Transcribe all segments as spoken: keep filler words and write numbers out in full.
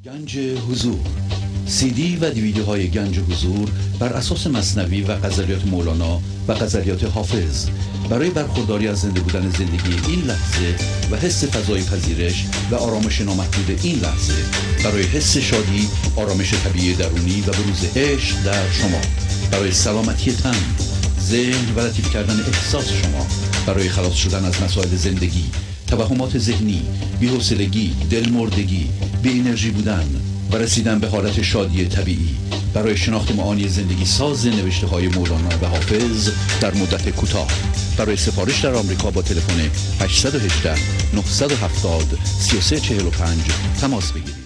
گنج حضور، سی دی و دیویدیوهای گنج حضور بر اساس مثنوی و غزلیات مولانا و غزلیات حافظ برای برخورداری از زنده بودن زندگی این لحظه و حس فضای پذیرش و آرامش نامحدود این لحظه، برای حس شادی، آرامش طبیعی درونی و بروز عشق در شما، برای سلامتی تن، ذهن و لطیف کردن احساس شما، برای خلاص شدن از مسائل زندگی، توهمات ذهنی، بی‌حوصلگی، دلمردگی، بی انرژی بودن و رسیدن به حالت شادی طبیعی، برای شناخت معانی زندگی ساز نوشته‌های مولانا و حافظ در مدت کوتاه. برای سفارش در آمریکا با تلفن هشت یک هشت، نه هفت صفر، سه سه چهار پنج تماس بگیرید.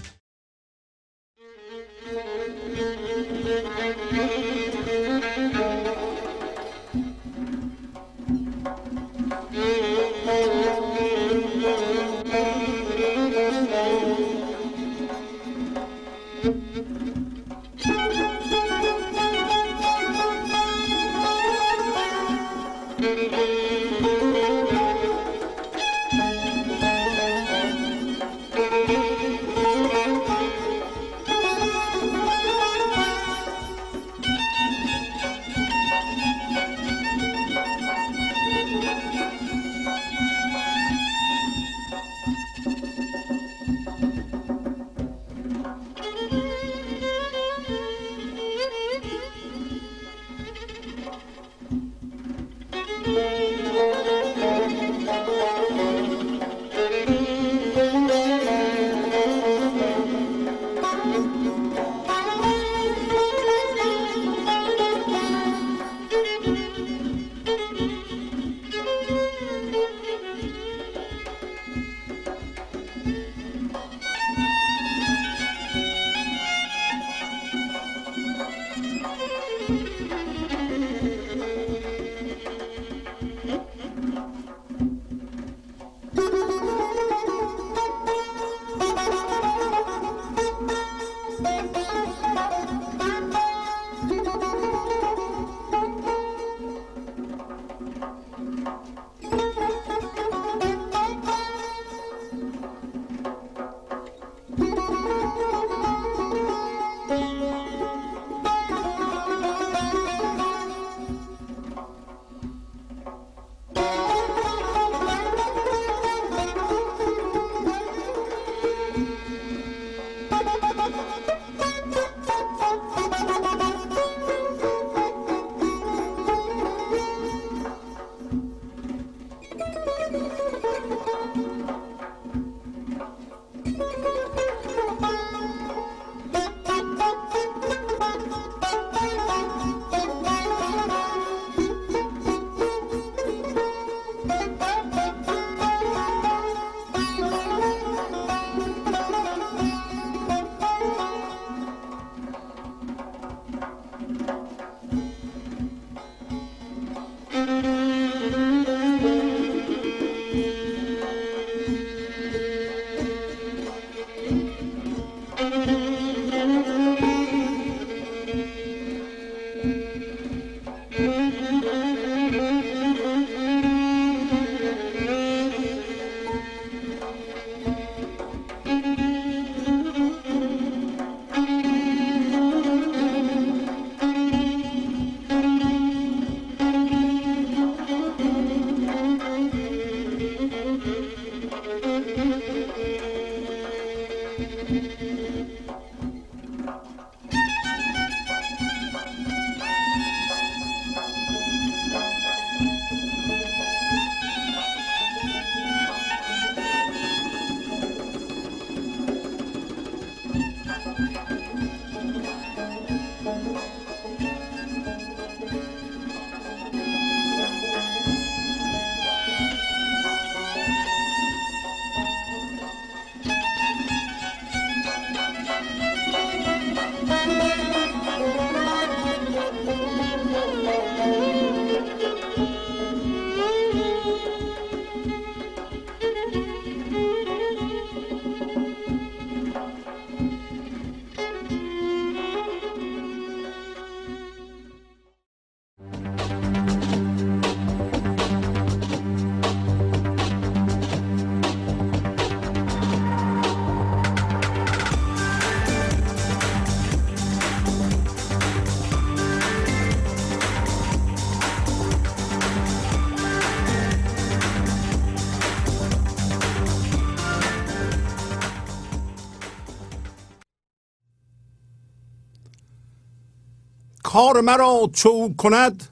کار مرا چو کند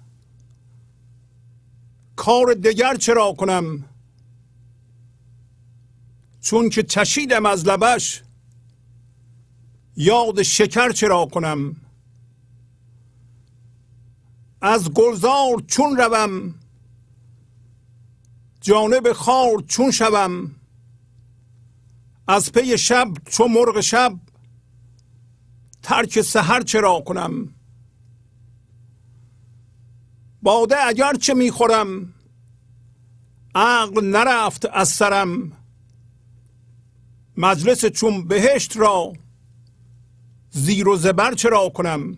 کار دگر چرا کنم؟ چون که چشیدم از لبش یاد شکر چرا کنم؟ از گلزار چون روم جانب خار چون شوم؟ از پی شب چو مرغ شب ترک سحر چرا کنم؟ باده اگر چه میخورم عقل نرفت از سرم. مجلس چون بهشت را زیر و زبر چرا کنم؟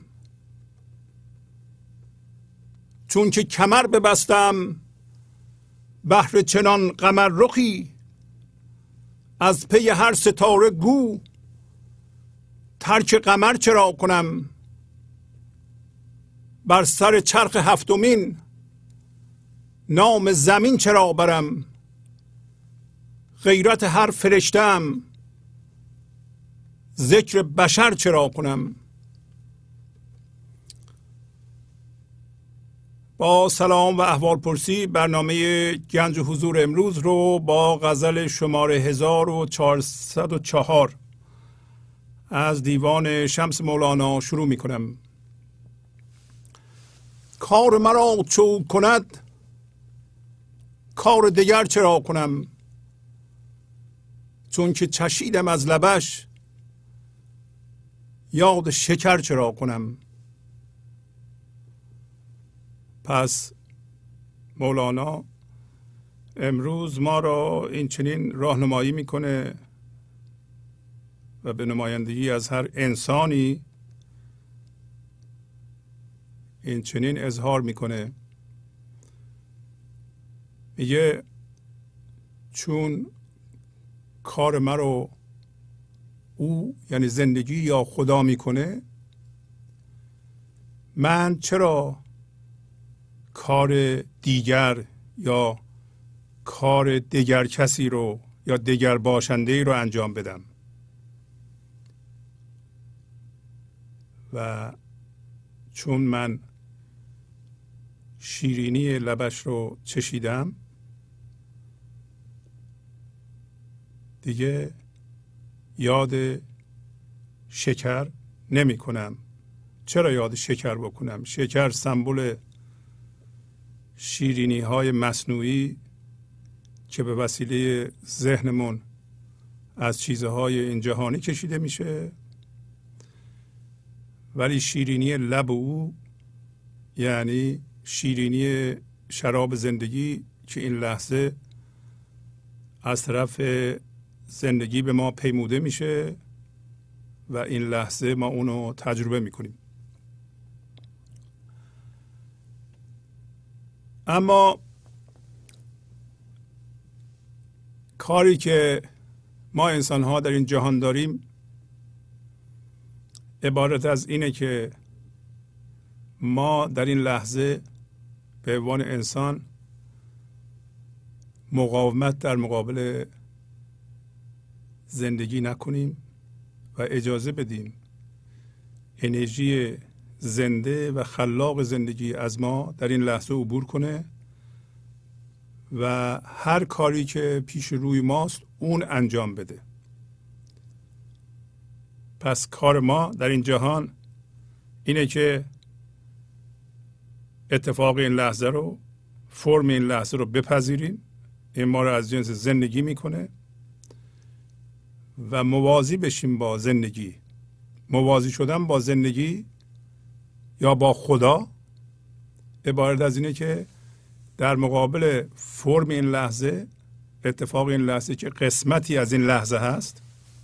چون که کمر ببستم بهر چنان قمر رخی از پی هر ستاره گو ترک قمر چرا کنم؟ بر سر چرخ هفتمین نام زمین چرا برم؟ غیرت هر فرشته‌ام ذکر بشر چرا کنم؟ با سلام و احوال پرسی برنامه گنج حضور امروز رو با غزل شماره هزار و چهارصد و چهار از دیوان شمس مولانا شروع می کنم. کار مرا چو کند کار دیگر چرا کنم؟ چون که چشیدم از لبش یاد شکر چرا کنم؟ پس مولانا امروز ما را این چنین راهنمایی میکنه و به نمایندگی از هر انسانی این چنین اظهار میکنه، میگه چون کار من رو او یعنی زندگی یا خدا میکنه، من چرا کار دیگر یا کار دیگر کسی رو یا دیگر باشنده ای رو انجام بدم؟ و چون من شیرینی لبش رو چشیدم دیگه یاد شکر نمی کنم. چرا یاد شکر بکنم؟ شکر سمبل شیرینی های مصنوعی که به وسیله ذهنمون از چیزهای این جهانی کشیده میشه، ولی شیرینی لب او یعنی شیرینی شراب زندگی که این لحظه از طرف زندگی به ما پیموده میشه و این لحظه ما اونو تجربه میکنیم. اما کاری که ما انسان ها در این جهان داریم عبارت از اینه که ما در این لحظه به عنوان انسان مقاومت در مقابل زندگی نکنیم و اجازه بدیم انرژی زنده و خلاق زندگی از ما در این لحظه عبور کنه و هر کاری که پیش روی ماست اون انجام بده. پس کار ما در این جهان اینه که اتفاق این لحظه رو، فرم این لحظه رو بپذیریم. این ما رو از جنس زندگی میکنه و موازی بشیم با زندگی. موازی شدن با زندگی یا با خدا عبارت از اینه که در مقابل فرم این لحظه، اتفاق این لحظه که قسمتی از این لحظه هست،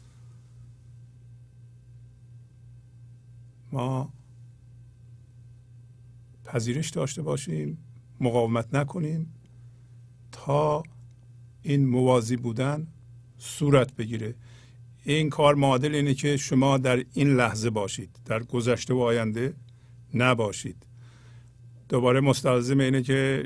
ما پذیرش داشته باشیم، مقاومت نکنیم تا این موازی بودن صورت بگیره. این کار معادل اینه که شما در این لحظه باشید، در گذشته و آینده نباشید. دوباره مستلزم اینه که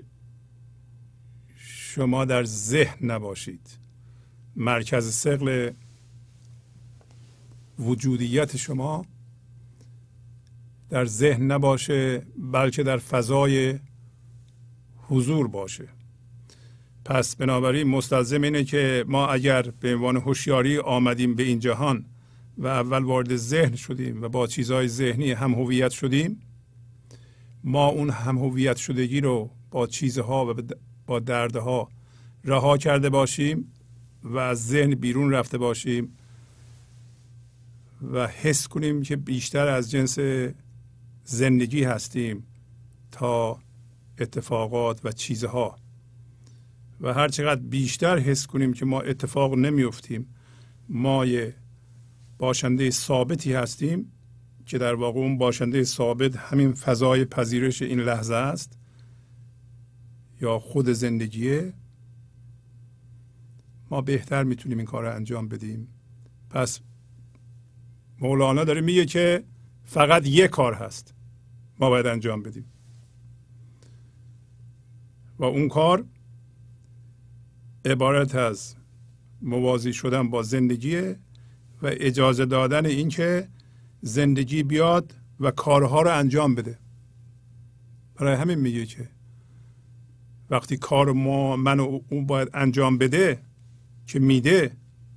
شما در ذهن نباشید. مرکز ثقل وجودیت شما در ذهن نباشه، بلکه در فضای حضور باشه. پس بنابراین مستلزم اینه که ما اگر به عنوان هوشیاری آمدیم به این جهان و اول وارد ذهن شدیم و با چیزهای ذهنی هم هویت شدیم، ما اون هم هویت شدگی رو با چیزها و با دردها رها کرده باشیم و از ذهن بیرون رفته باشیم و حس کنیم که بیشتر از جنس زندگی هستیم تا اتفاقات و چیزها. و هر چقدر بیشتر حس کنیم که ما اتفاق نمیفتیم، ما یه باشنده ثابتی هستیم که در واقع اون باشنده ثابت همین فضای پذیرش این لحظه است یا خود زندگیه، ما بهتر میتونیم این کار رو انجام بدیم. پس مولانا داره میگه که فقط یک کار هست ما باید انجام بدیم و اون کار عبارت از موازی شدن با زندگیه و اجازه دادن این که زندگی بیاد و کارها رو انجام بده. برای همین میگه که وقتی کار ما من و اون باید انجام بده که میده،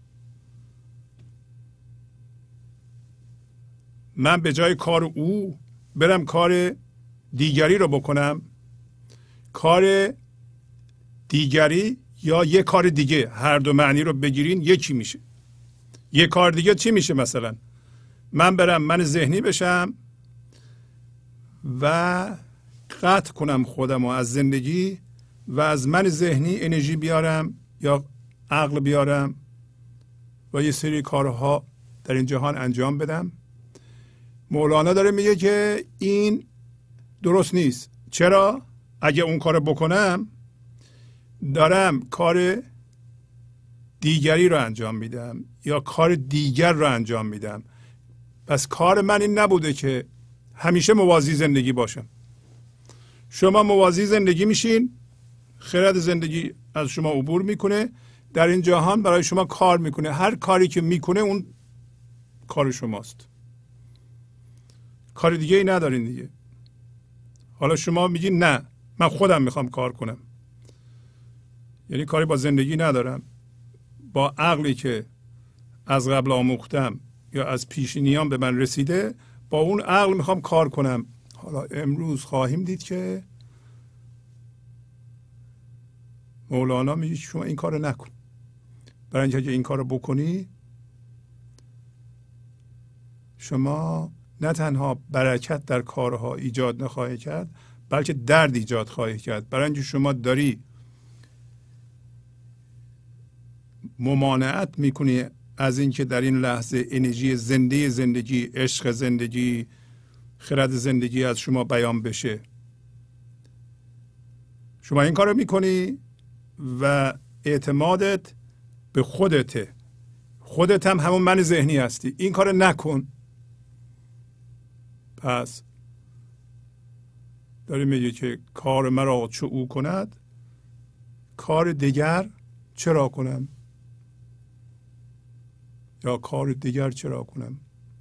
من به جای کار او برم کار دیگری رو بکنم، کار دیگری یا یک کار دیگه، هر دو معنی رو بگیرین یکی میشه. یک کار دیگه چی میشه؟ مثلا من برم من ذهنی بشم و قطع کنم خودم رو از زندگی و از من ذهنی انرژی بیارم یا عقل بیارم و یه سری کارها در این جهان انجام بدم. مولانا داره میگه که این درست نیست. چرا؟ اگه اون کار بکنم دارم کار دیگری رو انجام میدم یا کار دیگر رو انجام میدم. پس کار من این نبوده که همیشه موازی زندگی باشم. شما موازی زندگی میشین، خرد زندگی از شما عبور میکنه، در این جهان برای شما کار میکنه. هر کاری که میکنه اون کار شماست، کار دیگه ای ندارین دیگه. حالا شما میگین نه من خودم میخوام کار کنم، یعنی کاری با زندگی ندارم، با عقلی که از قبل آموختم یا از پیشینیان به من رسیده با اون عقل میخوام کار کنم. حالا امروز خواهیم دید که مولانا میگه شما این کار نکن، برای اینکه اگه این کار بکنی شما نه تنها برکت در کارها ایجاد نخواهی کرد بلکه درد ایجاد خواهی کرد، برای اینکه شما داری ممانعت میکنی از اینکه در این لحظه انرژی زنده زندگی، عشق زندگی، خرد زندگی از شما بیان بشه. شما این کارو میکنی و اعتمادت به خودته، خودت هم همون من ذهنی هستی. این کارو نکن. پس داری میگه که کار مرا چو او کند، کار دیگر چرا کنم؟ یا کار دیگر چرا کنم؟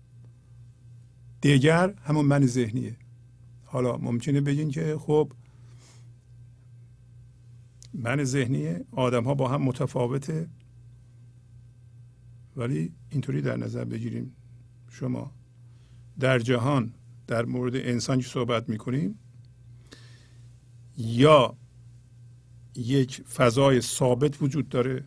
دیگر همون من ذهنیه. حالا ممکنه بگین که خب من ذهنیه، آدم ها با هم متفاوته، ولی اینطوری در نظر بگیریم شما در جهان در مورد انسان که صحبت میکنیم یا یک فضای ثابت وجود داره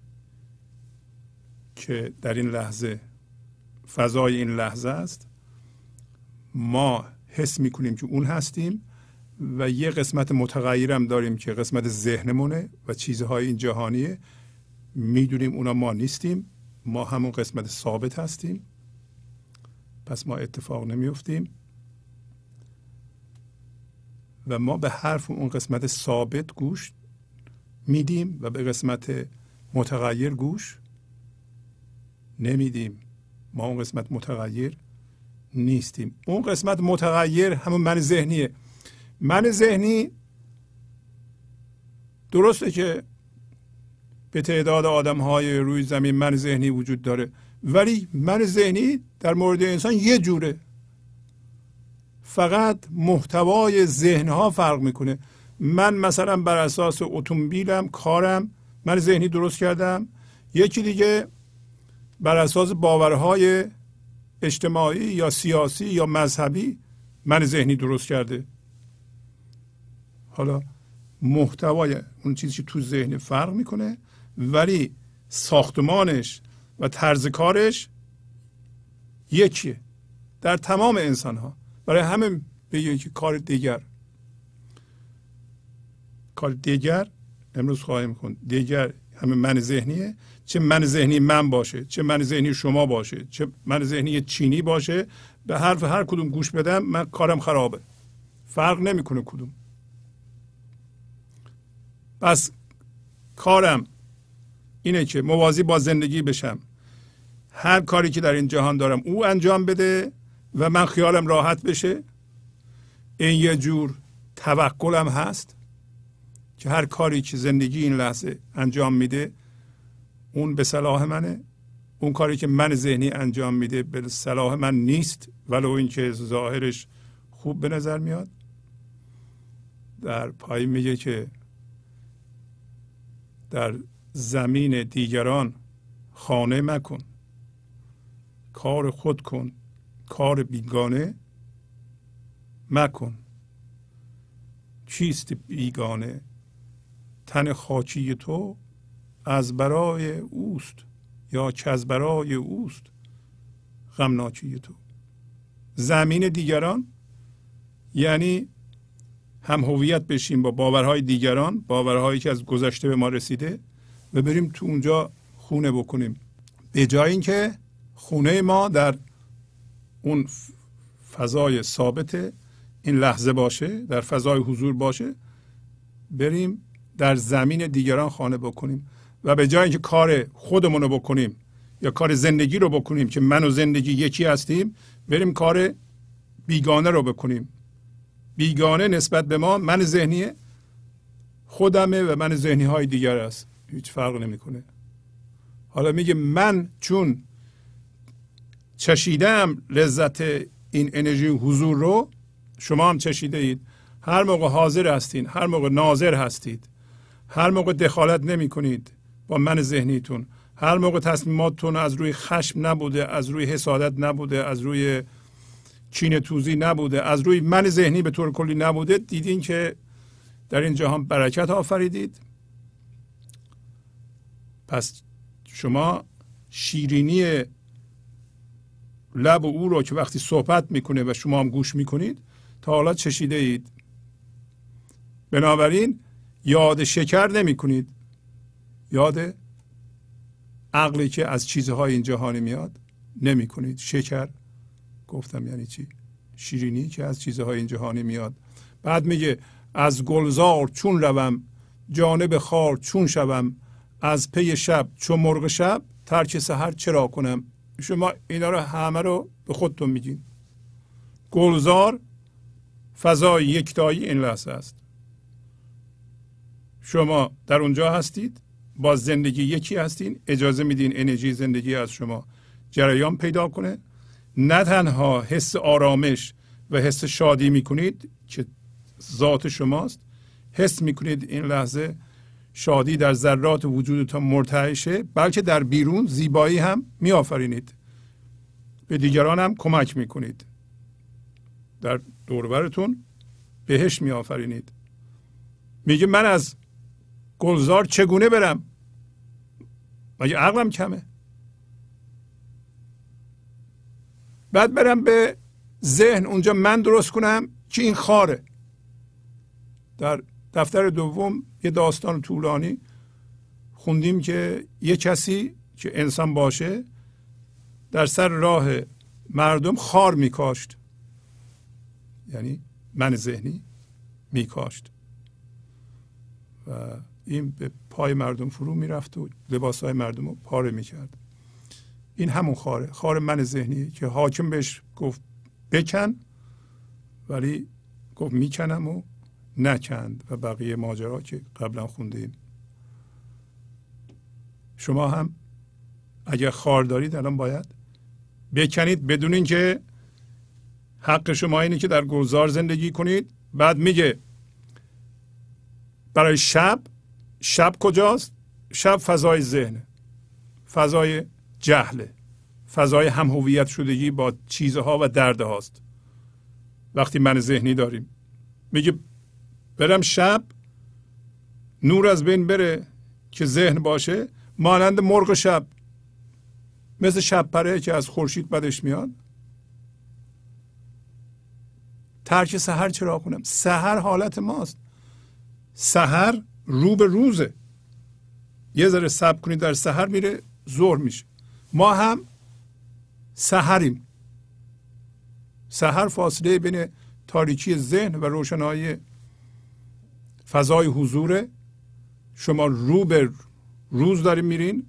که در این لحظه فضای این لحظه است، ما حس میکنیم که اون هستیم و یه قسمت متغیرم داریم که قسمت ذهنمونه و چیزهای این جهانیه، میدونیم اونا ما نیستیم، ما همون قسمت ثابت هستیم. پس ما اتفاق نمیفتیم و ما به حرف اون قسمت ثابت گوش میدیم و به قسمت متغیر گوش نمیدیم. ما اون قسمت متغیر نیستیم. اون قسمت متغیر همون من ذهنیه. من ذهنی درسته که به تعداد آدم های روی زمین من ذهنی وجود داره، ولی من ذهنی در مورد انسان یه جوره. فقط محتوای ذهنها فرق میکنه. من مثلا بر اساس اتومبیلم، کارم، من ذهنی درست کردم، یکی دیگه بر اساس باورهای اجتماعی یا سیاسی یا مذهبی من ذهنی درست کرده. حالا محتوای اون چیزی که تو ذهن فرق میکنه، ولی ساختمانش و طرز کارش یکیه در تمام انسان ها. برای همه بگیم که کار دیگر کار دیگر امروز خواهیم کن. دیگر همه من ذهنیه، چه من ذهنی من باشه، چه من ذهنی شما باشه، چه من ذهنی چینی باشه، به حرف هر کدوم گوش بدم من کارم خرابه، فرق نمیکنه کدوم. پس کارم اینه که موازی با زندگی بشم، هر کاری که در این جهان دارم او انجام بده و من خیالم راحت بشه. این یه جور توکلم هست که هر کاری که زندگی این لحظه انجام میده اون به صلاح منه، اون کاری که من ذهنی انجام میده به صلاح من نیست ولو اینکه ظاهرش خوب به نظر میاد. در پایین میگه که در زمین دیگران خانه مکن، کار خود کن، کار بیگانه مکن. چیست بیگانه؟ تن خاکی تو از برای اوست یا که از برای اوست غمناکی تو. زمین دیگران یعنی هم هویت بشیم با باورهای دیگران، باورهایی که از گذشته به ما رسیده و بریم تو اونجا خونه بکنیم، به جای اینکه خونه ما در اون فضای ثابت این لحظه باشه، در فضای حضور باشه، بریم در زمین دیگران خانه بکنیم و به جای اینکه کار خودمون رو بکنیم یا کار زندگی رو بکنیم که من و زندگی یکی هستیم، بریم کار بیگانه رو بکنیم. بیگانه نسبت به ما من ذهنی خودمه و من ذهنی های دیگر است، هیچ فرق نمیکنه. حالا میگه من چون چشیدم لذت این انرژی حضور رو، شما هم چشیده اید. هر موقع حاضر هستین، هر موقع ناظر هستید، هر موقع دخالت نمی کنید با من ذهنیتون، هر موقع تصمیماتتون از روی خشم نبوده، از روی حسادت نبوده، از روی کینه توزی نبوده، از روی من ذهنی به طور کلی نبوده، دیدین که در این جهان برکت آفریدید. پس شما شیرینی لب او رو که وقتی صحبت میکنه و شما هم گوش میکنید تا حالا چشیده اید. بنابراین یاد شکر نمی کنید، یاد عقلی که از چیزهای این جهانی میاد نمی کنید. شکر گفتم یعنی چی؟ شیرینی که از چیزهای این جهانی میاد. بعد میگه از گلزار چون روم، جانب خار چون شوم، از پی شب چون مرغ شب، ترک سحر چرا کنم. شما اینا رو همه رو به خودتون میگین. گلزار فضای یکتایی این لحظه است. شما در اونجا هستید، با زندگی یکی هستین، اجازه میدین انرژی زندگی از شما جریان پیدا کنه. نه تنها حس آرامش و حس شادی میکنید که ذات شماست، حس میکنید این لحظه شادی در ذرات وجودتان مرتعشه، بلکه در بیرون زیبایی هم میآفرینید، به دیگران هم کمک میکنید، در دور و برتون بهشت میآفرینید. میگه من از گلزار چگونه برم؟ مگه عقلم کمه؟ بعد برم به ذهن اونجا من درست کنم که این خاره. در دفتر دوم یه داستان طولانی خوندیم که یه کسی که انسان باشه در سر راه مردم خار میکاشت، یعنی من ذهنی میکاشت و این به پای مردم فرو میرفت و لباسهای مردم رو پاره میکرد. این همون خاره، خار من ذهنی که حاکم بهش گفت بکن، ولی گفت میکنم و نکند و بقیه ماجرا که قبلا خوندیم. شما هم اگر خار دارید الان باید بکنید بدون اینکه حق شما اینه که در گلزار زندگی کنید. بعد میگه برای شب، شب کجاست؟ شب فضای ذهنه، فضای جهله، فضای هم هویت شدگی با چیزها و دردهاست. وقتی من ذهنی داریم میگه برم شب، نور از بین بره که ذهن باشه، مانند مرغ شب، مثل شب پره که از خورشید بدش میاد. ترک سحر چرا کنم؟ سحر حالت ماست. سحر رو به روزه. یه ذره صبر کنید در سحر میره ظهر میشه. ما هم سحریم. سحر فاصله بین تاریکی ذهن و روشنایی فضای حضوره. شما رو به روز داریم میرین،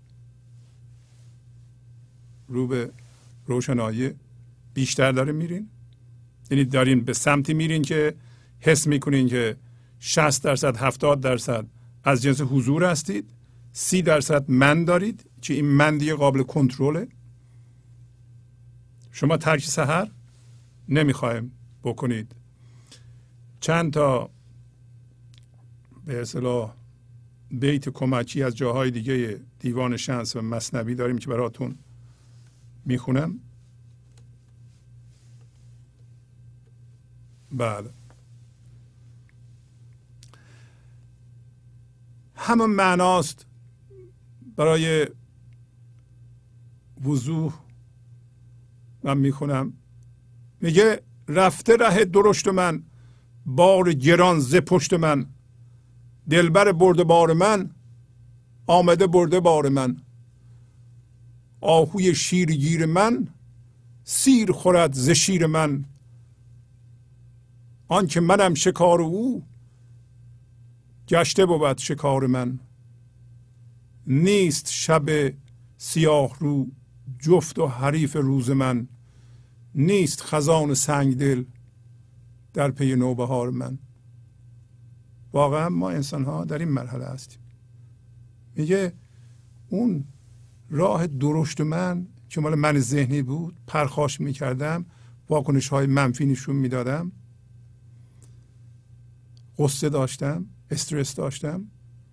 رو به روشنایی بیشتر داریم میرین. یعنی دارین به سمتی میرین که حس میکنین که شصت درصد هفتاد درصد از جنس حضور هستید، سی درصد من دارید که این من دیگه قابل کنترله. شما ترک سحر نمیخوایم بکنید. چند تا به اصطلاح بیت کمکی از جاهای دیگه دیوان شمس و مثنوی داریم که براتون میخونم. بله، همون معناست. برای وضوح من میخونم. میگه رفته ره درشت من، بار گران ز پشت من، دلبر برده بار من، آمده برده بار من، آهوی شیرگیر من، سیر خورد ز شیر من، آن که منم شکار او، گشته بود شکار من، نیست شب سیاه رو جفت و حریف روز من، نیست خزان سنگ دل در پی نوبهار من. واقعا ما انسان ها در این مرحله هستیم. میگه اون راه درشت من که مال من ذهنی بود، پرخاش میکردم، واکنش های منفی نشون میدادم، غصه داشتم، استرس داشتم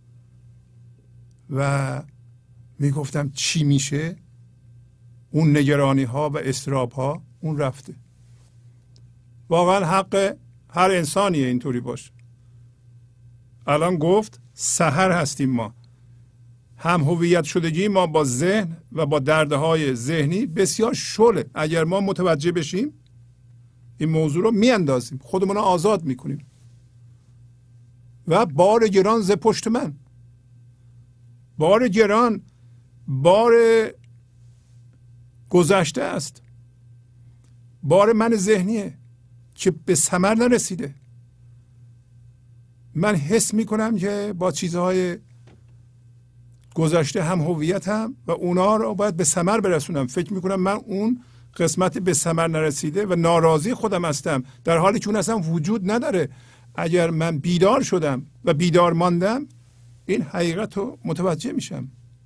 و میگفتم چی میشه. اون نگرانی ها و اضطراب ها اون رفته. واقعا حق هر انسانیه اینطوری باشه. الان گفت سحر هستیم ما. هم هویت شدگی ما با ذهن و با دردهای ذهنی بسیار شله. اگر ما متوجه بشیم این موضوع رو میاندازیم، خودمون رو آزاد میکنیم. و بار گران ز پشت من. بار گران بار گذشته است، بار من ذهنیه که به ثمر نرسیده. من حس میکنم که با چیزهای گذشته هم هویتم و اونا رو باید به ثمر برسونم. فکر میکنم من اون قسمت به ثمر نرسیده و ناراضی خودم هستم، در حالی که اون اصلا وجود نداره. اگر من بیدار شدم و بیدار ماندم این حقیقت رو متوجه میشم.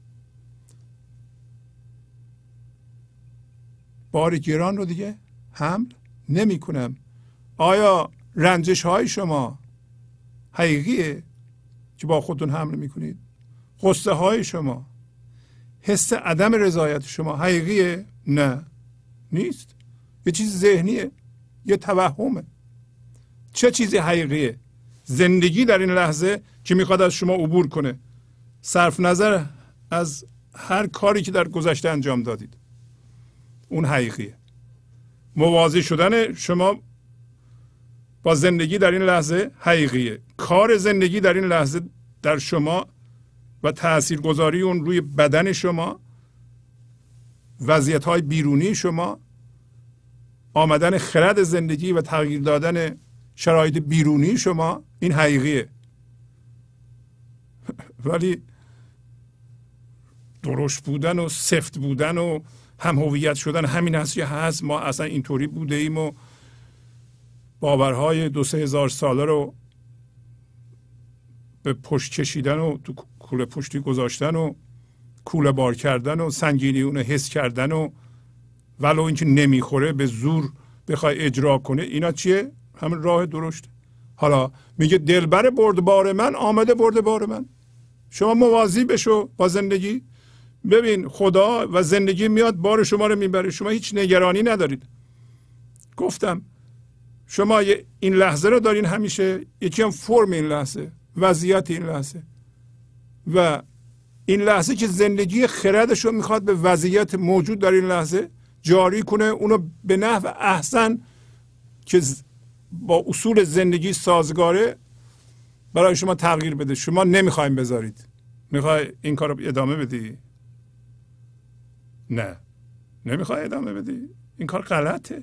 بار گران رو دیگه حمل نمی کنم. آیا رنجش های شما حقیقیه که با خودتون حمل میکنید؟ غصه های شما، حس عدم رضایت شما حقیقیه؟ نه، نیست. یه چیز ذهنیه، یه توهمه. چه چیزی حقیقیه؟ زندگی در این لحظه که میخواد از شما عبور کنه، صرف نظر از هر کاری که در گذشته انجام دادید، اون حقیقیه. موازی شدن شما با زندگی در این لحظه حقیقیه. کار زندگی در این لحظه در شما و تاثیرگذاری اون روی بدن شما، وضعیت‌های بیرونی شما، آمدن خرد زندگی و تغییر دادن شرایط بیرونی شما، این حقیقیه. ولی درشت بودن و سفت بودن و هم هویت شدن همین هست که هست. ما اصلا اینطوری بوده ایم و باورهای دو سه هزار ساله رو به پشت کشیدن و تو کوله پشتی گذاشتن و کوله بار کردن و سنگینی اون حس کردن و ولو اینکه نمیخوره به زور بخوای اجرا کنه، اینا چیه؟ همین راه درشت. حالا میگه دلبر بردبار من آمده بردبار من. شما موازی بشو با زندگی، ببین خدا و زندگی میاد بار شما رو میبره، شما هیچ نگرانی ندارید. گفتم شما این لحظه رو دارین همیشه، یکی هم فرم این لحظه، وضعیت این لحظه، و این لحظه که زندگی خردش رو میخواد به وضعیت موجود در این لحظه جاری کنه، اونو به نحو احسن که با اصول زندگی سازگاره برای شما تغییر بده. شما نمیخوایم بذارید، میخوای این کار رو ادامه بدی؟ نه، نمیخوای ادامه بدی. این کار غلطه.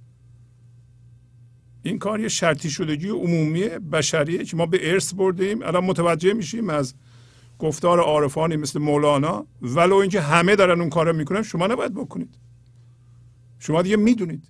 این کار یه شرطی شدگی عمومی بشریه که ما به ارث بردیم. الان متوجه میشیم از گفتار عارفانی مثل مولانا، ولو اینکه همه دارن اون کارو میکنن، شما نباید بکنید. شما دیگه میدونید.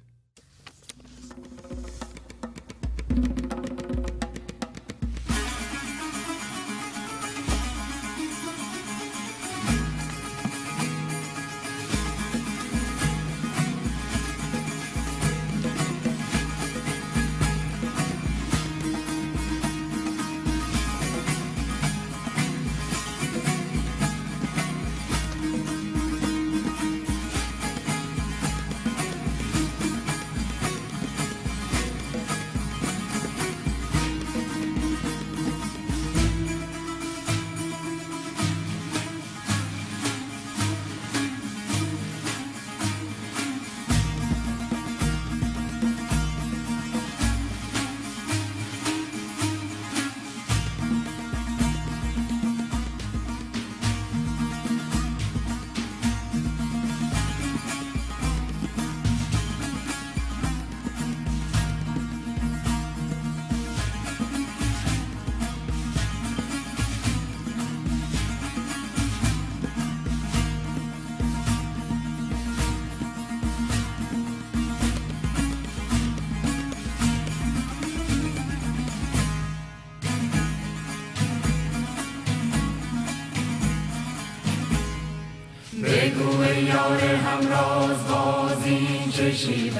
بگو ای یار همراز باز این چه شیوه،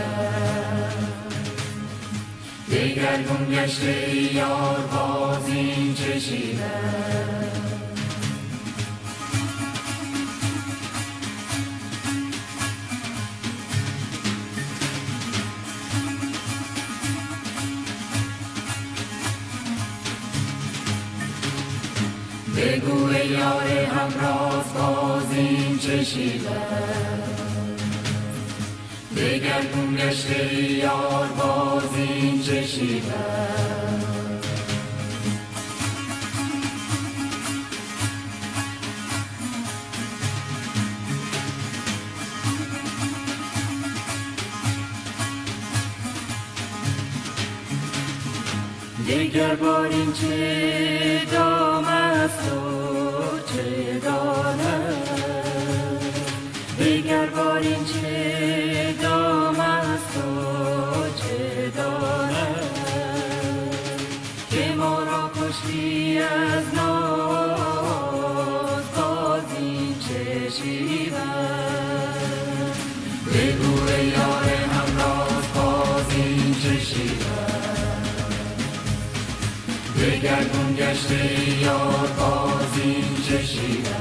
دگرگون گشته ای یار باز این چه شیوه. بگو ای یار همراز باز این چه شیوه، دگرگون گشته ای یار باز این چه شیوه. دیگر بار این چه دام است و چه دانه، دیگر بار این چه دام است و چه دانه، که ما را کشتی از ناز باز این چه شیوه. بگو ای یار همراز باز این چه شیوه، دگرگون گشته یار باز این چه شیوه.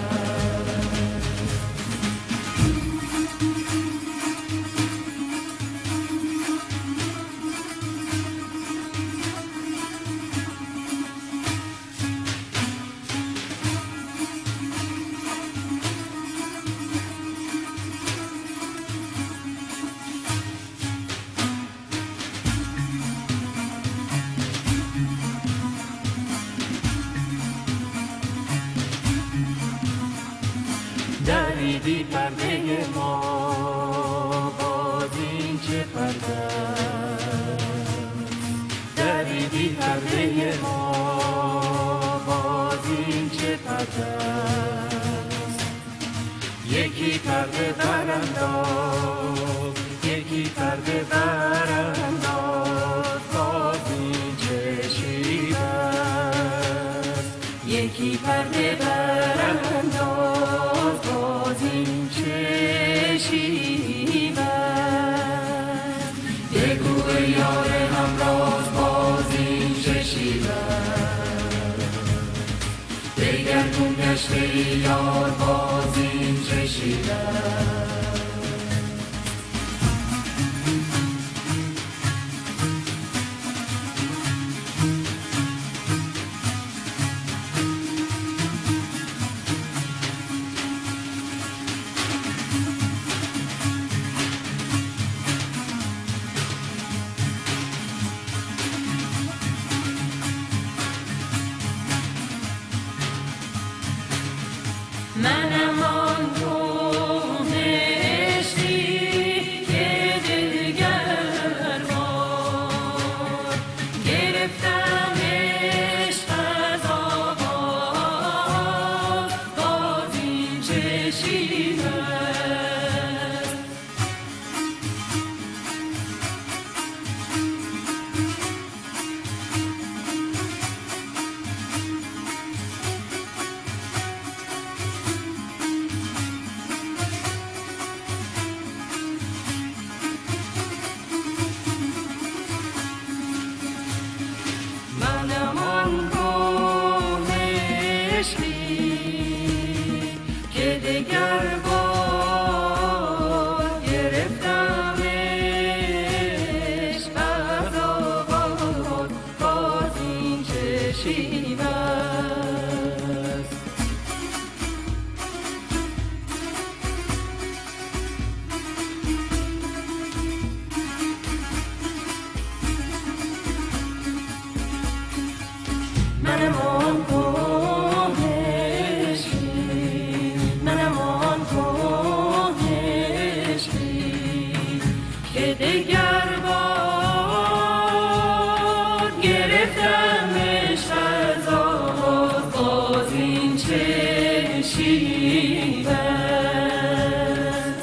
دریدی پرده ما باز این چه پرده، دریدی پرده ما باز این چه پرده. یکی پرده برانداز، یکی پرده برانداز باز این چه شیوه، یکی پرده برانداز باز این چه شیوه. بگو یار همراز باز این چه شیوه دگرگون گشته یار باز این چه شیوه منم آن کهنه عشقی که دلگر بار گرفتم عشق از آغاز باز این چه شیوه منم آن کهنه عشقی که دگر بار گرفتم عشق از آغاز باز این چه شیوه است منم آن کهنه عشقی منم آن کهنه عشقی که دگر بار گرفتم عشق از آغاز باز این چه شیوه است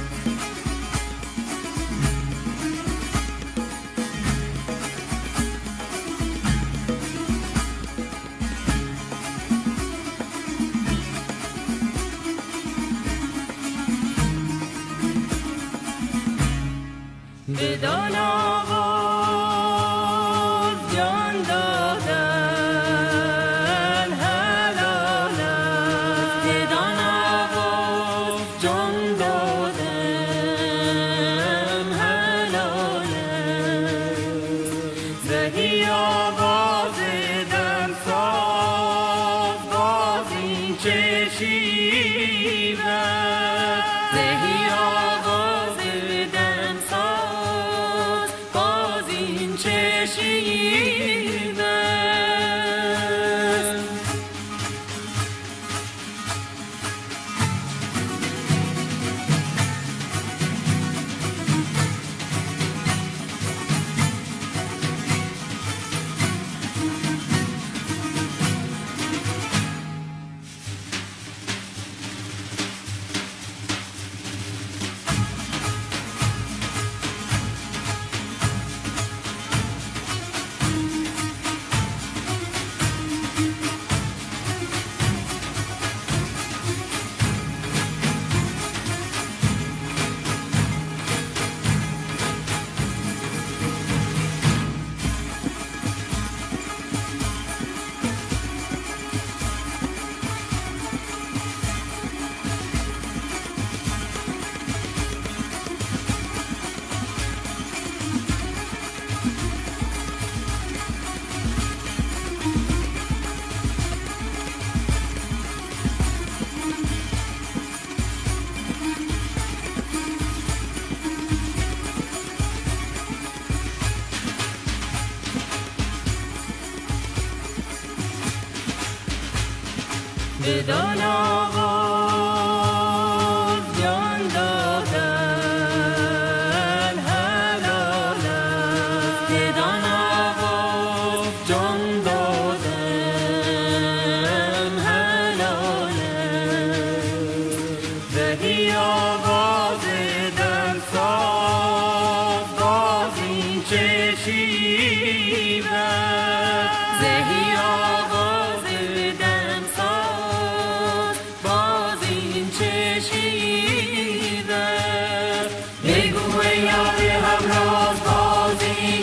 بدان آواز جان دادن حلال است بدان آواز جان دادن حلال است زهی آواز دمساز باز این چه شیوه است زهی آواز دمساز باز این چه شیوه است بدان آواز جان دادن حلال است بدان آواز جان دادن حلال است زهی آواز دمساز باز این چه شیوه است زهی آواز دمساز باز این چه شیوه است بگو ای یار همراز باز این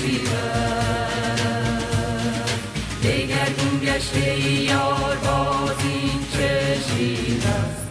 دگرگون گشته یار بازی چه شیر است.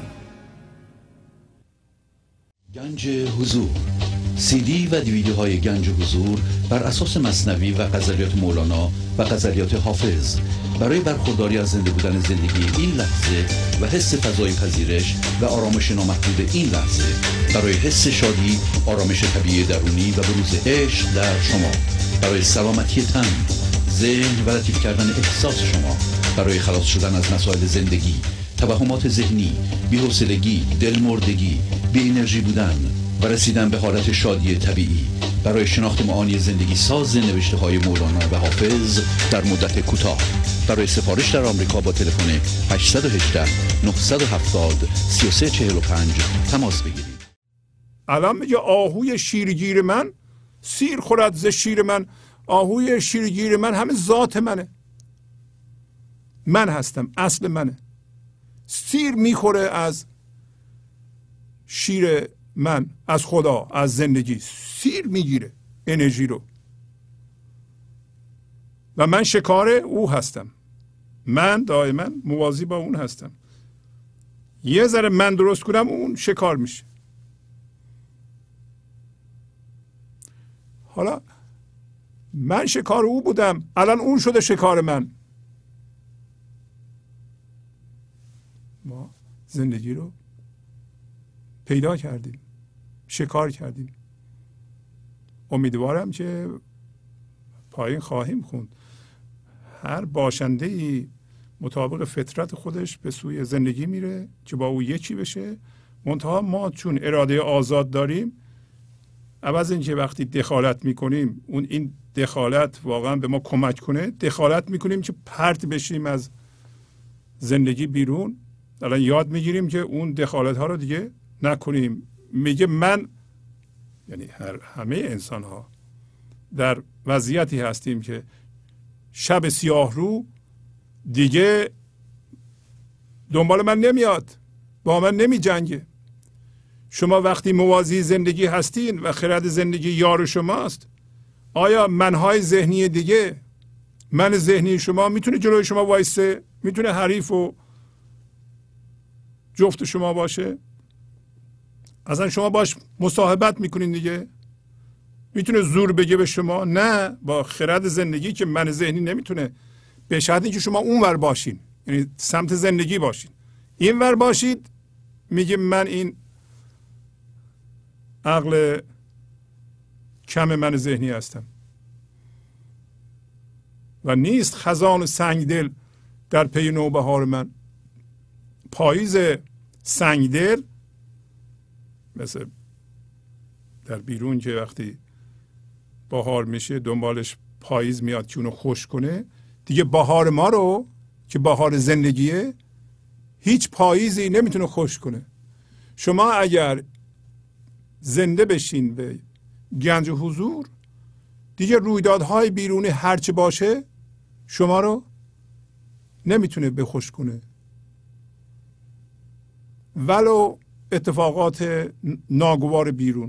گنج حضور، سی دی و دیویدیوهای گنج حضور بر اساس مثنوی و غزلیات مولانا و غزلیات حافظ برای برخورداری از زنده بودن زندگی این لحظه و حس فضای پذیرش و آرامش نامحدود این لحظه، برای حس شادی، آرامش طبیعی درونی و بروز عشق در شما، برای سلامتی تن، ذهن و لطیف کردن احساس شما، برای خلاص شدن از مسائل زندگی، توهمات ذهنی، بی‌حوصلگی، دلمردگی، بی انرژی بودن و رسیدن به حالت شادی طبیعی، برای شناخت معانی زندگی ساز نوشته های مولانا و حافظ در مدت کوتاه. برای سفارش در آمریکا با تلفن هشت یک هشت نه هفت صفر سه سه چهار پنج تماس بگیرید. الان میگه آهوی شیرگیر من سیر خورد ز شیر من. آهوی شیرگیر من همه ذات منه، من هستم، اصل منه. سیر میخوره از شیر من، از خدا، از زندگی سیر میگیره انرژی رو و من شکار او هستم. من دائما موازی با اون هستم. یه ذره من درست کنم اون شکار میشه. حالا من شکار او بودم، الان اون شده شکار من. ما زندگی رو پیدا کردیم، شکار کردیم. امیدوارم که پایین خواهیم خوند. هر باشنده ای مطابق فطرت خودش به سوی زندگی میره که با او یکی بشه. منتها ما چون اراده آزاد داریم، عوض اینکه وقتی دخالت میکنیم اون این دخالت واقعا به ما کمک کنه، دخالت میکنیم که پرت بشیم از زندگی بیرون. الان یاد میگیریم که اون دخالت ها رو دیگه نکنیم. میگه من، یعنی هر همه انسان ها در وضعیتی هستیم که شب سیاه رو دیگه دنبال من نمیاد، با من نمی جنگه. شما وقتی موازی زندگی هستین و خرد زندگی یار شماست، آیا منهای ذهنی دیگه، من ذهنی شما میتونه جلوی شما وایسه؟ میتونه حریف و جفت شما باشه؟ اصلا شما باش مصاحبت میکنین دیگه؟ میتونه زور بگه به شما؟ نه، با خرد زندگی که من ذهنی نمیتونه. به شرط اینکه شما اونور باشین، یعنی سمت زندگی باشین. اینور باشید میگه من این عقل کم من ذهنی هستم و نیست خزان سنگدل در پی نوبهار من. پاییز سنگدل مثل در بیرون که وقتی بهار میشه دنبالش پاییز میاد که اونو خوش کنه، دیگه بهار ما رو که بهار زندگیه هیچ پاییزی نمیتونه خوش کنه. شما اگر زنده بشین به گنج حضور، دیگه رویدادهای بیرونی هرچه باشه شما رو نمیتونه بخوش کنه، ولو اتفاقات ناگوار بیرون.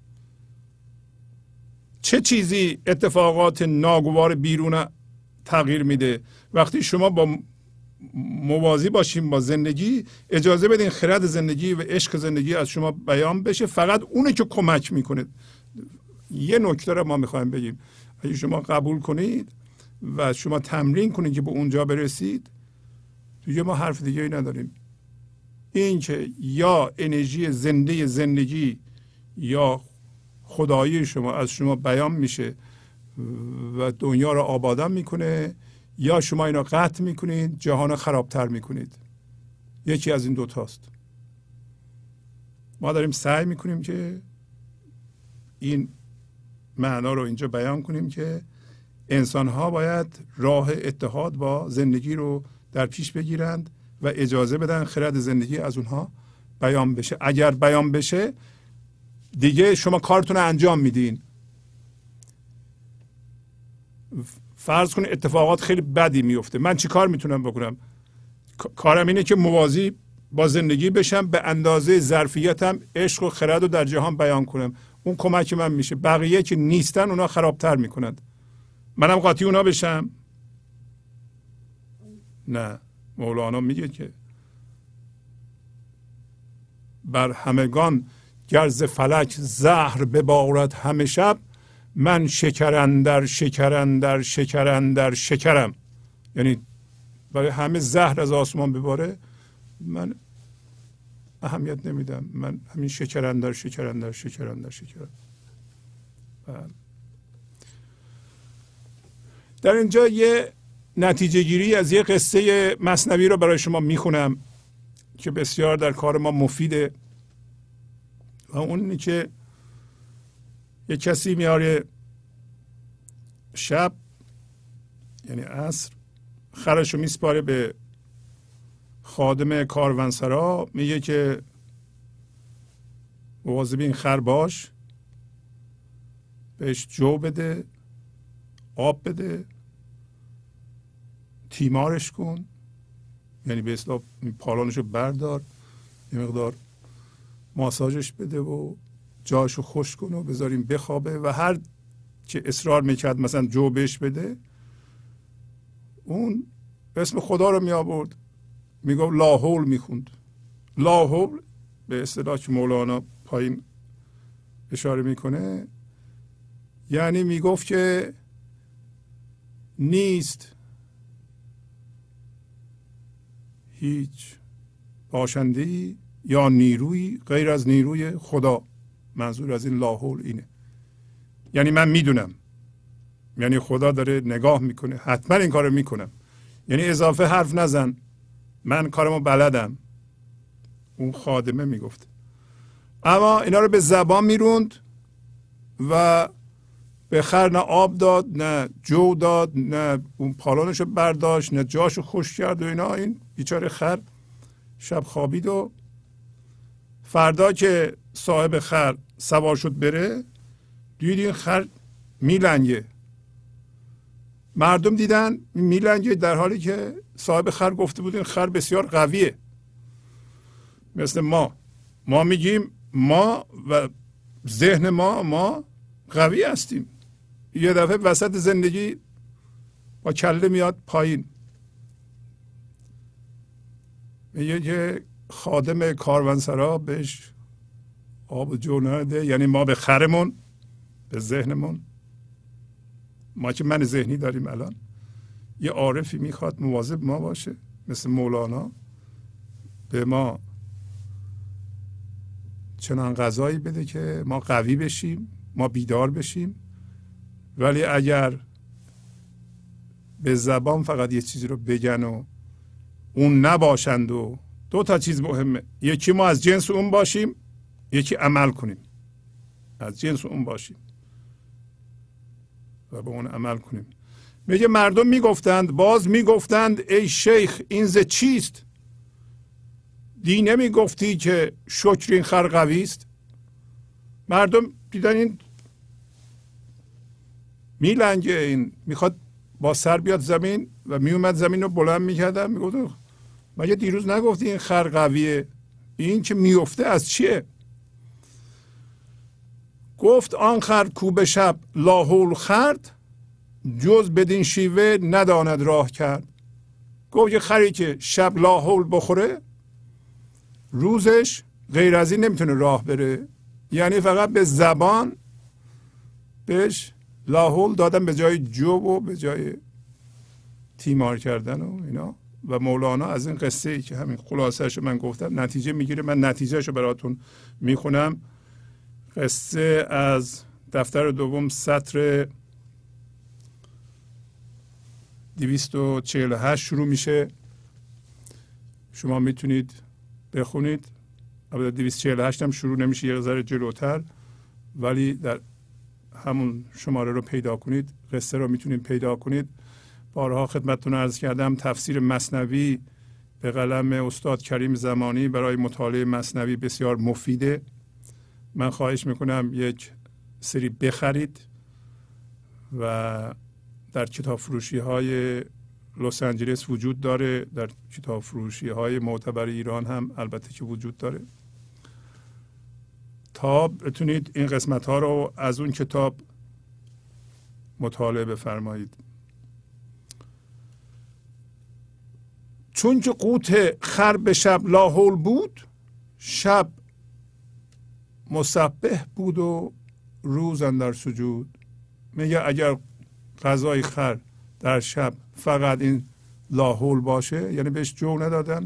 چه چیزی اتفاقات ناگوار بیرون تغییر میده؟ وقتی شما با موازی باشیم با زندگی، اجازه بدین خرد زندگی و عشق زندگی از شما بیان بشه. فقط اونه که کمک میکنه. یه نکته رو ما میخوایم بگیم، اگه شما قبول کنید و شما تمرین کنید که به اونجا برسید، دیگه ما حرف دیگه ای نداریم. این که یا انرژی زنده زندگی یا خدایی شما از شما بیان میشه و دنیا رو آبادان میکنه، یا شما اینا قطع میکنید جهان رو خرابتر میکنید. یکی از این دوتاست. ما داریم سعی میکنیم که این معنا رو اینجا بیان کنیم که انسان ها باید راه اتحاد با زندگی رو در پیش بگیرند و اجازه بدن خرد زندگی از اونها بیان بشه. اگر بیان بشه دیگه شما کارتون رو انجام میدین. فرض کنید اتفاقات خیلی بدی میفته، من چی کار میتونم بکنم؟ کارم اینه که موازی با زندگی بشم، به اندازه ظرفیتم عشق و خرد رو در جهان بیان کنم. اون کمک من میشه. بقیه که نیستن اونا خرابتر میکنند. منم قاطی اونا بشم؟ نه. مولانا میگه که بر همگان گرز فلک زهر ببارد همه شب، من شکرندر شکرندر شکرندر شکرم. یعنی برای همه زهر از آسمان بباره، من اهمیت نمیدم، من همین شکرندر شکرندر شکرندر شکرم. در اینجا یه نتیجه گیری از یه قصه مثنوی رو برای شما میخونم که بسیار در کار ما مفیده. و اون اینه که یه کسی میاره شب، یعنی عصر، خرشو میسپاره به خادم کاروانسرا، میگه که مواظب این خر باش، بهش جو بده، آب بده، تیمارش کن، یعنی به اصطلاح پالانشو بردار، یه مقدار ماساژش بده و جاشو خشک کن و بذاریم بخوابه. و هر که اصرار میکرد مثلا جو بهش بده، اون اسم خدا رو می آورد، میگفت لا حول میخوند. لا حول به اصطلاح که مولانا پایین اشاره میکنه، یعنی میگفت که نیست هیچ باشنده‌ای یا نیروی غیر از نیروی خدا. منظور از این لا حول اینه، یعنی من میدونم، یعنی خدا داره نگاه میکنه، حتما این کارو میکنم، یعنی اضافه حرف نزن، من کارمو بلدم. اون خادمه میگفت. اما اینا رو به زبان میروند و به خر نه آب داد، نه جو داد، نه اون پالانشو برداشت، نه جاشو خشک کرد و اینا. این بیچاره خر شب خوابید و فردا که صاحب خر سوار شد بره، دید این خر میلنگه. مردم دیدن میلنگه، در حالی که صاحب خر گفته بود این خر بسیار قویه. مثل ما ما میگیم ما و ذهن ما ما قوی هستیم، یه دفعه وسط زندگی با کله میاد پایین. میگه که خادم کاروانسرا بهش آب و جو نده، یعنی ما به خرمون، به ذهنمون، ما که من ذهنی داریم الان، یه عارفی میخواد مواظب ما باشه مثل مولانا، به ما چنان غذایی بده که ما قوی بشیم، ما بیدار بشیم. ولی اگر به زبان فقط یه چیزی رو بگن و اون نباشند، و دو تا چیز مهمه، یکی ما از جنس اون باشیم، یکی عمل کنیم. از جنس اون باشیم و به اون عمل کنیم. میگه مردم میگفتند، باز میگفتند ای شیخ این ز چیست؟ دی نمیگفتی که شکر این خر قوی است؟ مردم دیدن این میلنگه، این میخواد با سر بیاد زمین و میومد زمین رو بلند میکردن، میگفت مگه دیروز نگفتی این خر قویه؟ این که میفته از چیه؟ گفت آن خر کو به شب لا حول خورد، جز بدین شیوه نداند راه کرد. گفت یه خری که شب لا حول بخوره، روزش غیر از این نمیتونه راه بره. یعنی فقط به زبان بهش لا حول دادن به جای جو و به جای تیمار کردن و اینا. و مولانا از این قصه ای که همین خلاصه‌اش من گفتم نتیجه میگیره. من نتیجهش رو براتون میخونم. قصه از دفتر دوم سطر دویست و چهل و هشت شروع میشه. شما میتونید بخونید. البته دویست و چهل و هشت هم شروع نمیشه، یه ذره جلوتر، ولی در همون شماره رو پیدا کنید قصه رو میتونید پیدا کنید. بارها خدمتتون عرض کردم تفسیر مثنوی به قلم استاد کریم زمانی برای مطالعه مثنوی بسیار مفیده. من خواهش میکنم یک سری بخرید و در کتاب فروشی های لس آنجلس وجود داره، در کتاب فروشی های معتبر ایران هم البته که وجود داره، تا بتونید این قسمت ها رو از اون کتاب مطالعه بفرمایید. چون که قوت خر به شب لاحول بود، شب مسبح بود و روز اندر سجود. میگه اگر غذای خر در شب فقط این لاحول باشه، یعنی بهش جو ندادن،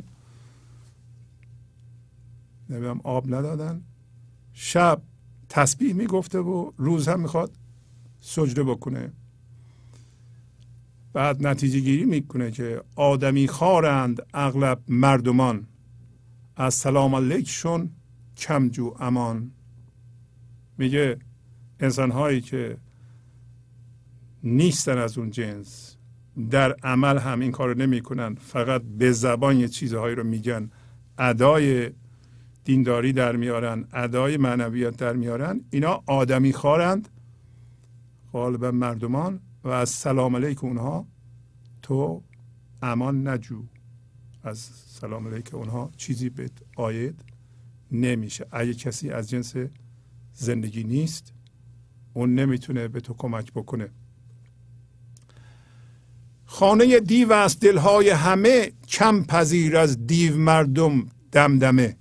نمیدونم آب ندادن، شب تسبیح میگفته و روز هم میخواد سجده بکنه. بعد نتیجه گیری میکنه که آدمی خارند اغلب مردمان، از سلام علیکشون کم جو امان. میگه انسان هایی که نیستن از اون جنس، در عمل هم این کارو نمی کنن، فقط به زبان یه چیزهایی رو میگن، ادای دینداری در میارن، ادای معنویت در میارن، اینا آدمی خارند غالبا مردمان و از سلام علیک اونها تو امان نجو. از سلام علیک اونها چیزی به آید نمیشه. اگه کسی از جنس زندگی نیست، اون نمیتونه به تو کمک بکنه. خانه دیو است دلهای همه، کم پذیر از دیو مردم دمدمه.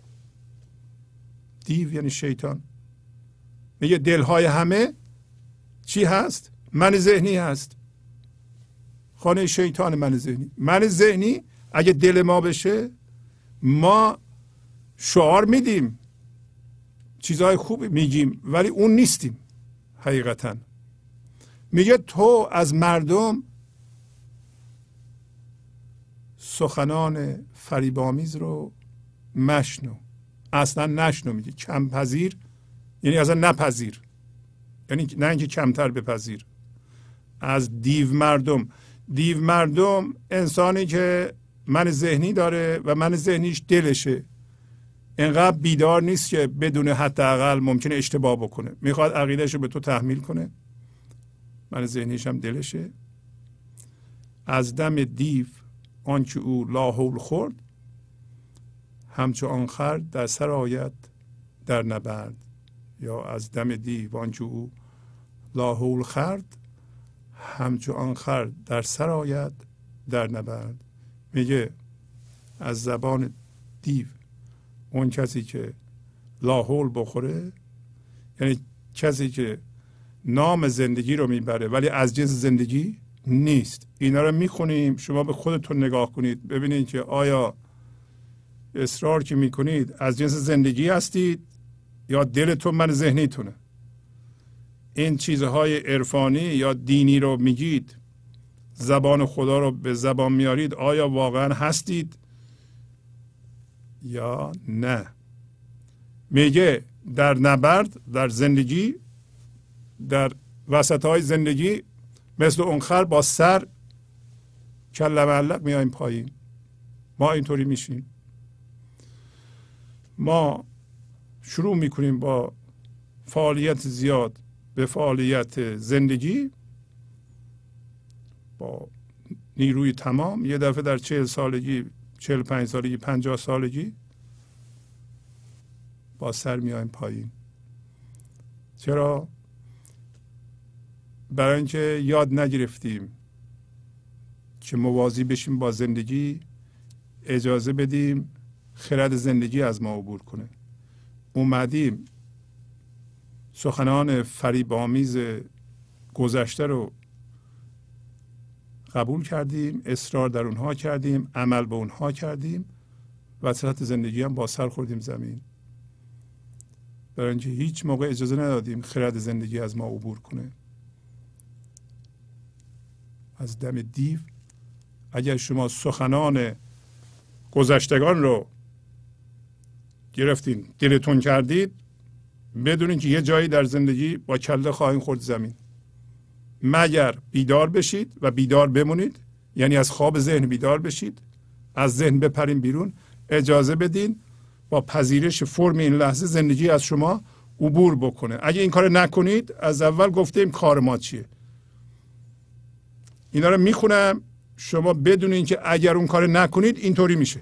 دیو یعنی شیطان. میگه دلهای همه چی هست؟ من ذهنی هست. خانه شیطان من ذهنی. من ذهنی اگه دل ما بشه، ما شعار میدیم، چیزهای خوب میگیم، ولی اون نیستیم حقیقتا. میگه تو از مردم سخنان فریبامیز رو مشنو، اصلا نشنو. میگه کم پذیر یعنی اصلا نپذیر، یعنی نه اینکه کمتر بپذیر. از دیو مردم، دیو مردم انسانی که من ذهنی داره و من ذهنیش دلشه، اینقدر بیدار نیست که بدون حداقل ممکنه اشتباه بکنه، میخواد عقیدهش رو به تو تحمیل کنه، من ذهنیش هم دلشه. از دم دیو آنچه او لاحول خورد، همچو آن خر در سر آید در نبرد. یا از دم دیو آنچه او لاحول خورد، همچو آن خر در سر آید در نبرد. میگه از زبان دیو اون کسی که لاحول بخوره، یعنی کسی که نام زندگی رو میبره ولی از جنس زندگی نیست. اینا رو میخونیم، شما به خودتون نگاه کنید ببینید که آیا اصرار که میکنید از جنس زندگی هستید یا دلتون من ذهنیتونه. این چیزهای عرفانی یا دینی رو میگید، زبان خدا رو به زبان میارید، آیا واقعا هستید یا نه؟ میگه در نبرد، در زندگی، در وسطهای زندگی مثل اون خر با سر کله معلق میایم پایین. ما اینطوری میشیم. ما شروع میکنیم با فعالیت زیاد به فعالیت زندگی با نیروی تمام، یه دفعه در چهل سالگی، چهل پنج سالگی، پنجاه سالگی با سر میایم پایین. چرا؟ برای اینکه یاد نگرفتیم که موازی بشیم با زندگی، اجازه بدیم خرد زندگی از ما عبور کنه. اومدیم سخنان فریب‌آمیز گذشته رو قبول کردیم، اصرار در اونها کردیم، عمل به اونها کردیم، وسط زندگی هم با سر خوردیم زمین. برای اینکه هیچ موقع اجازه ندادیم خرد زندگی از ما عبور کنه. از دم دیو اگر شما سخنان گذشتگان رو گرفتین، دلتون کردید، بدونین که یه جایی در زندگی با کله خواهید خورد زمین. مگر بیدار بشید و بیدار بمونید، یعنی از خواب ذهن بیدار بشید، از ذهن بپرین بیرون، اجازه بدین با پذیرش فرم این لحظه زندگی از شما عبور بکنه. اگه این کار نکنید، از اول گفتیم کار ما چیه. اینا رو میخونم، شما بدونین که اگر اون کار نکنید اینطوری میشه.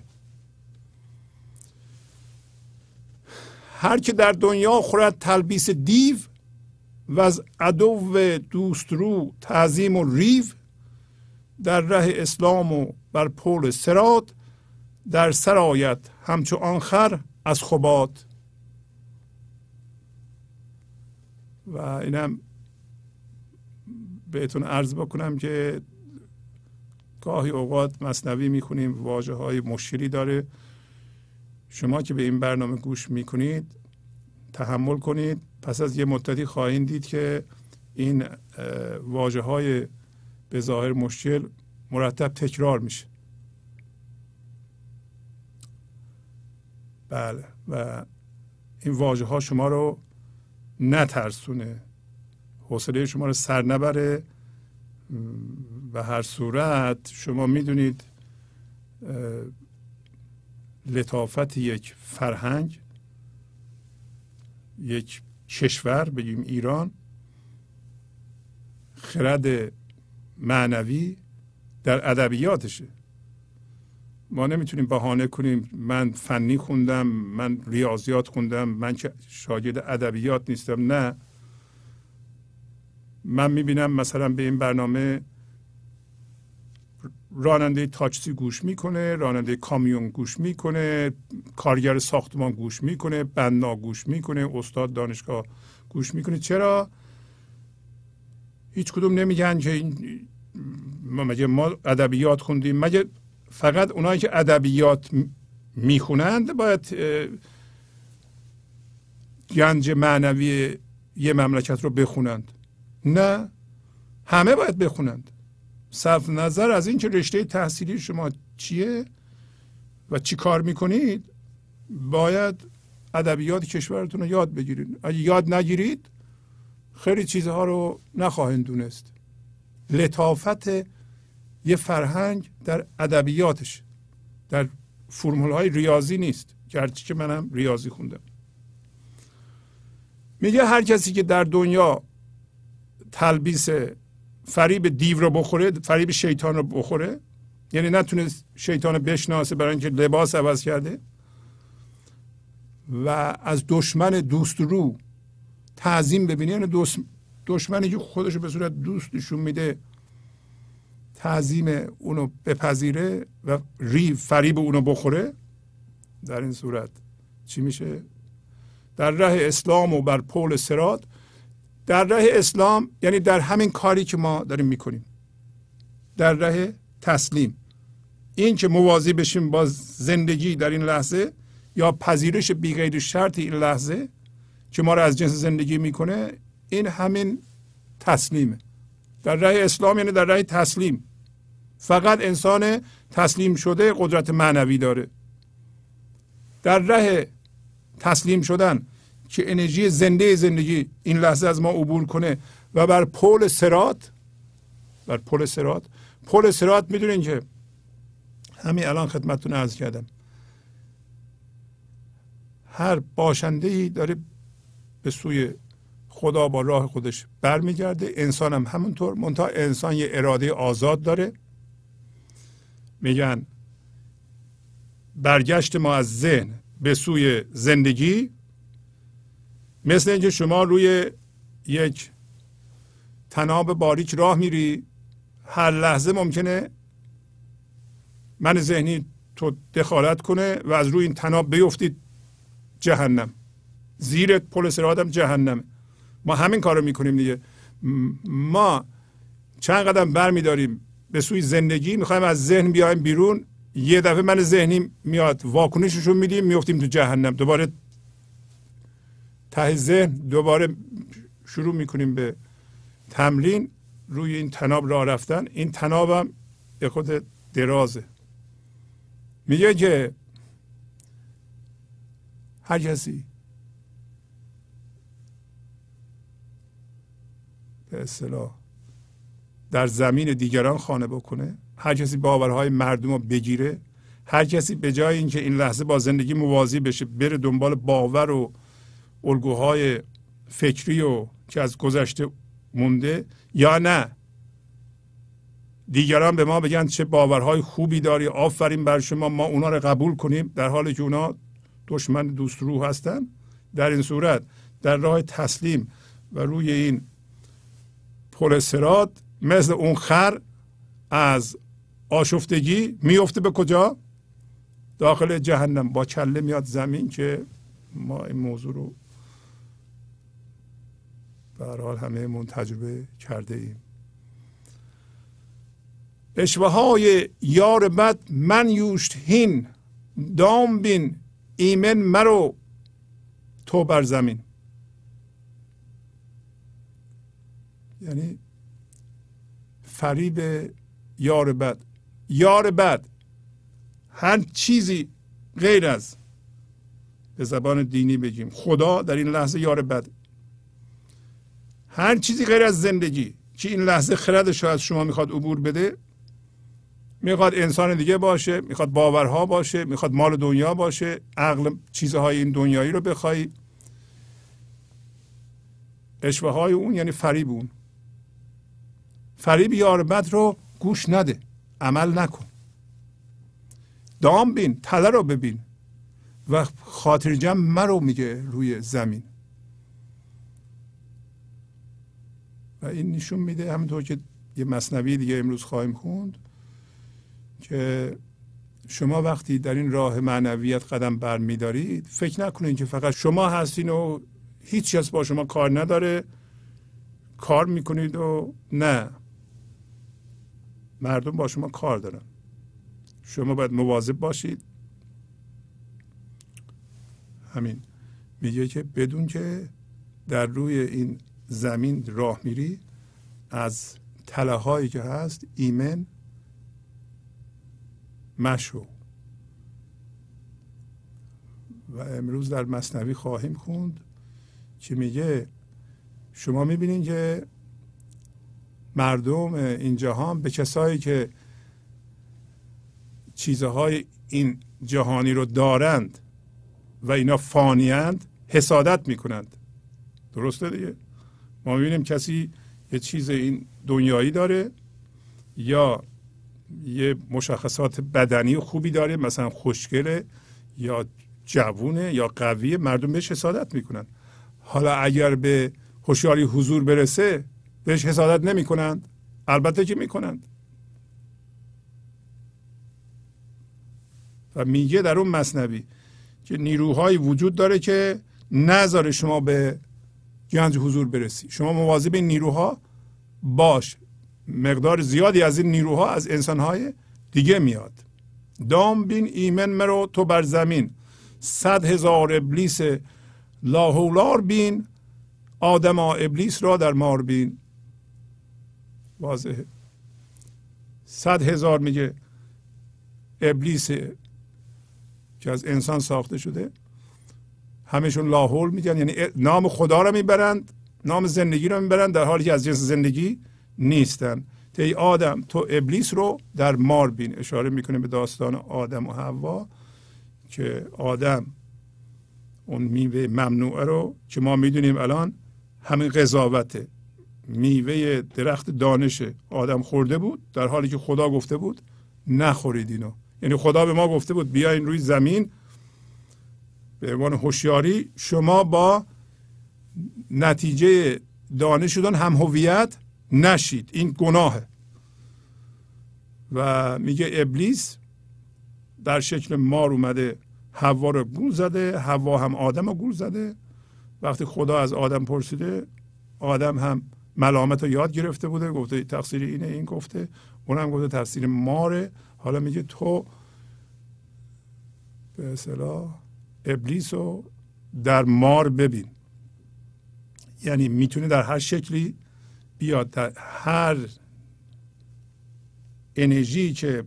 هر که در دنیا خورد تلبیس دیو، و از عدو دوست رو تعظیم و ریو، در ره اسلام و بر پول صراط، در سرایت همچو آن خر از خبات. و اینم بهتون عرض بکنم که گاهی اوقات مثنوی میخونیم واژه های مشکلی داره. شما که به این برنامه گوش میکنید تحمل کنید، پس از یه مدتی خواهید دید که این واژه های به ظاهر مشکل مرتب تکرار میشه. بله، و این واژه ها شما رو نترسونه، حوصله شما رو سر نبره. و هر صورت شما میدونید لطافت یک فرهنگ، یک کشور، بگیم ایران، خرد معنوی در ادبیاتشه. ما نمیتونیم بهانه کنیم من فنی خوندم، من ریاضیات خوندم، من که شاگرد ادبیات نیستم. نه، من میبینم مثلا به این برنامه راننده تاکسی گوش میکنه، راننده کامیون گوش میکنه، کارگر ساختمان گوش میکنه، بنا گوش میکنه، استاد دانشگاه گوش میکنه. چرا؟ هیچ کدوم نمیگن که این مگه ما ادبیات خوندیم؟ مگه فقط اونایی که ادبیات میخونند باید گنج معنوی یه مملکت رو بخونند؟ نه، همه باید بخونند. صرف نظر از این که رشته تحصیلی شما چیه و چی کار میکنید، باید ادبیات کشورتون رو یاد بگیرید. اگه یاد نگیرید خیلی چیزها رو نخواهید دونست. لطافت یه فرهنگ در ادبیاتش، در فرمول های ریاضی نیست، گرچه که منم ریاضی خوندم. میگه هر کسی که در دنیا تلبیس فریب دیو رو بخوره، فریب شیطان رو بخوره، یعنی نتونه شیطان بشناسه برای اینکه لباس عوض کرده، و از دشمن دوست رو تعظیم ببینه، یعنی دشمنی که خودشو به صورت دوست نشون میده تعظیم اونو بپذیره و ریو فریب اونو بخوره، در این صورت چی میشه؟ در ره اسلام و بر پول صراط. در ره اسلام یعنی در همین کاری که ما داریم میکنیم، در ره تسلیم، این که موازی بشیم با زندگی در این لحظه، یا پذیرش بی قید شرط این لحظه که ما رو از جنس زندگی میکنه، این همین تسلیمه. در راه اسلام یعنی در راه تسلیم. فقط انسان تسلیم شده قدرت معنوی داره. در راه تسلیم شدن که انرژی زنده زندگی این لحظه از ما عبور کنه و بر پول صراط، بر پول صراط، پول صراط میدونین که همین الان خدمتتون عرض کردم، هر باشنده‌ای داره به سوی خدا با راه خودش برمیگرده. انسان هم همونطور، منتها انسان یه اراده آزاد داره. میگن برگشت ما از ذهن به سوی زندگی مثل اینکه شما روی یک طناب باریک راه میری، هر لحظه ممکنه من ذهنی تو دخالت کنه و از روی این طناب بیفتید جهنم. زیر پل صراط هم جهنمه. ما همین کار رو میکنیم دیگه. ما چند قدم برمیداریم به سوی زندگی، میخوایم از ذهن بیایم بیرون، یه دفعه من ذهنی میاد واکنششون میدیم، میفتیم تو جهنم. دوباره ته ذهن دوباره شروع میکنیم به تمرین روی این طناب راه رفتن. این طناب هم یه خود درازه. میگه که هر کسی به اصطلاح در زمین دیگران خانه بکنه، هر کسی باورهای مردم رو بگیره، هر کسی به جای اینکه این لحظه با زندگی موازی بشه بره دنبال باور و الگوهای فکری و که از گذشته مونده، یا نه دیگران به ما بگن چه باورهای خوبی داری، آفرین بر شما، ما اونا رو قبول کنیم، در حالی که اونا دشمن دوست روح هستن. در این صورت در راه تسلیم و روی این پل صراط مثل اون خر از آشفتگی میفته به کجا؟ داخل جهنم، با کله میاد زمین. که ما این موضوع رو به هر حال همه‌مون تجربه کرده ایم. اشوه های یار بد من یوشت هین، دام بین ایمن مرو تو بر زمین. یعنی فریب یار بد. یار بد هر چیزی غیر از، به زبان دینی بگیم، خدا در این لحظه یار بد. هر چیزی غیر از زندگی که این لحظه خردش رو از شما میخواد عبور بده، میخواد انسان دیگه باشه، میخواد باورها باشه، میخواد مال دنیا باشه، عقل چیزهای این دنیایی رو بخوای، اشوه های اون یعنی فریب اون. فریب یار بد رو گوش نده، عمل نکن. دام بین، تله رو ببین و خاطر جمع مرو میگه روی زمین. و این نشون میده، همونطور که یه مثنوی دیگه امروز خواهیم خوند، که شما وقتی در این راه معنویت قدم بر میدارید، فکر نکنید که فقط شما هستین و هیچ کس با شما کار نداره، کار میکنید و نه، مردم با شما کار دارن. شما باید مواظب باشید. همین میگه که بدون که در روی این زمین راه میری، از تله هایی که هست ایمن مشو. و امروز در مثنوی خواهیم خوند که میگه شما میبینید که مردم این جهان به کسایی که چیزهای این جهانی رو دارند و اینا فانیند حسادت میکنند. درسته دیگه؟ ما میبینیم کسی یه چیز این دنیایی داره یا یه مشخصات بدنی خوبی داره، مثلا خوشگله یا جوونه یا قویه، مردم بهش حسادت میکنن. حالا اگر به هوشیاری حضور برسه بهش حسادت نمیکنند؟ البته که میکنند. و میگه در اون مثنوی که نیروهایی وجود داره که نذاره شما به گنج حضور برسی. شما مواظب این نیروها باش. مقدار زیادی از این نیروها از انسانهای دیگه میاد. دام بین ایمن مرو تو بر زمین، صد هزار ابلیس لاحولار بین، آدما ابلیس را در مار بین. واضحه. صد هزار میگه ابلیس که از انسان ساخته شده، همشون لاحول میگن، یعنی نام خدا رو میبرند، نام زندگی رو میبرند، در حالی که از جنس زندگی نیستن. ای آدم تو ابلیس رو در مار بین. اشاره میکنه به داستان آدم و حوا که آدم اون میوه ممنوعه رو که ما میدونیم الان همین قضاوته، میوه درخت دانش آدم خورده بود، در حالی که خدا گفته بود نخورید اینو. یعنی خدا به ما گفته بود بیاین روی زمین به عنوان هوشیاری شما با نتیجه دانش شدن هم هویت نشید، این گناهه. و میگه ابلیس در شکل مار اومده حوا رو گول زده، حوا هم آدم رو گول زده. وقتی خدا از آدم پرسیده، آدم هم ملامت رو یاد گرفته بوده، گفته تقصیر اینه، این گفته، اونم گفته تقصیر ماره. حالا میگه تو به اصطلاح ابلیس رو در مار ببین. یعنی میتونه در هر شکلی بیاد، در هر انرژی که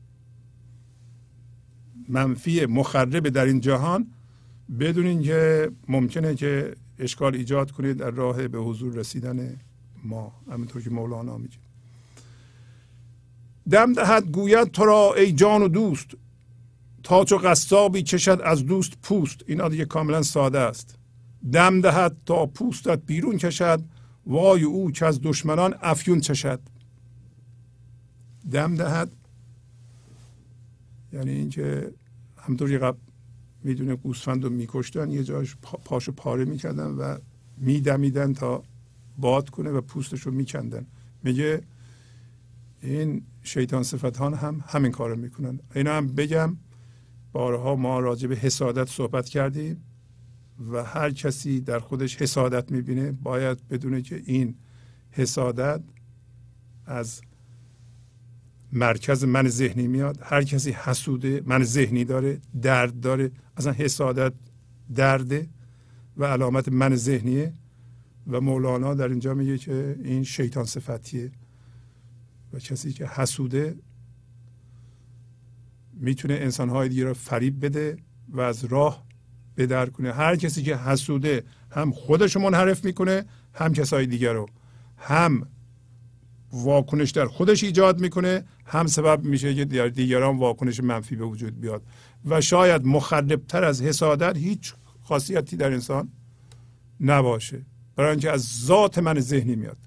منفی مخرب در این جهان، بدونین که ممکنه که اشکال ایجاد کنه در راه به حضور رسیدن ما. همینطور که مولانا میگه دم دهد گوید تو را ای جان و دوست، تا چو قصابی کشد از دوست پوست. اینا دیگه کاملا ساده است. دم دهد تا پوستت بیرون کشد، وای او که از دشمنان افیون چشد. دم دهد یعنی اینکه همونطور که قبل میدونه گوسفند رو میکشتن، یه جاش پاشو پاره میکردن و میدمیدن تا باد کنه و پوستش رو میکندن. میگه این شیطان صفتان هم همین کارو میکنن. اینا هم بگم بارها ما راجع به حسادت صحبت کردیم و هر کسی در خودش حسادت میبینه باید بدونه که این حسادت از مرکز من ذهنی میاد. هر کسی حسوده من ذهنی داره، درد داره. اصلا حسادت درده و علامت من ذهنیه و مولانا در اینجا میگه که این شیطان صفتیه و کسی که حسوده میتونه انسانهای دیگه را فریب بده و از راه بدر کنه. هر کسی که حسوده هم خودش منحرف میکنه، هم کسای دیگر رو، هم واکنش در خودش ایجاد میکنه، هم سبب میشه که در دیگران واکنش منفی به وجود بیاد. و شاید مخربتر از حسادت هیچ خاصیتی در انسان نباشه، برای اینکه از ذات من ذهنی میاد.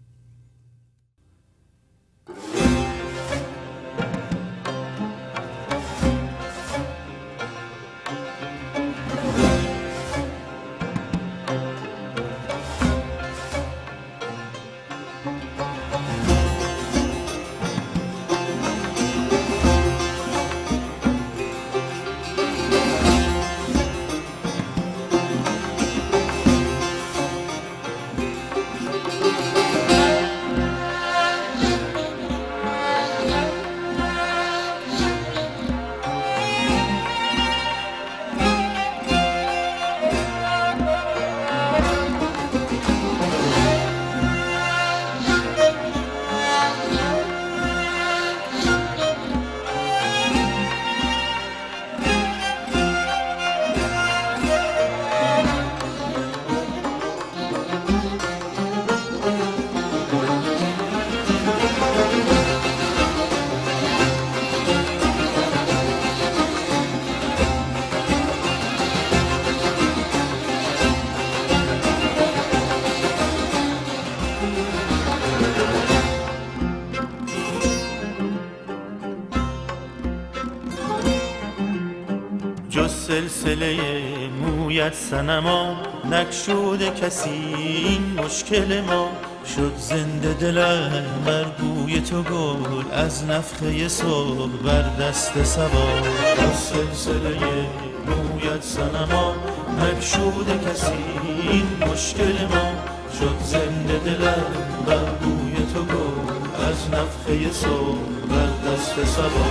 سلسله مویت صنما نکشوده کسی این مشکل ما شد زنده دلم بر بوی تو گل از نفخه صبح بر دست صبا. سلسله مویت صنما نکشوده کسی این مشکل ما شد زنده دلم بر بوی تو گل از نفخه صبح بر دست صبا.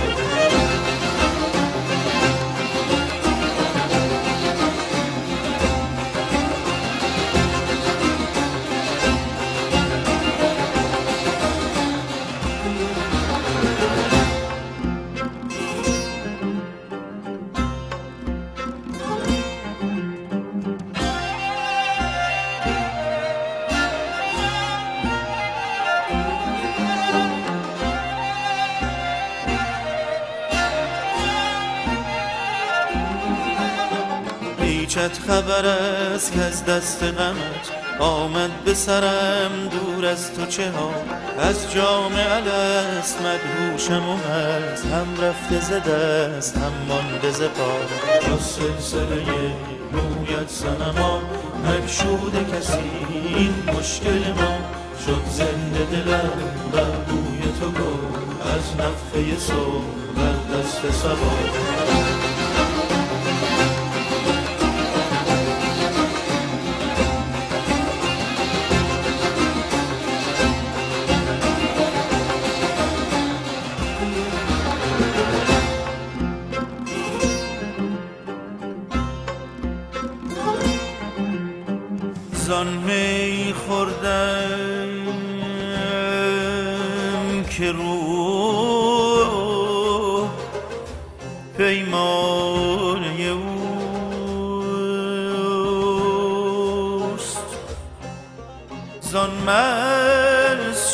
خبر است که از دست غمت آمد به سرم دور از تو چه ها از جام الست مدهوشم و هست هم رفته ز دست هم مانده ز پا. از سلسله مویت صنما نگشوده کسی این مشکل ما شد زنده دلم بر بوی تو گل از نفخه صبح بر دست صبا. زان می خوردم که روح پیمانه اوست زان مست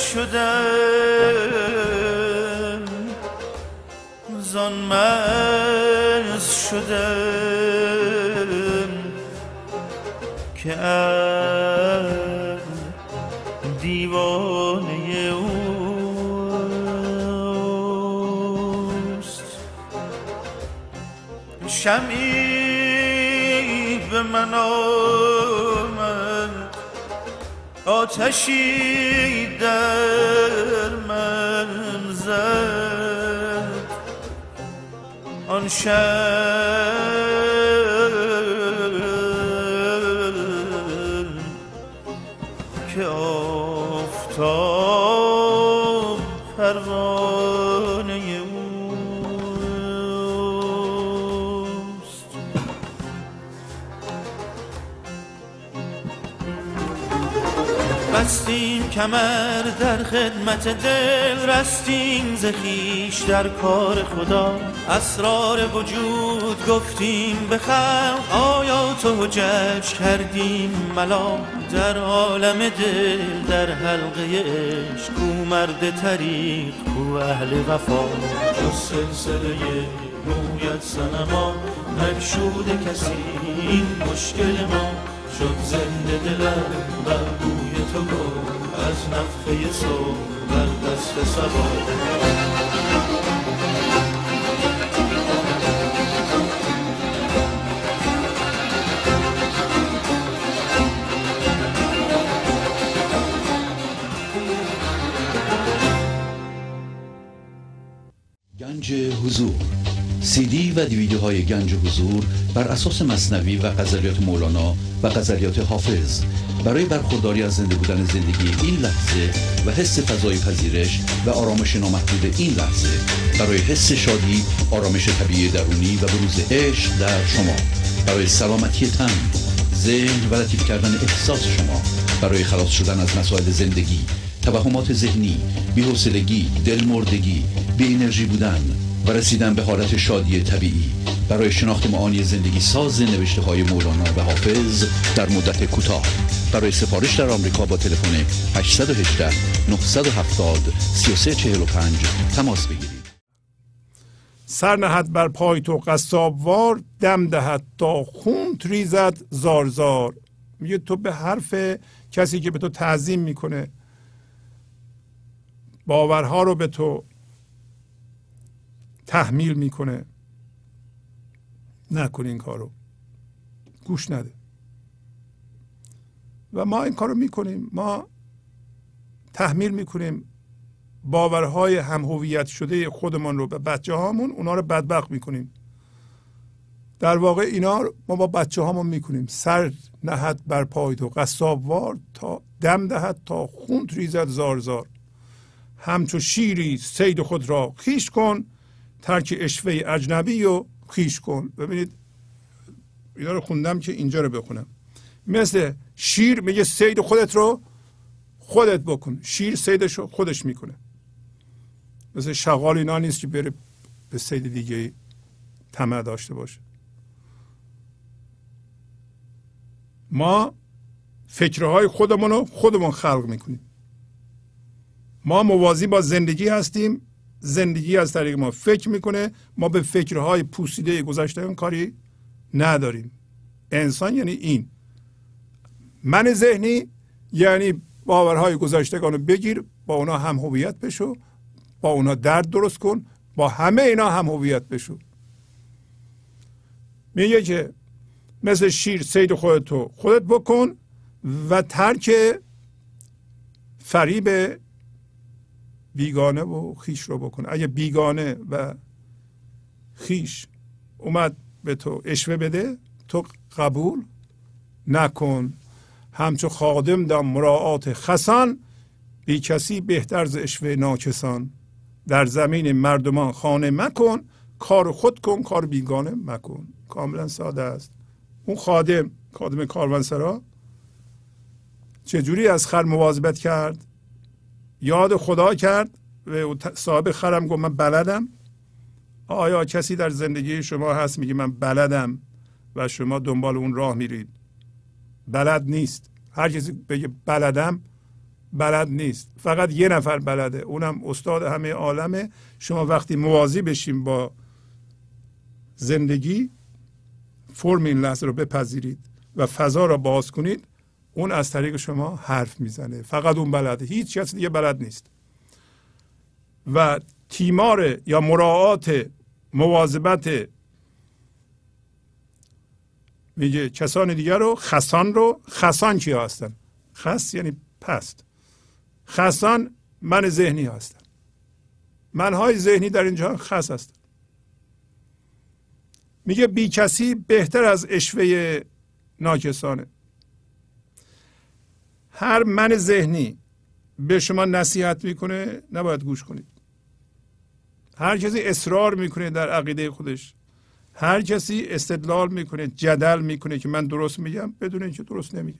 شدم زان مست شدم که دیوانه اوست. شمعی به من آمد آتشی در من زد آن شب که آفتاب پروانه اوست. بستیم کمر در خدمت دل، رستیم ز خویش در کار خدا، اسرار وجود گفتیم به خلق، آیات و حجج کردیم ملام. در عالم دل در حلقه عشق، کو مرد طریق کو اهل وفا، جز سلسله رویت صنما نگشوده کسی این مشکل ما. شد زنده دلم بر بوی تو گل، از نفخه صبح بر دست صبا. گنج حضور، سی دی و دیویدیوهای گنج حضور بر اساس مثنوی و غزلیات مولانا و غزلیات حافظ برای برخورداری از زنده بودن زندگی این لحظه و حس فضای پذیرش و آرامش نامحدود این لحظه، برای حس شادی، آرامش طبیعی درونی و بروز عشق در شما، برای سلامتی تن، ذهن و لطیف کردن احساس شما، برای خلاص شدن از مسائل زندگی، توهمات ذهنی، بی‌حوصلگی، دلمردگی، بی انرژی بودن و رسیدن به حالت شادی طبیعی، برای شناخت معانی زندگی ساز نوشته های مولانا و حافظ در مدت کوتاه. برای سفارش در آمریکا با تلفن هشت یک هشت نه هفت صفر سه سه چهار پنج تماس بگیرید. سر نهد بر پای تو قصابوار، دم دهد تا خون ریزد زار زار. میگه تو به حرف کسی که به تو تعظیم میکنه، باورها رو به تو تحمیل میکنه، نکن این کارو، گوش نده. و ما این کارو میکنیم، ما تحمیل میکنیم باورهای هم هویت شده خودمون رو به بچه هامون، اونا رو بدبخت میکنیم. در واقع اینا ما با بچه هامون میکنیم. سر نهد بر پای تو قصابوار، تا دم دهد تا خون ریزد زار زار. همچو شیری صید خود را خویش کن، ترک اشوه اجنبی و خویش کن. ببینید اینا رو خوندم که اینجا رو بخونم. مثل شیر میگه صید خودت رو خودت بکن. شیر صیدش رو خودش میکنه. مثل شغال اینا نیست که بره به صید دیگه طمع داشته باشه. ما فکرهای خودمون رو خودمون خلق میکنیم. ما موازی با زندگی هستیم، زندگی از طریق ما فکر میکنه. ما به فکرهای پوسیده گذشته اون کاری نداریم. انسان یعنی این من ذهنی، یعنی باورهای گذشتگان رو بگیر، با اونا هم هویت بشو، با اونا درد درست کن، با همه اینا هم هویت بشو. میگه که مثل شیر صید خودتو خودت بکن و ترک فریب بیگانه و خیش رو بکن. اگه بیگانه و خیش اومد به تو اشوه بده، تو قبول نکن. همچو خادم دم مراعات خسان، بی کسی بهتر ز اشوه ناکسان. در زمین مردمان خانه مکن، کار خود کن کار بیگانه مکن. کاملا ساده است. اون خادم خادم کاروانسرا چجوری از خر مواظبت کرد؟ یاد خدا کرد و صاحب خرم گفت من بلدم. آیا کسی در زندگی شما هست میگه من بلدم و شما دنبال اون راه میرید؟ بلد نیست. هر کسی بگه بلدم بلد نیست. فقط یه نفر بلده، اونم استاد همه عالمه. شما وقتی موازی بشیم با زندگی، فرم این لحظه رو بپذیرید و فضا رو باز کنید، اون از طریق شما حرف میزنه. فقط اون بلده، هیچ کس دیگه بلد نیست. و تیمار یا مراعات مواظبت میگه کسان دیگر رو، خسان رو. خسان کیا هستن؟ خس یعنی پست. خسان من ذهنی هستن. منهای ذهنی در اینجا خس هستن. میگه بی کسی بهتر از عشوه ناکسانه. هر من ذهنی به شما نصیحت میکنه نباید گوش کنید. هر کسی اصرار میکنه در عقیده خودش، هر کسی استدلال میکنه، جدل میکنه که من درست میگم بدون اینکه درست نمیگه.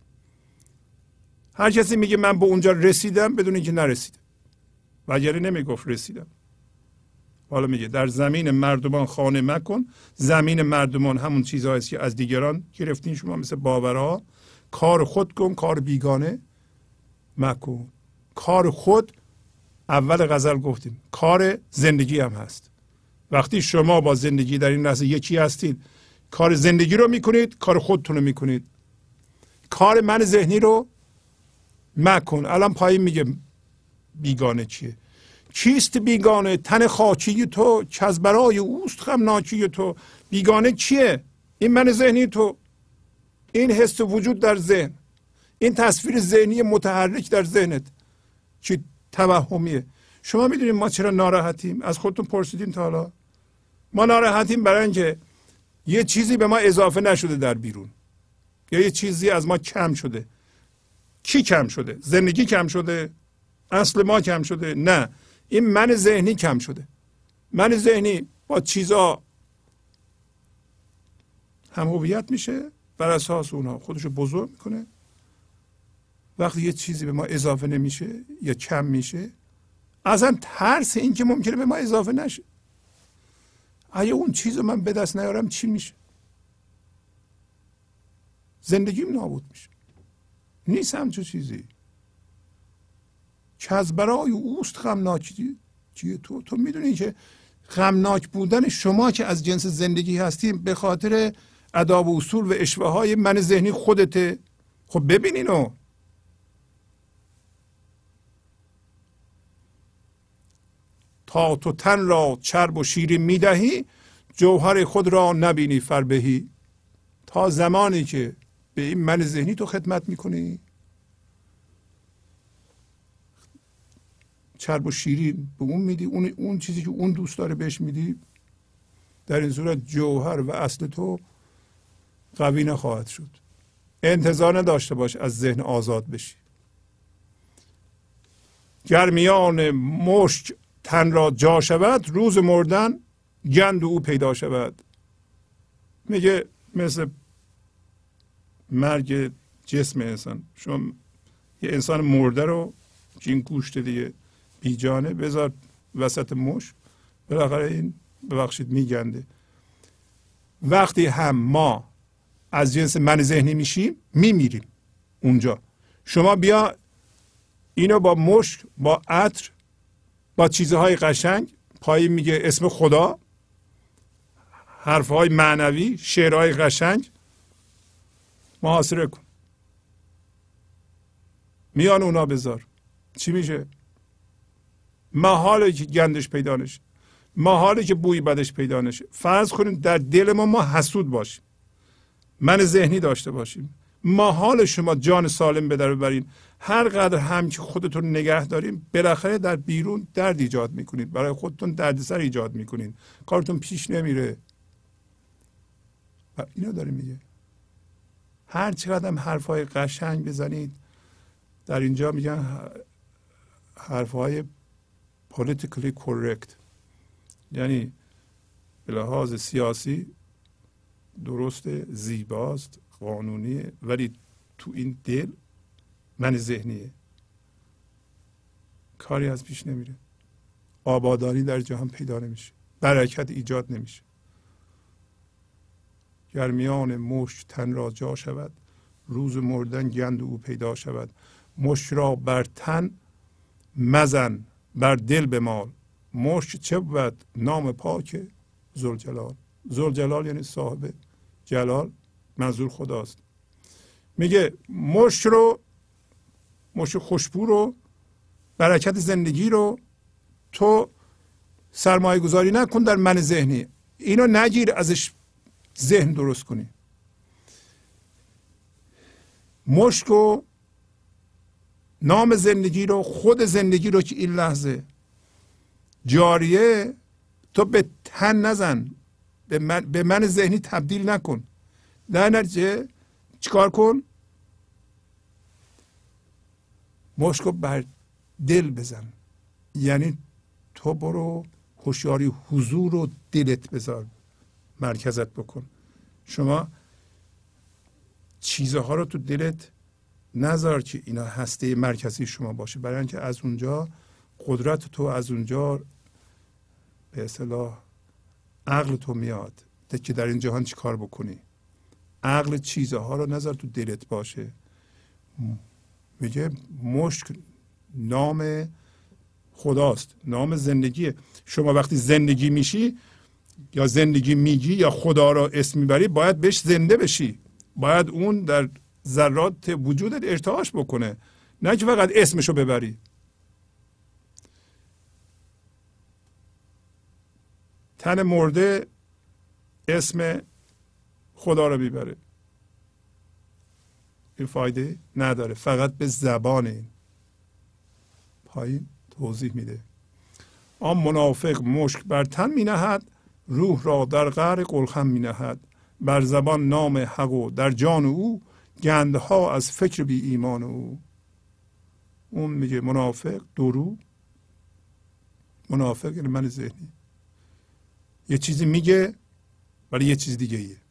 هر کسی میگه من به اونجا رسیدم بدون اینکه نرسیدم، وگرنه نمیگفت رسیدم. حالا میگه در زمین مردمان خانه مکن. زمین مردمان همون چیزهایی است که از دیگران گرفتین شما، مثل باورها. کار خود کن، کار بیگانه مکن. کار خود اول غزل گفتیم کار زندگی هم هست. وقتی شما با زندگی در این لحظه یکی هستید، کار زندگی رو میکنید، کار خودتون رو میکنید. کار من ذهنی رو مکن. الان پایین میگه بیگانه چیه؟ چیست بیگانه؟ تن خاکی تو که از برای اوست غمناکی تو. بیگانه چیه؟ این من ذهنی تو، این حس وجود در ذهن، این تصویر ذهنی متحرک در ذهنت که توهمیه. شما میدونید ما چرا ناراحتیم؟ از خودتون پرسیدین تا حالا؟ ما ناراحتیم برای اینکه یه چیزی به ما اضافه نشده در بیرون، یا یه چیزی از ما کم شده. کی کم شده؟ زندگی کم شده؟ اصل ما کم شده؟ نه، این من ذهنی کم شده. من ذهنی با چیزا هم هویت میشه، بر اساس اونها خودشو بزرگ میکنه. وقتی یه چیزی به ما اضافه نمیشه یا کم میشه، اصلا ترس این که ممکنه به ما اضافه نشه. اگه اون چیز رو من به دست نیارم چی میشه؟ زندگیم نابود میشه. نیست همچون چیزی که از برای اوست غمناکی تو. تو میدونی که غمناک بودن شما که از جنس زندگی هستیم به خاطر آداب و اصول و اشوه های من ذهنی خودته. خب ببین اینو. تا تو تن را چرب و شیرین میدهی، جوهر خود را نبینی فربهی. تا زمانی که به این من ذهنی تو خدمت میکنی، چرب و شیرین به اون میدی، اون اون چیزی که اون دوست داره بهش میدی، در این صورت جوهر و اصل تو قوی نخواهد شد. انتظار نداشته باش از ذهن آزاد بشی. گرمیان مشک تن را جا شود، روز مردن گند او پیدا شود. میگه مثل مرگ جسم انسان، شما یه انسان مرده رو که این گوشت دیگه بیجانه بذار وسط مشک، بالاخره این ببخشید میگنده. وقتی هم ما از جنس من ذهنی میشیم میمیریم اونجا. شما بیا اینو با مشک، با عطر، با چیزهای قشنگ، پایین میگه اسم خدا، حرفهای معنوی، شعرهای قشنگ محاصره کن، میان اونا بذار، چی میشه؟ محاله که گندش پیدا نشه، محاله که بوی بدش پیدا نشه. فرض کنید در دل ما ما حسود باشیم، من ذهنی داشته باشیم، محال شما جان سالم به در ببرین. هر قدر هم که خودتون نگه داریم، بالاخره در بیرون درد ایجاد میکنید، برای خودتون دردسر ایجاد میکنید، کارتون پیش نمیره. و اینو داره میگه هر چقدر هم حرفای قشنگ بزنید، در اینجا میگن حرفهای politically correct، یعنی به لحاظ سیاسی درسته، زیباست، قانونیه، ولی تو این دل من ذهنیه، کاری از پیش نمیره، آبادانی در جهان پیدا نمیشه، برکت ایجاد نمیشه. گرمیان مشک تن را جا شود، روز مردن گند او پیدا شود. مشک را بر تن مزن، بر دل بمال. مشک چه بود؟ نام پاک ذوالجلال. ذوالجلال یعنی صاحب جلال، منظور خداست. میگه مشک رو، مشک خوشبو رو، برکت زندگی رو تو سرمایه گذاری نکن در من ذهنی. اینو نگیر ازش ذهن درست کنی. مشک رو نام زندگی رو، خود زندگی رو که این لحظه جاریه، تو به تن نزن، به من, به من ذهنی تبدیل نکن. در نتیجه چیکار کن؟ مشکو بر دل بزن. یعنی تو برو هوشیاری حضور رو دلت بذار، مرکزت بکن. شما چیزها رو تو دلت نذار که اینا هسته مرکزی شما باشه، برای اینکه از اونجا قدرت تو، از اونجا به اصطلاح عقل تو میاد که در این جهان چی کار بکنی. عقل چیزها رو نذار تو دلت باشه. میگه مشک نام خداست، نام زندگیه. شما وقتی زندگی میشی یا زندگی میگی یا خدا رو اسم میبری، باید بهش زنده بشی، باید اون در ذرات وجودت ارتعاش بکنه، نه که فقط اسمشو ببری. تن مرده اسم خدا رو میبره، این فایده نداره، فقط به زبان این پایین توضیح میده. آن منافق مشک بر تن می نهد، روح را در قعر گلخن می نهد. بر زبان نام حق و در جان او، گندها از فکر بی ایمان او. اون میگه منافق درو، منافق یعنی من ذهنی، یه چیزی میگه ولی یه چیز دیگه ایه.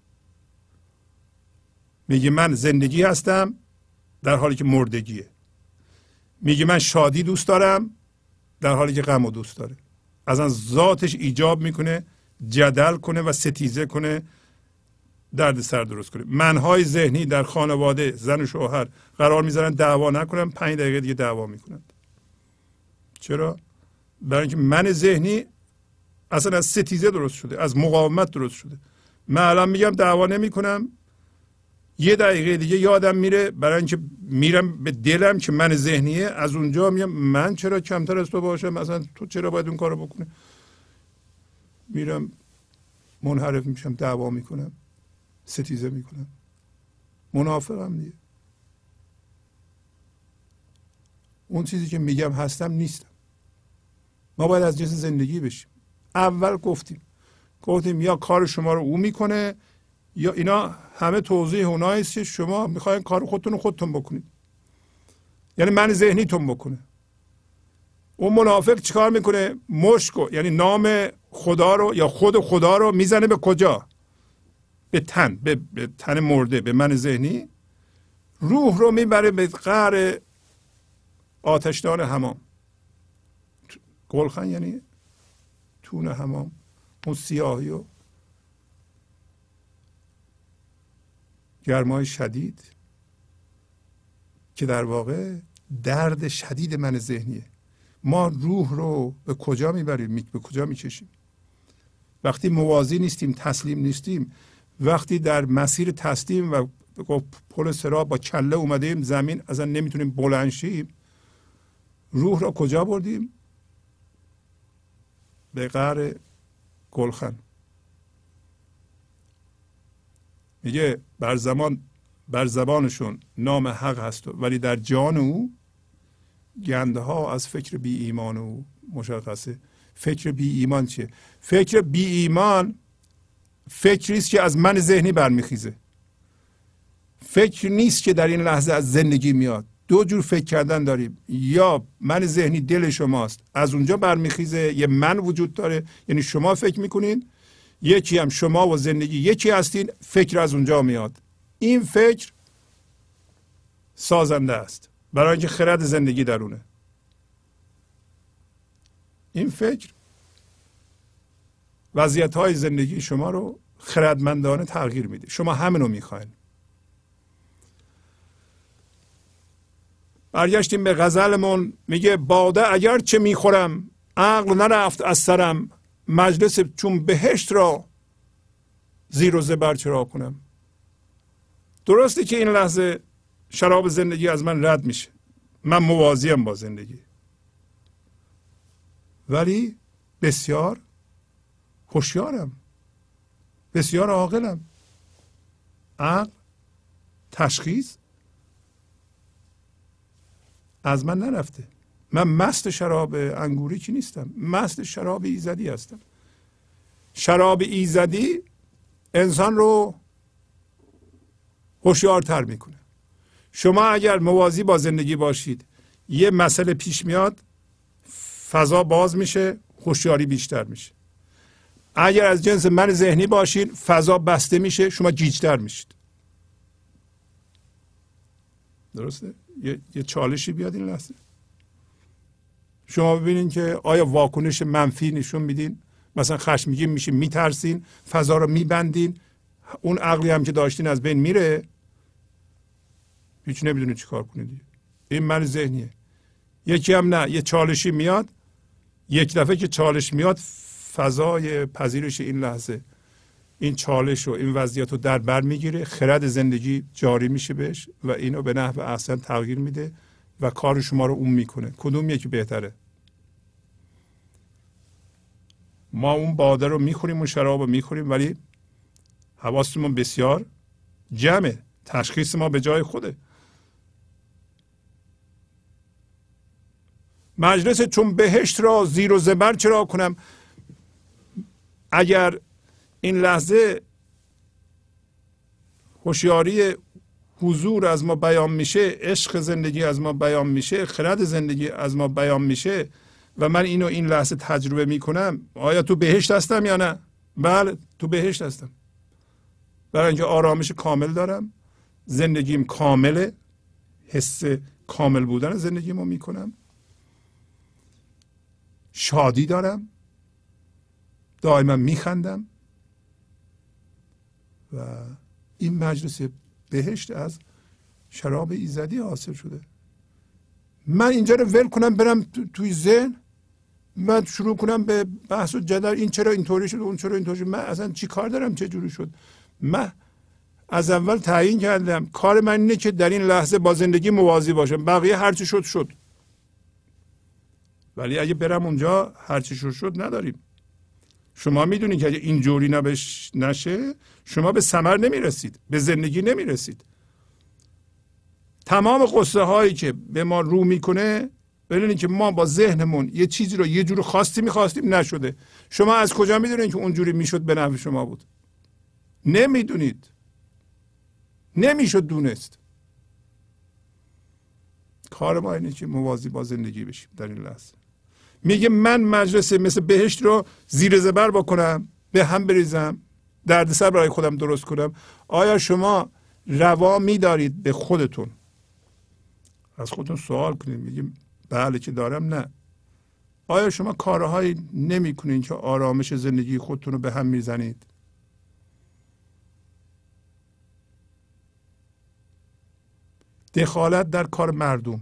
میگه من زندگی هستم در حالی که مردگیه. میگه من شادی دوست دارم در حالی که غم رو دوست داره. اصلا ذاتش ایجاب میکنه جدل کنه و ستیزه کنه، درد سر درست کنه. منهای ذهنی در خانواده زن و شوهر قرار میذارن دعوا نکنن، پنج دقیقه دیگه دعوا میکنن. چرا؟ برای اینکه من ذهنی اصلا از ستیزه درست شده، از مقاومت درست شده. من الان میگم دعوا نمیکنم، یه دقیقه دیگه یادم میره، برای اینکه میرم به دلم که من ذهنیه، از اونجا میگم من چرا کمتر از تو باشم، مثلا تو چرا باید اون کارو بکنی، میرم منحرف میشم، دعوا میکنم، ستیزه میکنم، منافقم دیگه. اون چیزی که میگم هستم نیستم. ما باید از جنس زندگی بشیم. اول گفتیم گفتیم یا کار شما رو او میکنه، یا اینا همه توضیح اونایی است که شما میخواین کار خودتون رو خودتون بکنید، یعنی من ذهنیتون بکنه. اون منافق چیکار میکنه؟ مشکو یعنی نام خدا رو یا خود خدا رو میزنه به کجا؟ به تن، به, به تن مرده، به من ذهنی. روح رو میبره به قعر آتشدان حمام. گلخن یعنی تون حمام، اون سیاهی و گرمای شدید که در واقع درد شدید من ذهنیه. ما روح رو به کجا میبریم؟ به کجا میکشیم؟ وقتی موازی نیستیم، تسلیم نیستیم، وقتی در مسیر تسلیم و پل صراط با کله اومدیم زمین، اصلا نمیتونیم بلند شیم، روح رو کجا بردیم؟ به قعر گلخن. میگه بر زمان بر زبانشون نام حق هست ولی در جان او گندها از فکر بی ایمان او. مشخصه فکر بی ایمان چیه؟ فکر بی ایمان فکری است که از من ذهنی برمیخیزه، فکر نیست که در این لحظه از زندگی میاد. دو جور فکر کردن داریم، یا من ذهنی دل شماست از اونجا برمیخیزه، یه من وجود داره یعنی شما فکر میکنین، یکی هم شما و زندگی یکی هستین، فکر از اونجا میاد. این فکر سازنده است برای اینکه خرد زندگی درونه. این فکر وضعیت‌های زندگی شما رو خردمندانه تغییر میده. شما همینو میخواین. برگشتیم به غزلمون، میگه باده اگر چه میخورم عقل نرفت از سرم، مجلس چون بهشت را زیر و زبر چرا کنم. درسته که این لحظه شراب زندگی از من رد میشه، من موازیم با زندگی، ولی بسیار هوشیارم، بسیار عاقلم. عقل، تشخیص، از من نرفته. من مست شراب انگوری کی نیستم، مست شراب ایزدی هستم. شراب ایزدی انسان رو هوشیارتر میکنه. شما اگر موازی با زندگی باشید، یه مسئله پیش میاد، فضا باز میشه، هوشیاری بیشتر میشه. اگر از جنس من ذهنی باشید، فضا بسته میشه، شما گیج‌تر میشید. درسته؟ یه, یه چالشی بیاد این لحظه، شما ببینین که آیا واکنش منفی نشون میدین، مثلا خشمگین میشین، میترسین، فضا رو میبندین، اون عقلی هم که داشتین از بین میره، هیچ نمیدونید چی کار کنید. این من ذهنیه. یکی هم نه، یه چالشی میاد، یک دفعه که چالش میاد، فضای پذیرش این لحظه این چالش و این وضعیت رو در بر میگیره، خرد زندگی جاری میشه بهش و اینو به نحو احسن تغییر میده و کار شما رو اون میکنه. کدوم یکی بهتره؟ ما اون باده رو میخوریم، اون شراب رو میخوریم، ولی حواستمون بسیار جمعه، تشخیص ما به جای خوده. مجلس چون بهشت را زیر و زبر چرا کنم؟ اگر این لحظه هوشیاری حضور از ما بیان میشه، عشق زندگی از ما بیان میشه، خرد زندگی از ما بیان میشه و من اینو این لحظه تجربه میکنم، آیا تو بهشت هستم یا نه؟ بله، تو بهشت هستم. برای اینکه آرامش کامل دارم، زندگیم کامله، حس کامل بودن زندگیمو میکنم، شادی دارم، دائما میخندم و این مجلس بهشت از شراب ایزدی حاصل شده. من اینجا رو ول کنم برم تو، توی ذهن، من شروع کنم به بحث و جدل، این چرا اینطوری شد، اون چرا اینطوری شد، من اصلا چی کار دارم، چه جوری شد؟ من از اول تعیین کردم کار من اینه که در این لحظه با زندگی موازی باشم، بقیه هرچی شد شد. ولی اگه برم اونجا هرچی شد شد نداریم. شما میدونید که اگه اینجوری نبش نشه، شما به ثمر نمیرسید، به زندگی نمیرسید. تمام قصه هایی که به ما رو میکنه، ببینید که ما با ذهنمون یه چیزی رو یه جور خاصی میخواستیم، نشده. شما از کجا میدونید که اونجوری میشد به نفع شما بود؟ نمیدونید، نمیشد دونست. کار ما اینه که موازی با زندگی بشیم در این لحظه. میگه من مجلس مثل بهشت رو زیر زبر بکنم، به هم بریزم، دردسر برای خودم درست کنم. آیا شما روا میدارید به خودتون؟ از خودتون سوال کنید. میگیم بله که دارم. نه. آیا شما کارهایی نمی کنید که آرامش زندگی خودتون رو به هم میزنید؟ دخالت در کار مردم،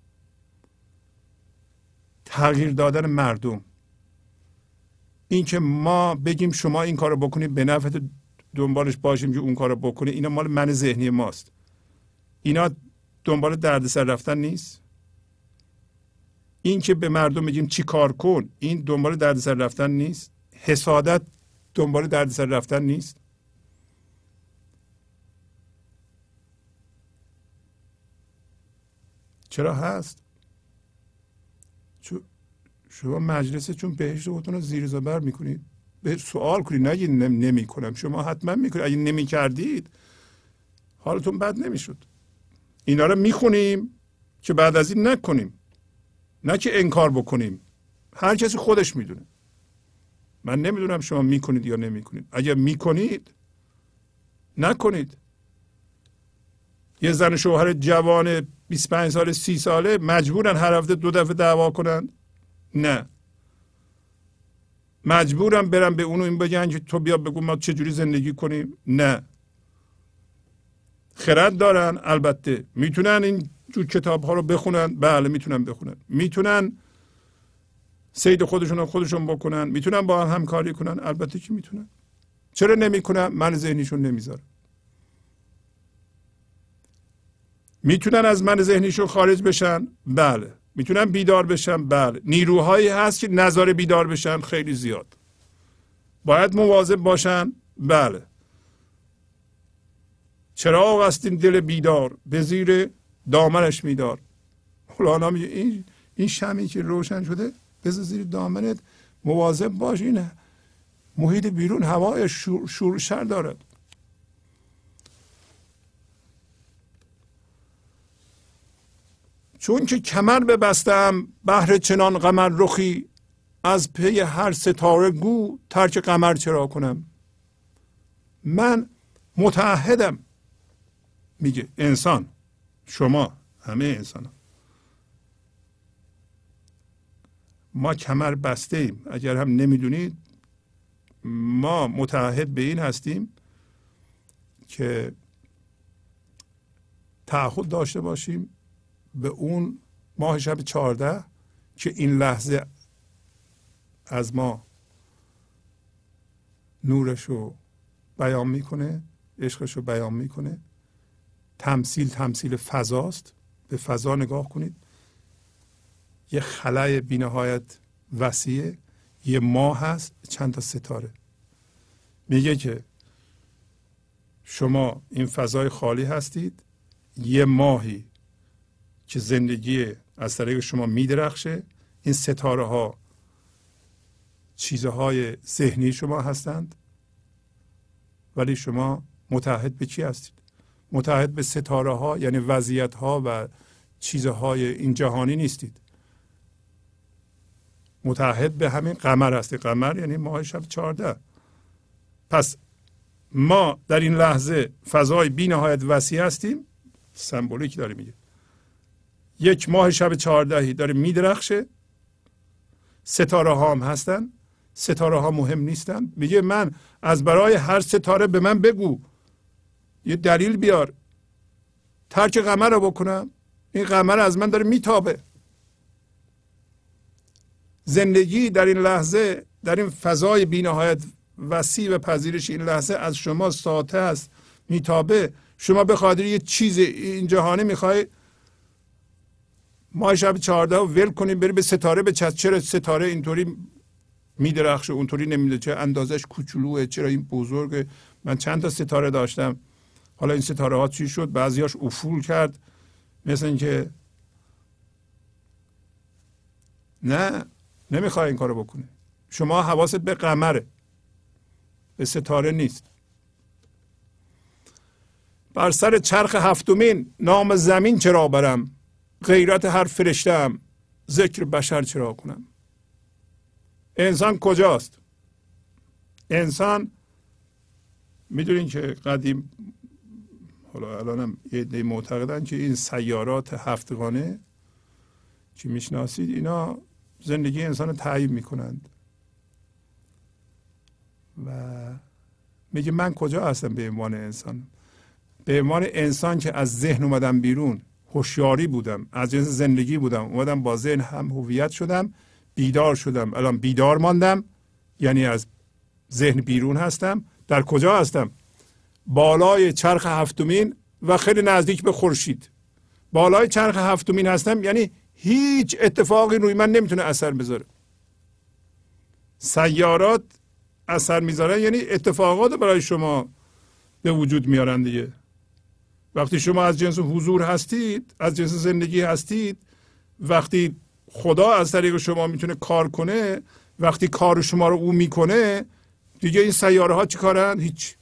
تغییر دادن مردم، این که ما بگیم شما این کارو بکنید به نفعت دنبالش باشیم که اون کارو بکنید، اینا مال من ذهنی ماست. اینا دنبال دردسر رفتن نیست. این که به مردم میگیم چی کار کن، این دنبال دردسر رفتن نیست. حسادت دنبال دردسر رفتن نیست. چرا هست؟ چون شما مجلس چون بهشت خودتون رو زیر زبر میکنید. به سوال کنید، نگید نمی کنم. شما حتما میکنید. اگه نمی کردید حالتون بد نمیشد. اینا رو میخونیم که بعد از این نکنیم، نه که انکار بکنیم. هر کسی خودش میدونه. من نمیدونم شما میکنید یا نمیکنید. اگر میکنید نکنید. یه زن شوهر جوان بیست و پنج ساله سی ساله مجبورن هر هفته دو دفعه دعوا کنن؟ نه. مجبورن برن به اونو این بگن که تو بیا بگو ما چجوری زندگی کنیم؟ نه. خرد دارن، البته میتونن این جور کتاب ها رو بخونن. بله میتونن بخونن. میتونن سید خودشون رو خودشون بکنن. میتونن با هم همکاری کنن. البته که میتونن. چرا نمیکنن؟ من ذهنیشون نمیذاره. میتونن از من ذهنیشون خارج بشن؟ بله. میتونن بیدار بشن؟ بله. نیروهایی هست که نذاره بیدار بشن؟ خیلی زیاد. باید مواظب باشن؟ بله. چراغ است این دل بیدار، به زیر دامنش میدار. مولانا میگه این این شمعی که روشن شده بذار زیر دامنت، مواظب باش اینه محیط بیرون هوای شور, شور شر دارد. چون که کمر ببستم بهر چنان قمر رخی، از پی هر ستاره گو ترک قمر چرا کنم. من متعهدم، میگه انسان، شما همه انسان ها. ما کمر بسته ایم. اگر هم نمیدونید ما متعهد به این هستیم که تعهد داشته باشیم به اون ماه شب چهارده که این لحظه از ما نورش رو بیان میکنه، عشقش رو بیان میکنه. تمثیل تمثیل فضاست. به فضا نگاه کنید، یه خلای بی‌نهایت وسیعه، یه ماه هست، چند تا ستاره. میگه که شما این فضای خالی هستید، یه ماهی که زندگی از طریق شما میدرخشه. این ستاره ها چیزهای ذهنی شما هستند، ولی شما متعهد به چی هستید؟ متعهد به ستاره ها یعنی وضعیت ها و چیزهای این جهانی نیستید. متعهد به همین قمر هستید. قمر یعنی ماه شب چهارده. پس ما در این لحظه فضای بی نهایت وسیع هستیم. سمبولیک داره میگه یک ماه شب چهاردهی داره میدرخشه، ستاره ها هم هستن، ستاره ها مهم نیستن. میگه من از برای هر ستاره به من بگو، یه دلیل بیار ترک قمر رو بکنم. این قمر از من داره میتابه. زندگی در این لحظه، در این فضای بی نهایت وسیع و پذیرش این لحظه از شما ساطع است، میتابه. شما به خاطر یه چیز این جهانی میخوای ماه شب چهارده ول کنی بری به ستاره بچسب. چرا ستاره اینطوری میدرخشه اونطوری نمیده؟ چه اندازش کوچولوه، چرا این بزرگه؟ من چند تا ستاره داشتم، حالا این ستاره ها چی شد؟ بعضیاش افول کرد. مثل اینکه نه، نمیخوای این کارو بکنی. شما حواست به قمره، به ستاره نیست. بر سر چرخ هفتمین نام زمین چرا برم، غیرت هر فرشته‌ام ذکر بشر چرا کنم. انسان کجاست؟ انسان میدونین که قدیم، حالا الانم یه عده معتقدن که این سیارات هفتگانه که میشناسید اینا زندگی انسان رو تعیین میکنند و میگه من کجا هستم به عنوان انسان؟ به عنوان انسان که از ذهن اومدم بیرون، هوشیاری بودم، از جنس زندگی بودم، اومدم با ذهن هم هویت شدم، بیدار شدم، الان بیدار ماندم، یعنی از ذهن بیرون هستم. در کجا هستم؟ بالای چرخ هفتمین و خیلی نزدیک به خورشید. بالای چرخ هفتمین هستم یعنی هیچ اتفاقی روی من نمیتونه اثر بذاره. سیارات اثر میذارن یعنی اتفاقات برای شما به وجود میارن دیگه. وقتی شما از جنس حضور هستید، از جنس زندگی هستید، وقتی خدا از طریق شما میتونه کار کنه، وقتی کار شما رو او میکنه، دیگه این سیاره ها چی کارن؟ هیچ.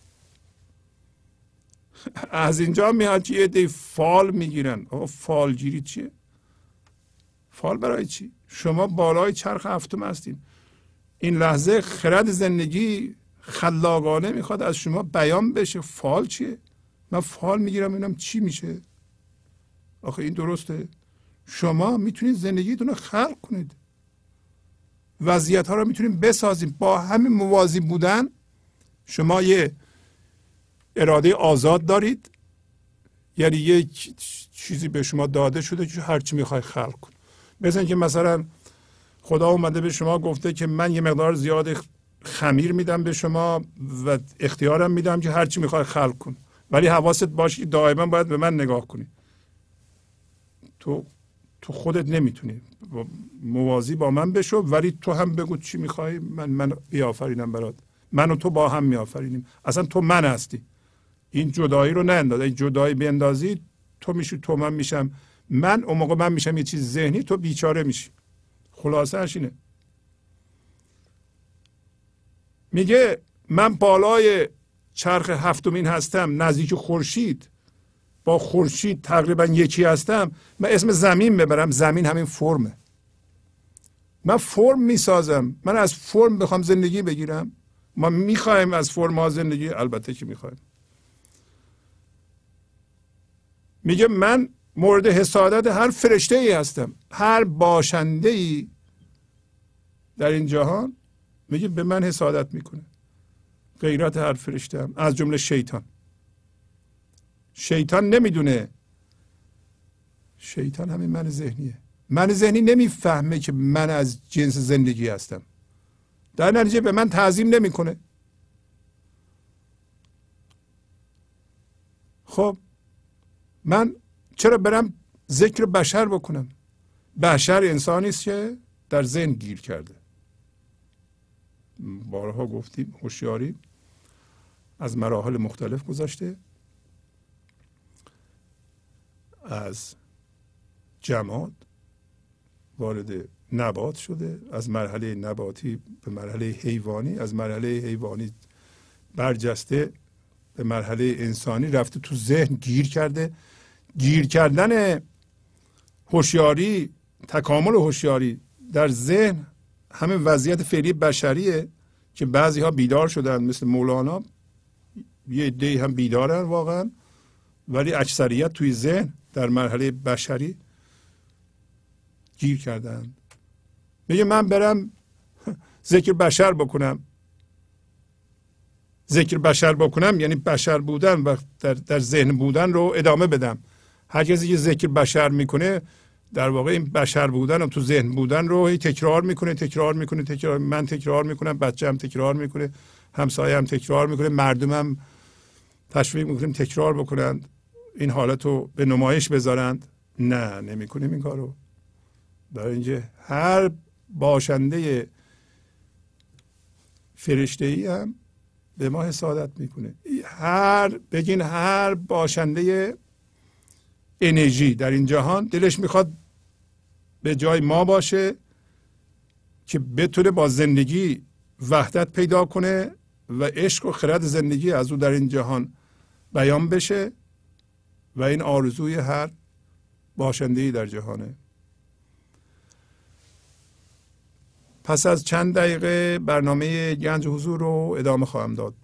از اینجا میاد که یه دی فال میگیرن. آقا فال گیری چیه؟ فال برای چی؟ شما بالای چرخ هفتم هستین. این لحظه خرد زندگی خلاقانه میخواد از شما بیان بشه. فال چیه؟ من فال میگیرم ببینم چی میشه. آخه این درسته؟ شما میتونید زندگیتون رو خلق کنید، وضعیت ها رو میتونید بسازید. با همین موازی بودن شما یه اراده آزاد دارید، یعنی یک چیزی به شما داده شده که هر چی میخوای خلق کن. مثل اینکه مثلا خدا اومده به شما گفته که من یه مقدار زیاد خمیر میدم به شما و اختیارم میدم که هر چی میخوای خلق کن، ولی حواست باشه که دائما باید به من نگاه کنی. تو تو خودت نمیتونی، موازی با من بشو، ولی تو هم بگو چی میخوای، من من بیافرینم برات. من و تو با هم میآفرینیم. اصلا تو من هستی. این جدایی رو ننداز. این جدایی بیندازی تو میشی تو، من میشم من اون موقع من میشم یه چیز ذهنی، تو بیچاره میشی. خلاصه‌اش اینه. میگه من بالای چرخ هفتمین هستم، نزدیک خورشید، با خورشید تقریبا یکی هستم. من اسم زمین ببرم، زمین همین فرمه. من فرم میسازم. من از فرم بخوام زندگی بگیرم. ما میخوایم از فرم ها زندگی، البته که میخوایم. میگه من مورد حسادت هر فرشته ای هستم. هر باشنده ای در این جهان میگه به من حسادت میکنه. غیرت هر فرشته هم، از جمله شیطان. شیطان نمیدونه. شیطان همین من ذهنیه. من ذهنی نمیفهمه که من از جنس زندگی هستم. در نتیجه به من تعظیم نمیکنه. خب من چرا برم ذکر بشر بکنم؟ بشر انسانی است که در ذهن گیر کرده. بارها گفتیم هوشیاری از مراحل مختلف گذشته، از جماد وارد نبات شده، از مرحله نباتی به مرحله حیوانی، از مرحله حیوانی برجسته به مرحله انسانی رفته، تو ذهن گیر کرده. گیر کردن هوشیاری، تکامل هوشیاری در ذهن همین وضعیت فعلی بشریه که بعضی ها بیدار شدن مثل مولانا، یه عده‌ای هم بیدارن واقعا، ولی اکثریت توی ذهن در مرحله بشری گیر کردن. میگه من برم ذکر بشر بکنم. ذکر بشر بکنم یعنی بشر بودن و در, در ذهن بودن رو ادامه بدم. هر کسی که ذکر بشر میکنه در واقع این بشر بودن و تو ذهن بودن رو هی تکرار میکنه تکرار میکنه تکرار. من تکرار میکنم، بچه هم تکرار میکنه، همسایه هم تکرار میکنه، مردم هم تشویق میکنیم تکرار بکنند، این حالت رو به نمایش بذارند. نه، نمیکنیم این کارو. برای اینکه هر باشنده فرشته ای هم به ما حسادت میکنه. هر بگین هر باشنده انرژی در این جهان دلش میخواد به جای ما باشه که بتونه با زندگی وحدت پیدا کنه و عشق و خرد زندگی از او در این جهان بیان بشه و این آرزوی هر باشنده‌ای در جهانه. پس از چند دقیقه برنامه گنج حضور رو ادامه خواهم داد.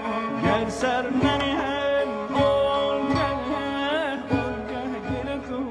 سر ننهم اول گه اول گه دل کن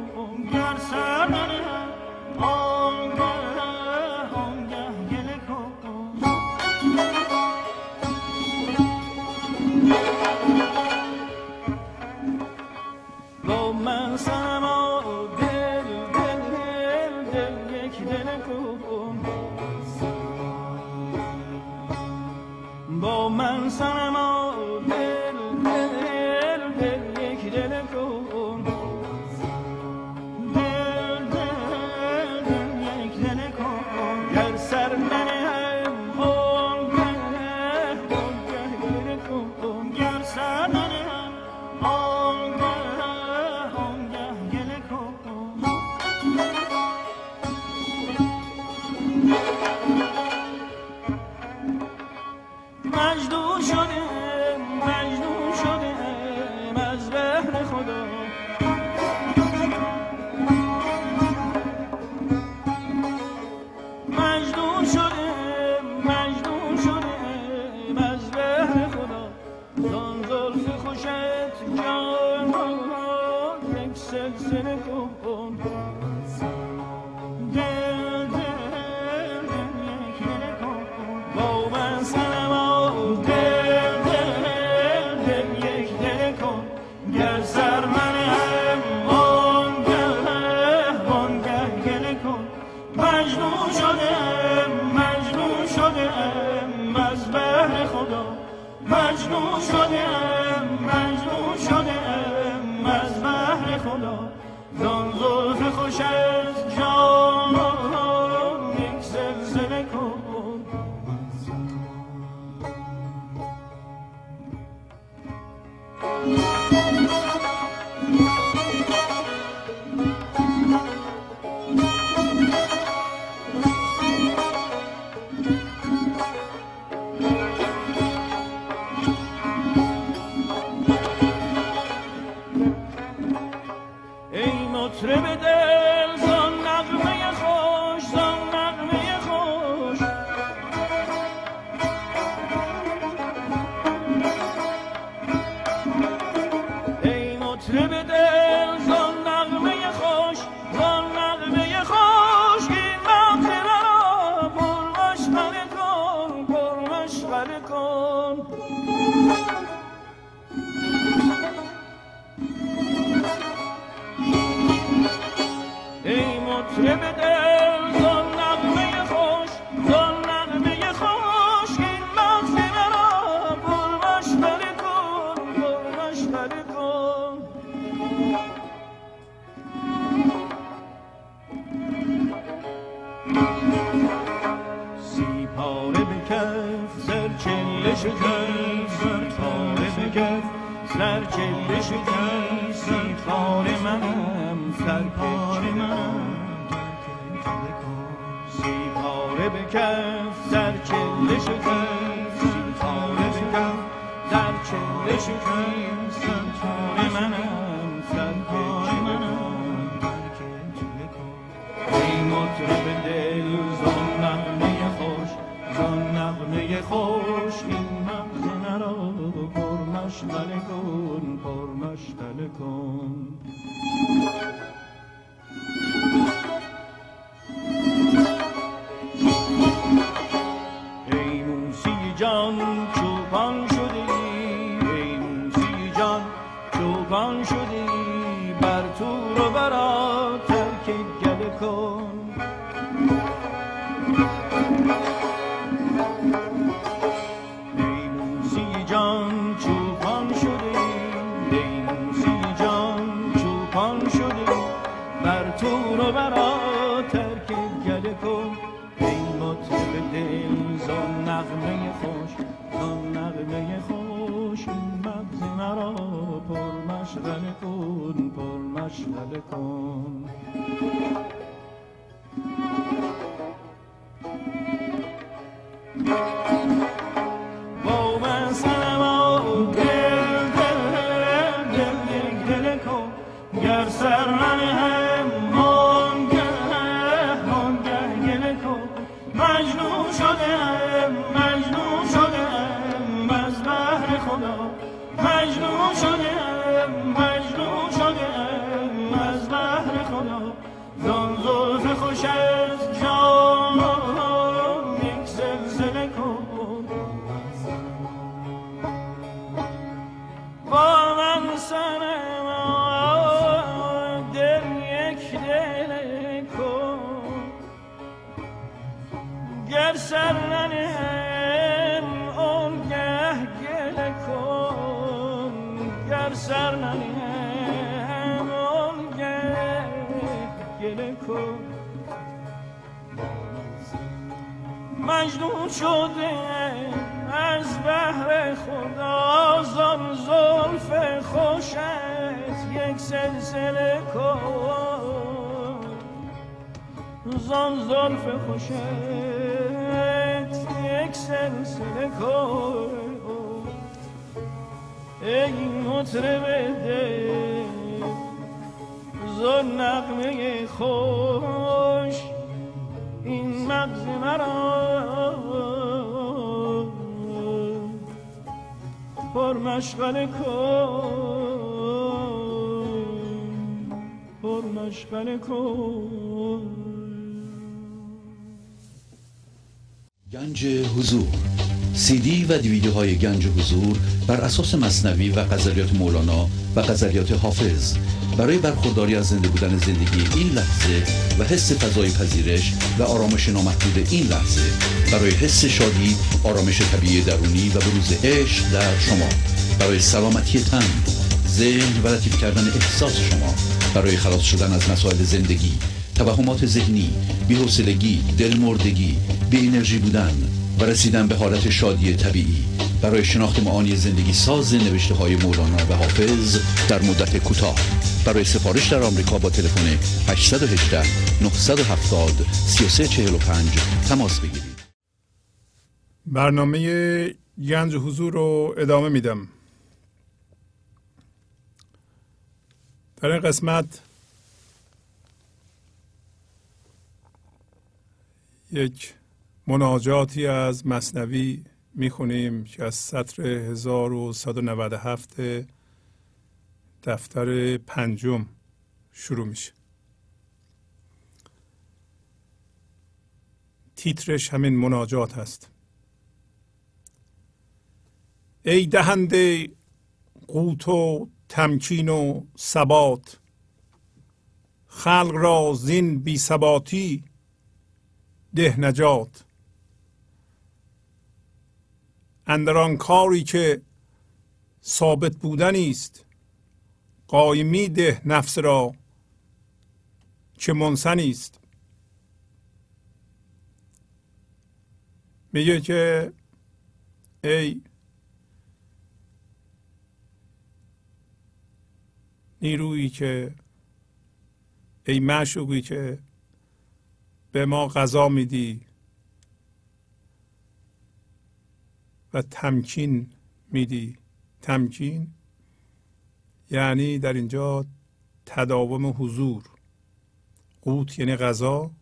شدم از بهر خدا، مجنون شدم مجنون شدم از بهر خدا، زان زلف خوش از جان یک زلزله کن. ای مطرب دل زان نغمه خوش، زان نغمه خوش، ای مطرب دل زان نغمه خوش، زان نغمه خوش، این مغزله را پر مشغله کن، پر مشغله کن. ای مطرب دل زان نغمه خوش، زان نغمه خوش، این مغزله را پر مشغله کن، پر مشغله کن. سی پاره به کف سر چله شکست، سی پاره به کف سر چله شکست، سی پاره منم سر پاره منم، سی پاره به کف سر چله شکست، سی پاره به کف سر چله شکست، سی پاره منم سر پاره منم. ای مطرب دل زان نغمه خوش، زان نغمه خوش، این مغزله را پر مشغله کن، پر مشغله کن. ای موسی جان چوپان شدی، ای موسی جان چوپان شدی، بر تور و برا ترک گله کن. ای موسی جان چوپان شدی، ای موسی جان چوپان شدی، بر تور و برا ترک گله کن. ای مطرب دل زان نغمه خوش، زان نغمه خوش، این مغز مرا پر مشغله کن، پر مشغله کن. با من صنما دل دل دل یک دل کن، گر سر ننهم منگه منگه گله کن. مجنون شدم مجنون شدم از بهر خدا، مجنون شدم مجنون شدم از بهر خدا، زان زلف خوش از جان یک زلزله کن. با من صنما دل یک دل کن، گر سر ننهم آنگه گله کن، گر سر ننهم آنگه گله کن. مجنون شده از بهر خدا، زان زلف خوشت یک سلسله کن، زان زلف خوشت یک سلسله کن. ای مطرب دل زان نغمه خوش، این مغز مرا پر مشغله کن، پر مشغله کن. گنج حضور سی دی و دیویدیوهای گنج حضور بر اساس مثنوی و غزلیات مولانا و غزلیات حافظ برای برخورداری از زنده بودن زندگی این لحظه و حس فضای پذیرش و آرامش نامحدود این لحظه، برای حس شادی، آرامش طبیعی درونی و بروز عشق در شما، برای سلامتی تن، ذهن و لطیف کردن احساس شما، برای خلاص شدن از مسائل زندگی، توهمات ذهنی، بی‌حوصلگی، دلمردگی، بی انرژی بودن و رسیدن به حالت شادی طبیعی، برای شناخت معانی زندگی ساز نوشته های مولانا و حافظ در مدت کوتاه. برای سفارش در آمریکا با تلفن هشت یک هشت نه هفت صفر سه سه چهار پنج تماس بگیرید. برنامه گنج حضور رو ادامه میدم. در این قسمت یک مناجاتی از مثنوی میخونیم که از سطر هزار و صد و نود و هفت دفتر پنجم شروع میشه. تیترش همین مناجات هست. ای دهنده قوت و تمکین و ثبات، خلق را زین بی ثباتی ده نجات. اندر آن کاری که ثابت بودنی است، قایمی ده نفس را چه منثنی است. میگه که ای نیرویی که، ای معشوقی که به ما غذا میدی و تمکین میدی. تمکین یعنی در اینجا تداوم حضور. قوت یعنی غذا.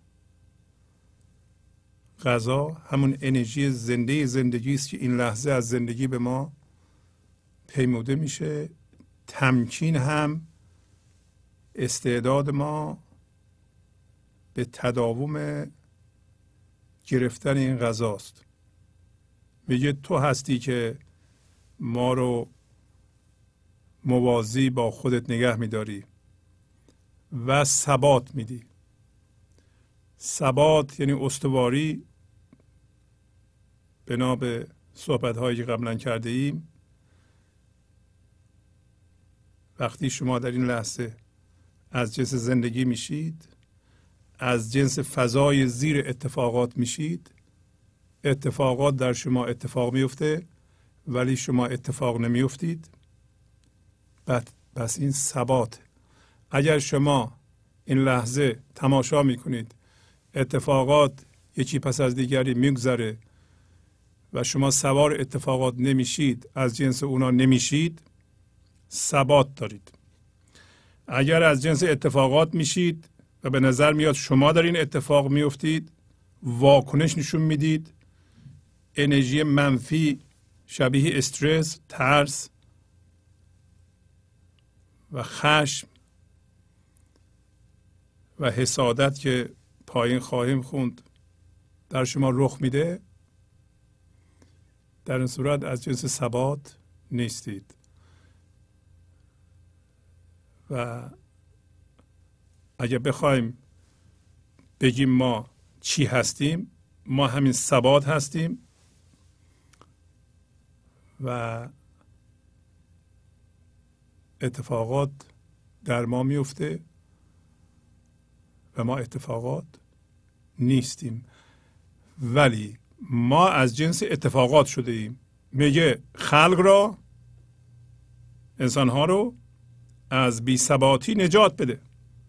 غذا همون انرژی زنده زندگی است که این لحظه از زندگی به ما پیموده میشه. تمکین هم استعداد ما به تداوم گرفتن این غذاست. میگه تو هستی که ما رو موازی با خودت نگه میداری و ثبات میدی. ثبات یعنی استواری. بنا به صحبت هایی که قبلا کرده ایم، وقتی شما در این لحظه از جنس زندگی میشید، از جنس فضای زیر اتفاقات میشید، اتفاقات در شما اتفاق میفته ولی شما اتفاق نمیفتید. بعد پس این ثبات. اگر شما این لحظه تماشا میکنید اتفاقات یکی پس از دیگری میگذره و شما سوار اتفاقات نمیشید، از جنس اونا نمیشید، ثبات دارید. اگر از جنس اتفاقات میشید و به نظر میاد شما در این اتفاق میفتید، واکنش نشون میدید، انرژی منفی شبیه استرس، ترس و خشم و حسادت که پایین خواهیم خوند در شما رخ میده، در این صورت از جنس ثبات نیستید. و اگه بخوایم بگیم ما چی هستیم، ما همین ثبات هستیم و اتفاقات در ما میفته و ما اتفاقات نیستیم، ولی ما از جنس اتفاقات شده ایم. میگه خلق را، انسانها رو از بی ثباتی نجات بده.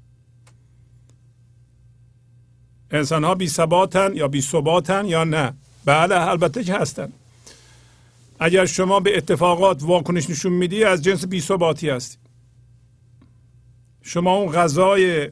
انسانها بی ثباتن یا بی ثباتن یا نه؟ بله البته که هستن. اگر شما به اتفاقات واکنش نشون میدی از جنس بی ثباتی هستی. شما اون غذای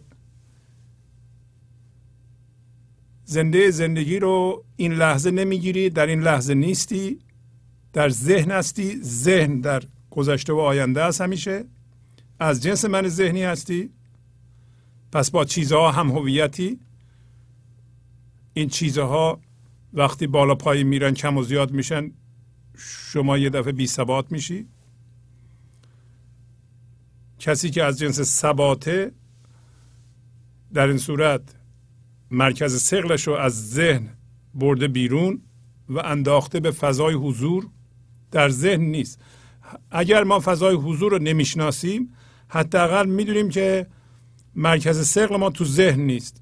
زنده زندگی رو این لحظه نمیگیری، در این لحظه نیستی، در ذهن هستی. ذهن در گذشته و آینده است، همیشه از جنس من ذهنی هستی، پس با چیزها هم هویتی. این چیزها وقتی بالا پایین میرن کم و زیاد میشن شما یه دفعه بی ثبات میشی. کسی که از جنس ثباته در این صورت مرکز ثقلش رو از ذهن برده بیرون و انداخته به فضای حضور، در ذهن نیست. اگر ما فضای حضور رو نمیشناسیم، حداقل میدونیم که مرکز ثقل ما تو ذهن نیست،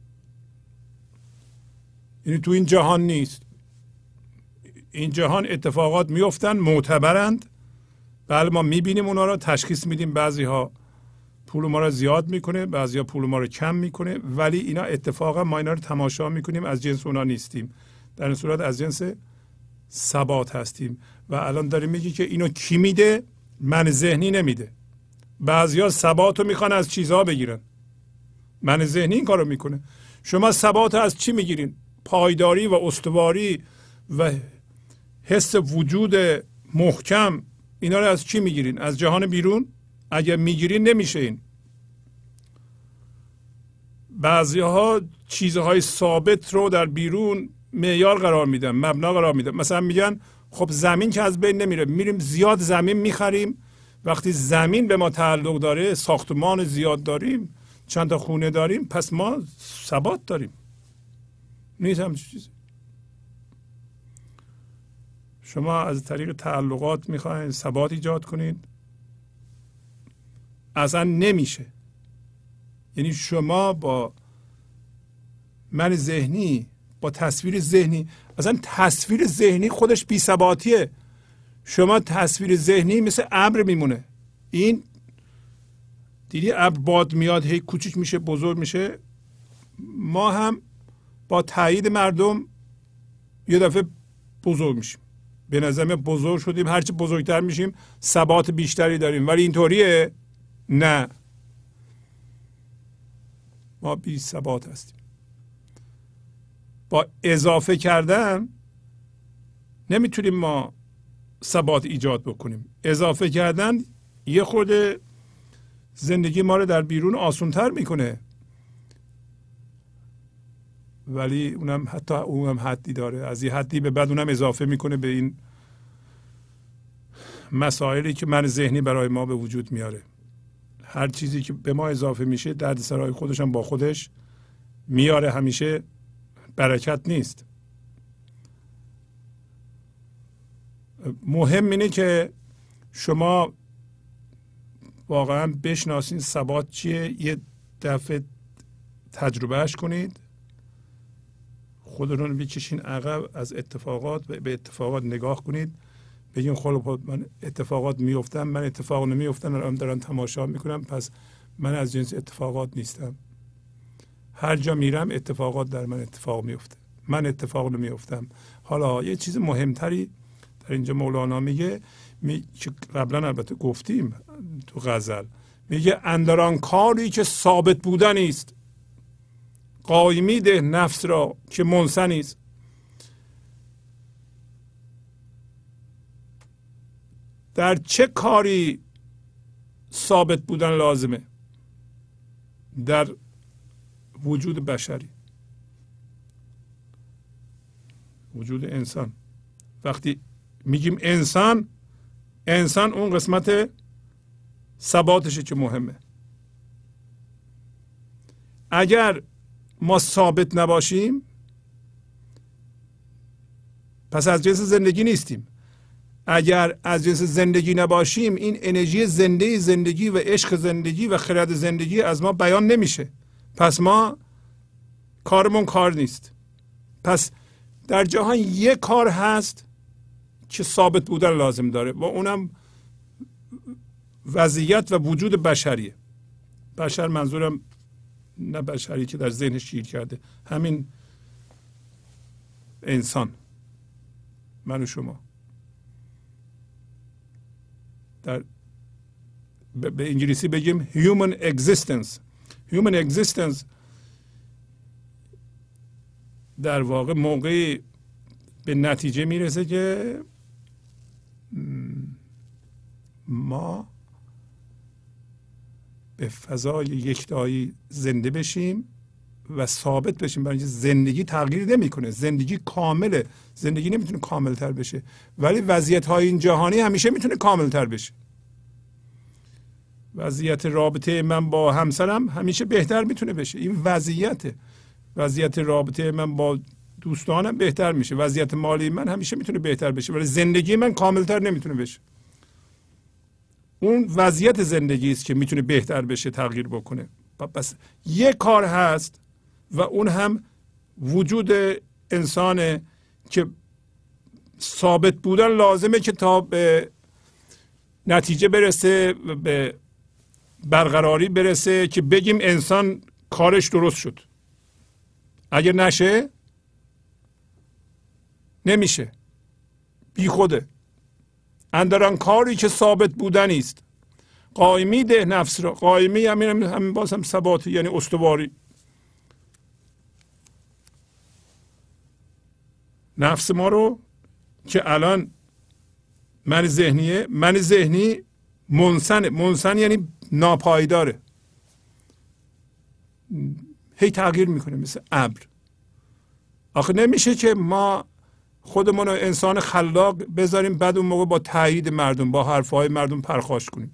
یعنی تو این جهان نیست. این جهان اتفاقات میفتن، معتبرند، بله ما میبینیم اونا رو، تشخیص میدیم. بعضی ها پول ما رو زیاد میکنه، بعضی ها پول ما رو کم میکنه، ولی اینا اتفاقا ما اینا رو تماشا میکنیم، از جنس اونا نیستیم. در این صورت از جنس ثبات هستیم. و الان داریم میگی که اینو کی میده؟ من ذهنی نمیده. بعضی ها ثبات رو میخوان از چیزها بگیرن، من ذهنی این کارو میکنه. شما ثبات از چی میگیرین؟ پایداری و استواری و حس وجود محکم، اینا رو از چی میگیرین؟ از جهان بیرون؟ اگر میگیرین نمیشه این. بعضی ها چیزهای ثابت رو در بیرون معیار قرار میدن، مبنا قرار میدن. مثلا میگن خب زمین که از بین نمیره، میریم زیاد زمین میخریم. وقتی زمین به ما تعلق داره، ساختمان زیاد داریم، چند تا خونه داریم، پس ما ثبات داریم. نیست همچین چیزی. شما از طریق تعلقات میخواین ثبات ایجاد کنید، اصلا نمیشه. یعنی شما با من ذهنی، با تصویر ذهنی، اصلا تصویر ذهنی خودش بی ثباتیه. شما تصویر ذهنی مثل ابر میمونه. این دیدی ابر باد میاد هی کوچیک میشه بزرگ میشه. ما هم با تایید مردم یه دفعه بزرگ میشیم. به نظر من بزرگ شدیم، هرچی بزرگتر میشیم ثبات بیشتری داریم. ولی اینطوریه؟ نه، ما بی ثبات هستیم. با اضافه کردن نمیتونیم ما ثبات ایجاد بکنیم. اضافه کردن یه خورده زندگی ما رو در بیرون آسان‌تر میکنه، ولی اونم حتی اونم حدی داره. از یه حدی به بعد اونم اضافه میکنه به این مسائلی که من ذهنی برای ما به وجود میاره. هر چیزی که به ما اضافه میشه دردسرای خودش هم با خودش میاره، همیشه برکت نیست. مهم اینه که شما واقعا بشناسین ثبات چیه، یه دفعه تجربهش کنید، خودتون بکشین عقب از اتفاقات و به اتفاقات نگاه کنید، بگین خب من اتفاقات میفتم، من اتفاق نمیفتم، دارم دارم تماشا میکنم، پس من از جنس اتفاقات نیستم. هر جا میرم اتفاقات در من اتفاق میفته، من اتفاق نمیفتم. حالا یه چیز مهمتری در اینجا مولانا میگه، می... که قبلا البته گفتیم تو غزل، میگه اندران کاری که ثابت بودن است، قایمی ده نفس را که منسنی است. در چه کاری ثابت بودن لازمه؟ در وجود بشری، وجود انسان. وقتی میگیم انسان، انسان اون قسمت ثباتشه که مهمه. اگر ما ثابت نباشیم پس از جنس زندگی نیستیم. اگر از جنس زندگی نباشیم، این انرژی زنده زندگی و عشق زندگی و خرد زندگی از ما بیان نمیشه، پس ما کارمون کار نیست. پس در جهان یک کار هست که ثابت بودن لازم داره و اونم وضعیت و وجود بشریه. بشر منظورم نه بشری که در ذهنش گیر کرده، همین انسان، من و شما. در به انگلیسی بگیم human existence. human existence در واقع موقعی به نتیجه میرسه که ما به فضای یکتایی زنده بشیم و ثابت بشیم، برای اینکه زندگی تغییر نمیکنه. زندگی کامله، زندگی نمیتونه کاملتر بشه، ولی وضعیت های این جهانی همیشه میتونه کاملتر بشه. وضعیت رابطه من با همسرم همیشه بهتر میتونه بشه. این وضعیت وضعیت رابطه من با دوستانم بهتر میشه. وضعیت مالی من همیشه میتونه بهتر بشه، ولی زندگی من کاملتر نمیتونه بشه. اون وضعیت زندگی است که میتونه بهتر بشه، تغییر بکنه. پس یک کار هست و اون هم وجود انسانه که ثابت بودن لازمه که تا به نتیجه برسه، به برقراری برسه، که بگیم انسان کارش درست شد. اگر نشه نمیشه، بی خوده. اندران کاری که ثابت بودنی است، قایمی ده نفس را. قایمی همین همین باز هم ثباتی، یعنی استواری. نفس ما رو که الان من ذهنیه، من ذهنی منسن، منسن یعنی ناپایداره، هی تغییر میکنه مثل ابر. آخه نمیشه که ما خودمون رو انسان خلاق بذاریم بعد اون موقع با تایید مردم، با حرفهای مردم پرخاش کنیم.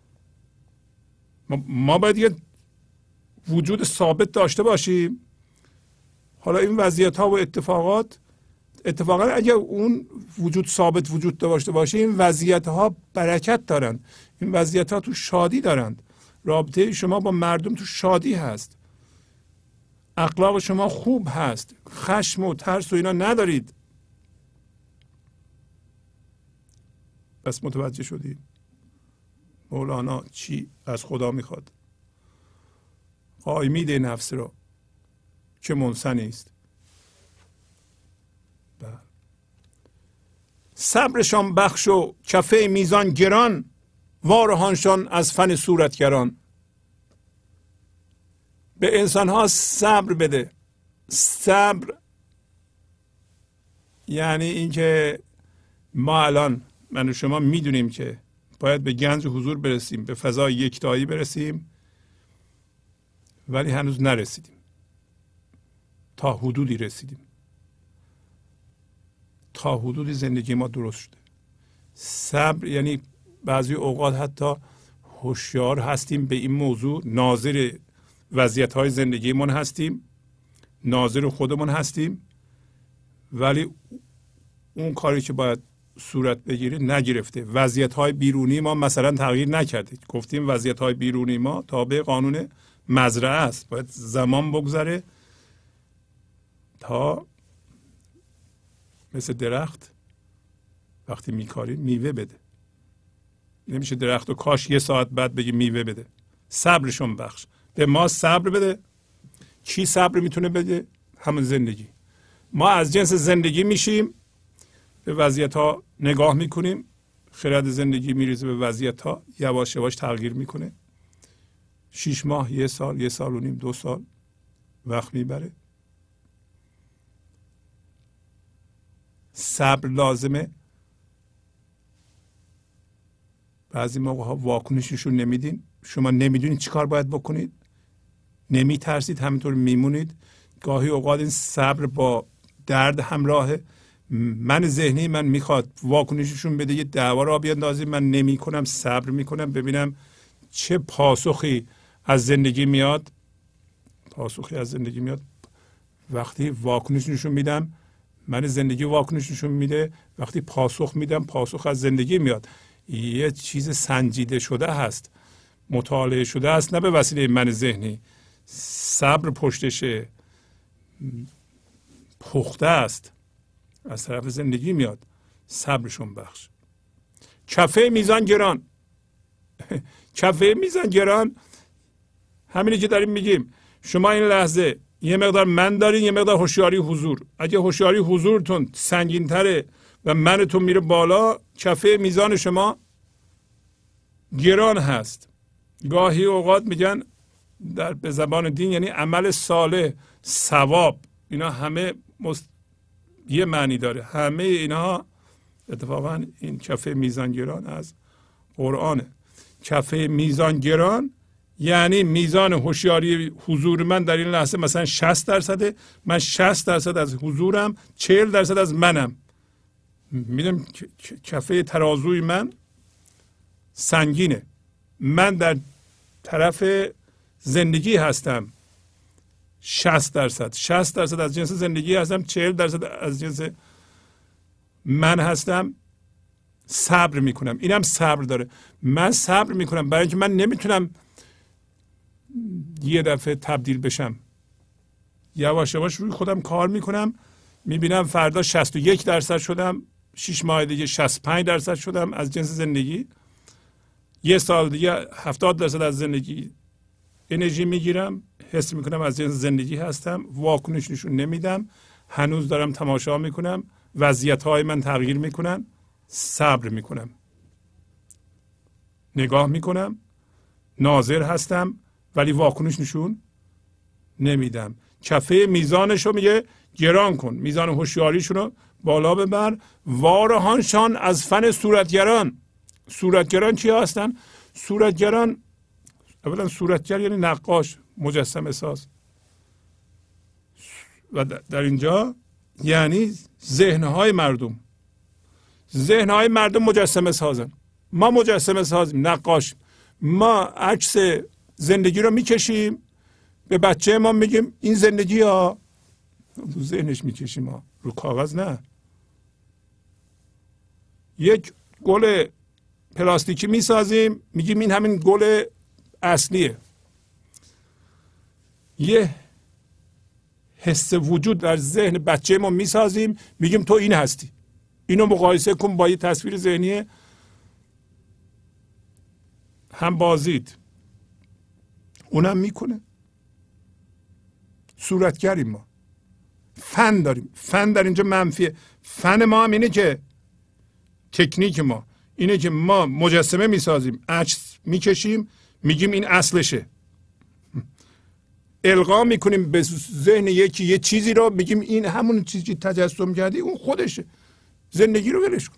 ما, ما باید یه وجود ثابت داشته باشیم. حالا این وضعیت ها و اتفاقات، اتفاقا اگر اون وجود ثابت وجود داشته باشه، این وضعیت ها برکت دارن، این وضعیت ها تو شادی دارند. رابطه شما با مردم تو شادی هست، اخلاق شما خوب هست، خشم و ترس و اینا ندارید. بس متوجه شدید مولانا چی از خدا میخواد؟ قایمی ده نفس را که منسنی است. صبرشان بخش و کفه میزان گران، وارهانشان از فن صورتگران. به انسان ها صبر بده. صبر یعنی اینکه ما الان من و شما میدونیم که باید به گنج حضور برسیم، به فضای یکتایی برسیم، ولی هنوز نرسیدیم. تا حدودی رسیدیم، تا حدودی زندگی ما درست شده. صبر یعنی بعضی اوقات حتی هوشیار هستیم به این موضوع، ناظر وضعیت‌های زندگیمون هستیم، ناظر خودمون هستیم، ولی اون کاری که باید صورت بگیره نگرفته. وضعیت‌های بیرونی ما مثلا تغییر نکرده. گفتیم وضعیت‌های بیرونی ما تابع قانون مزرعه است، باید زمان بگذره تا مثل درخت وقتی میکاری میوه بده. نمیشه درخت و کاش یه ساعت بعد بگی میوه بده. صبرشون بخش. به ما صبر بده. چی صبر میتونه بده؟ همون زندگی. ما از جنس زندگی میشیم، به وضعیت ها نگاه میکنیم، خرد زندگی میریزه به وضعیت ها، یواش یواش تغییر میکنه. شیش ماه، یه سال، یه سال و نیم، دو سال وقت میبره. صبر لازمه. بعضی موقع ها واکنششون نمیدین، شما نمیدونید چی کار باید بکنید، نمیترسید، همینطور میمونید. گاهی اوقات این صبر با درد همراهه. من ذهنی من میخواد واکنششون بده، یه دعوا را بیاندازی، من نمی کنم، صبر میکنم ببینم چه پاسخی از زندگی میاد. پاسخی از زندگی میاد وقتی واکنش نشون میدم، من زندگی واکنش نشون میده، وقتی پاسخ میدم پاسخ از زندگی میاد. یه چیز سنجیده شده هست، مطالعه شده است، نه به وسیله من ذهنی. صبر پشتشه، پخته است، از طرف زندگی میاد. صبرشون بخش. کفه میزان گران. کفه میزان گران همینی که داریم میگیم. شما این لحظه یه مقدار من دارین، یه مقدار هوشیاری حضور. اگه هوشیاری حضورتون سنگین‌تره و منتون میره بالا، کفه میزان شما گران هست. گاهی اوقات میگن در به زبان دین یعنی عمل صالح، ثواب، اینا همه مست... یه معنی داره. همه اینها اتفاقا این کفه میزان گران از قرآنه. کفه میزان گران یعنی میزان هوشیاری حضور من در این لحظه مثلا شصت درصده، من شصت درصد از حضورم، چهل درصد از منم. میدونم کفه ترازوی من سنگینه، من در طرف زندگی هستم شصت درصد، شصت درصد از جنس زندگی هستم، چهل درصد از جنس من هستم. صبر میکنم، اینم صبر داره. من صبر میکنم برای اینکه من نمیتونم یه دفعه تبدیل بشم. یواش یواش روی خودم کار میکنم، میبینم فردا شصت و یک درصد شدم، شش ماه دیگه شصت و پنج درصد شدم از جنس زندگی، یه سال دیگه هفتاد درصد از زندگی انرژی میگیرم، حس میکنم از جنس زندگی هستم، واکنش نشون نمیدم، هنوز دارم تماشا میکنم، وضعیت های من تغییر میکنن، صبر میکنم، نگاه میکنم، ناظر هستم ولی واکنش نشون نمیدم. کفه میزانش رو میگه گران کن، میزان هوشیاریشون رو بالا ببر. وارهانشان از فن صورتگران. صورتگران چی هستن؟ صورتگران اولا صورتگر یعنی نقاش، مجسمه ساز، و در اینجا یعنی ذهنهای مردم. ذهنهای مردم مجسمه سازن، ما مجسمه سازیم، نقاش. ما عکس زندگی رو میکشیم، به بچه ما میگیم این زندگی ها، رو ذهنش میکشیم، ما رو کاغذ نه. یک گل پلاستیکی میسازیم، میگیم این همین گل اصلیه. یه حس وجود در ذهن بچه ما میسازیم، میگیم تو این هستی. اینو مقایسه کن با یه تصویر ذهنی هم بازید، اونم میکنه. صورتگریم ما، فن داریم. فن در اینجا منفیه. فن ما هم اینه که تکنیک ما اینه که ما مجسمه میسازیم، عکس میکشیم، میگیم این اصلشه، القا میکنیم به ذهن یکی یه چیزی رو، میگیم این همون چیزی تجسم کردی اون خودشه، زندگی رو ولش کن.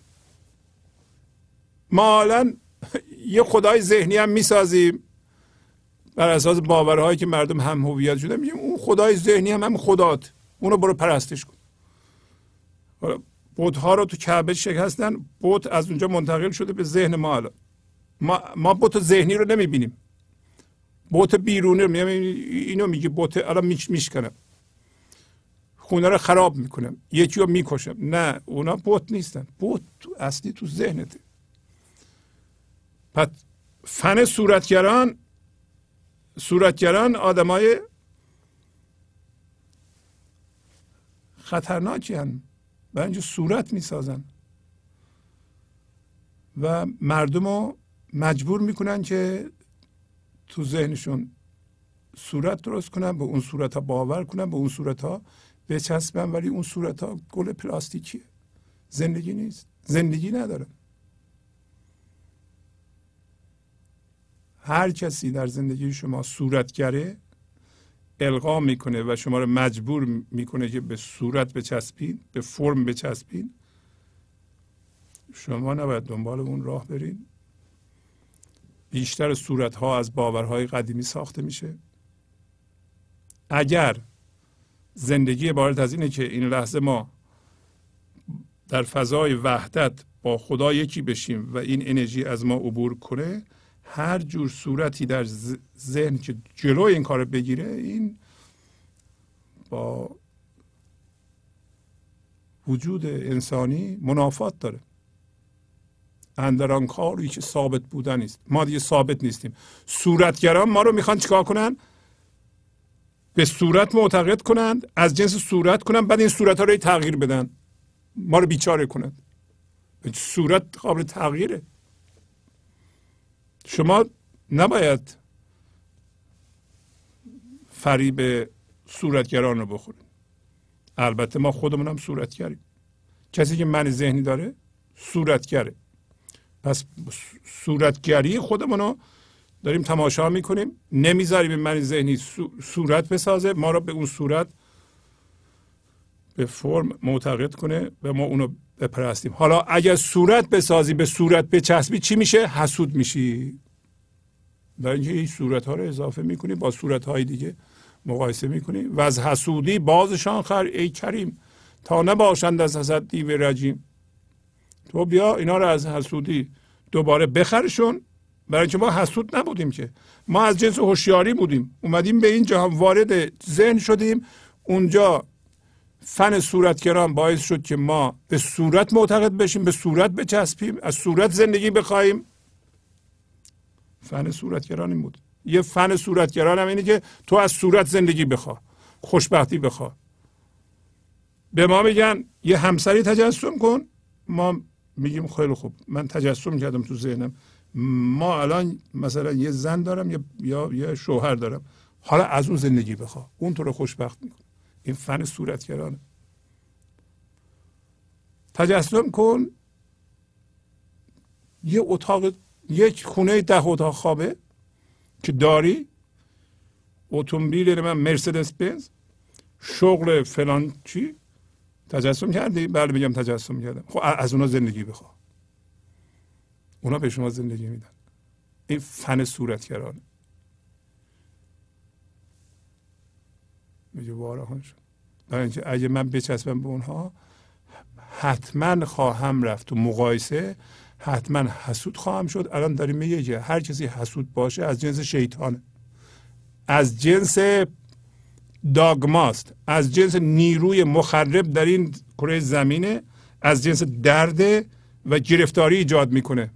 ما الان یه خدای ذهنی هم میسازیم بر اساس باورهایی که مردم هم هویت شده، میگیم اون خدای ذهنی هم هم خدات، اونو برو پرستش کن. بت‌ها رو تو کعبه شکستن، بت از اونجا منتقل شده به ذهن ما. الان ما ما بت ذهنی رو نمیبینیم، بت بیرونی رو میبینیم. اینو میگه بت الان میشکنم، خونه رو خراب میکنم، یکی رو میکشم. نه، اونا بت نیستن، بت تو اصلی تو ذهنته. پس فن صورتگران، صورتگران آدمای خطرناکی هستند، برای اینجا صورت میسازن و مردم رو مجبور میکنن که تو ذهنشون صورت درست کنن، به اون صورت ها باور کنن، به اون صورت ها بچسبن، ولی اون صورت ها گل پلاستیکیه، زندگی نیست، زندگی ندارن. هر کسی در زندگی شما صورتگره، القا میکنه و شما رو مجبور میکنه که به صورت بچسبین، به فرم بچسبین. شما نباید دنبال اون راه برین. بیشتر صورت ها از باورهای قدیمی ساخته میشه. اگر زندگی عبارت از اینه که این لحظه ما در فضای وحدت با خدا یکی بشیم و این انرژی از ما عبور کنه، هر جور صورتی در ذهن که جلوی این کار بگیره، این با وجود انسانی منافات داره. اندران کاری که ثابت بودن نیست. ما دیگه ثابت نیستیم. صورتگران ما رو میخوان چیکار کنن؟ به صورت معتقد کنند، از جنس صورت کنند، بعد این صورت ها رو تغییر بدن، ما رو بیچاره کنند. صورت قابل تغییره. شما نباید فریب صورتگران رو بخورید. البته ما خودمون هم صورتگریم. کسی که من ذهنی داره صورتگره. پس صورتگری خودمون رو داریم تماشا میکنیم، نمیذاریم من ذهنی صورت بسازه، ما رو به اون صورت، به فرم معتقد کنه و ما اونو بپرستیم. حالا اگر صورت بسازی، به صورت بچسبی، چی میشه؟ حسود میشی. برای اینکه این صورت ها رو اضافه میکنی با صورت های دیگه مقایسه میکنی. و از حسودی بازشان خر ای کریم تا نباشند از حسد دیو رجیم. تو بیا اینا رو از حسودی دوباره بخرشون، برای اینکه ما حسود نبودیم که، ما از جنس هوشیاری بودیم، اومدیم به این جهان وارد ذهن شدیم. اونجا فن صورتگران باعث شد که ما به صورت معتقد بشیم، به صورت بچسبیم، از صورت زندگی بخوایم. فن صورتگران این بود. یه فن صورتگران هم اینه که تو از صورت زندگی بخوا، خوشبختی بخوا. به ما میگن یه همسری تجسم کن، ما میگیم خیلی خوب من تجسم کردم تو ذهنم، ما الان مثلا یه زن دارم یا یا یه شوهر دارم، حالا از اون زندگی بخوا، اون تو رو خوشبخت میکن. این فن صورتگرانه. تجسم کن یه اتاق، یک خونه ده اتاق خوابه که داری، اتومبیل من مرسدس بنز، شغل فلان چی، تجسم کردی؟ بله میگم تجسم کردم. خب از اونا زندگی بخوا، اونا به شما زندگی میدن. این فن صورتگرانه. میگه وارهان شد. برای اینکه اگه من بچسبم به اونها حتما خواهم رفت تو مقایسه، حتما حسود خواهم شد. الان داریم میگه که هر کسی حسود باشه از جنس شیطانه، از جنس داگماست، از جنس نیروی مخرب در این کره زمینه، از جنس درد و گرفتاری ایجاد میکنه.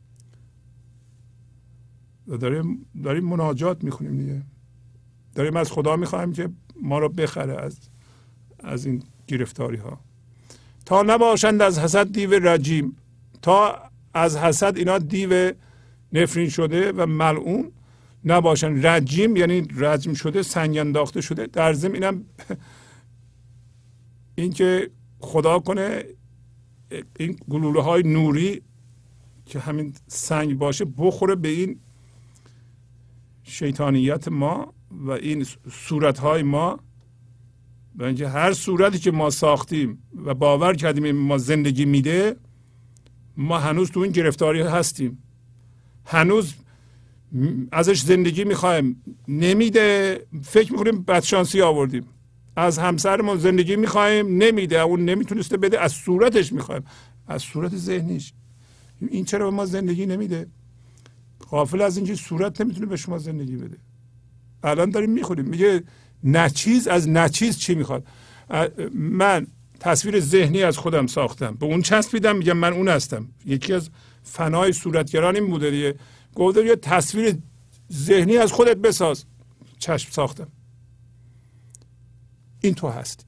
داریم داریم مناجات میکنیم دیگه، داریم از خدا میخوایم که ما رو بخره از از این گرفتاری ها. تا نباشند از حسد دیو رجیم، تا از حسد اینا دیو نفرین شده و ملعون نباشن. رجیم یعنی رجم شده، سنگ انداخته شده. در ضمن اینم این که خدا کنه این گلوله های نوری که همین سنگ باشه بخوره به این شیطانیت ما و این صورت های ما. و اینکه هر صورتی که ما ساختیم و باور کردیم این ما زندگی میده، ما هنوز تو این گرفتاری هستیم، هنوز ازش زندگی میخوایم، نمیده، فکر میکنیم بدشانسی آوردیم. از همسرمون زندگی میخوایم، نمیده، اون نمیتونسته بده، از صورتش میخوایم، از صورت ذهنیش. این چرا به ما زندگی نمیده؟ غافل از اینکه صورت نمیتونه به شما زندگی بده. الان داریم میخونیم میگه نچیز از نچیز چی میخواد. من تصویر ذهنی از خودم ساختم، به اون چسبیدم، میگم من اون هستم. یکی از فنای صورتگران این بوده دیگه، گفته یه تصویر ذهنی از خودت بساز. چشم ساختم، این تو هستی.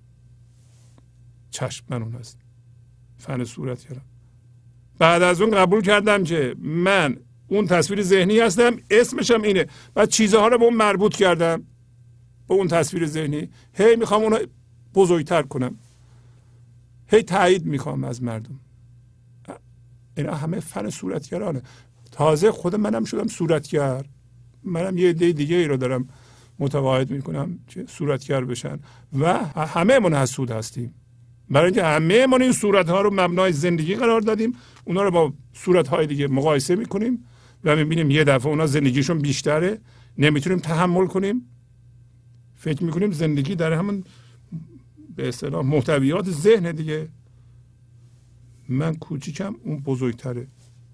چشم من اون هست. فن صورتگران. بعد از اون قبول کردم که من اون تصویر ذهنی هستم، اسمشم اینه. بعد چیزها رو به اون مربوط کردم، به اون تصویر ذهنی. هی میخوام اونو بزرگتر کنم، هی تایید میخوام از مردم. اینا همه فن صورتگرانه. تازه خود منم شدم صورتگر، منم یه عده دیگه ای رو دارم متقاعد میکنم که صورتگر بشن و همه من حسود هستیم، برای اینکه همه من این صورت ها رو مبنای زندگی قرار دادیم، اونا رو با صورت های دیگه مقایسه میکنیم و میبینیم یه دفعه اونا زندگیشون بیشتره، نمیتونیم تحمل کنیم، فکر میکنیم زندگی در همون به اصطلاح محتویات ذهن دیگه. من کوچیکم، اون بزرگتره.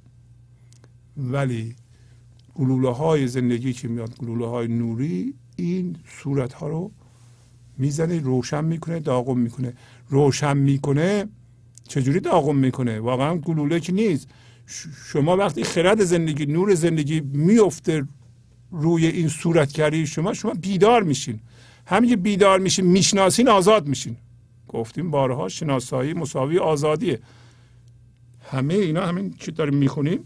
ولی گلوله های زندگی که میاد، گلوله های نوری، این صورت ها رو میزنه، روشن میکنه، داغم میکنه. روشن میکنه چجوری داغم میکنه؟ واقعا گلوله که نیست. شما وقتی خرد زندگی، نور زندگی میفته روی این صورتگری شما، شما بیدار میشین. همین که بیدار میشین، میشناسین، آزاد میشین. گفتیم بارها شناسایی مساوی آزادیه. همه اینا همین که داریم میخونیم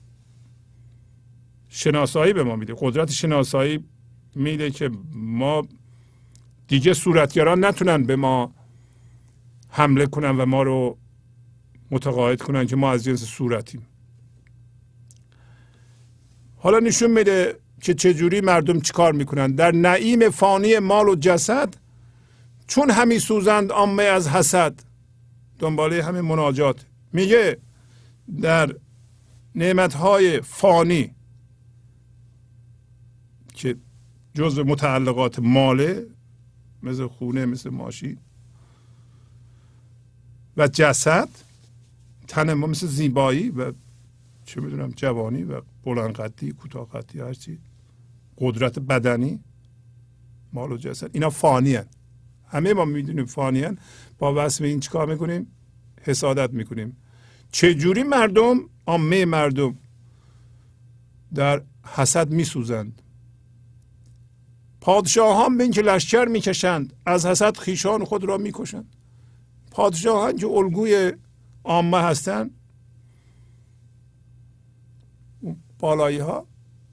شناسایی به ما میده، قدرت شناسایی میده که ما دیگه صورتگران نتونن به ما حمله کنن و ما رو متقاعد کنن که ما از جنس صورتیم. حالا نشون میده که چجوری مردم چیکار میکنن. در نعیم فانی مال و جسد چون همی سوزند عامه از حسد. دنباله همین مناجات میگه در نعمتهای فانی که جزء متعلقات ماله، مثل خونه، مثل ماشین، و جسد تن ما مثل زیبایی و چه میدونم جوانی و بلند قدی، کوتاه قدی، هر چی، قدرت بدنی، مال و جسد، اینا فانی هن. همه ما میدونیم فانی هن. با وصف این چیکار میکنیم؟ حسادت میکنیم. چجوری مردم، عامه مردم در حسد میسوزند؟ پادشاهان به اینکه لشکر میکشند از حسد خویشان خود را میکشند. پادشاهان که الگوی عامه هستند، بالایی ها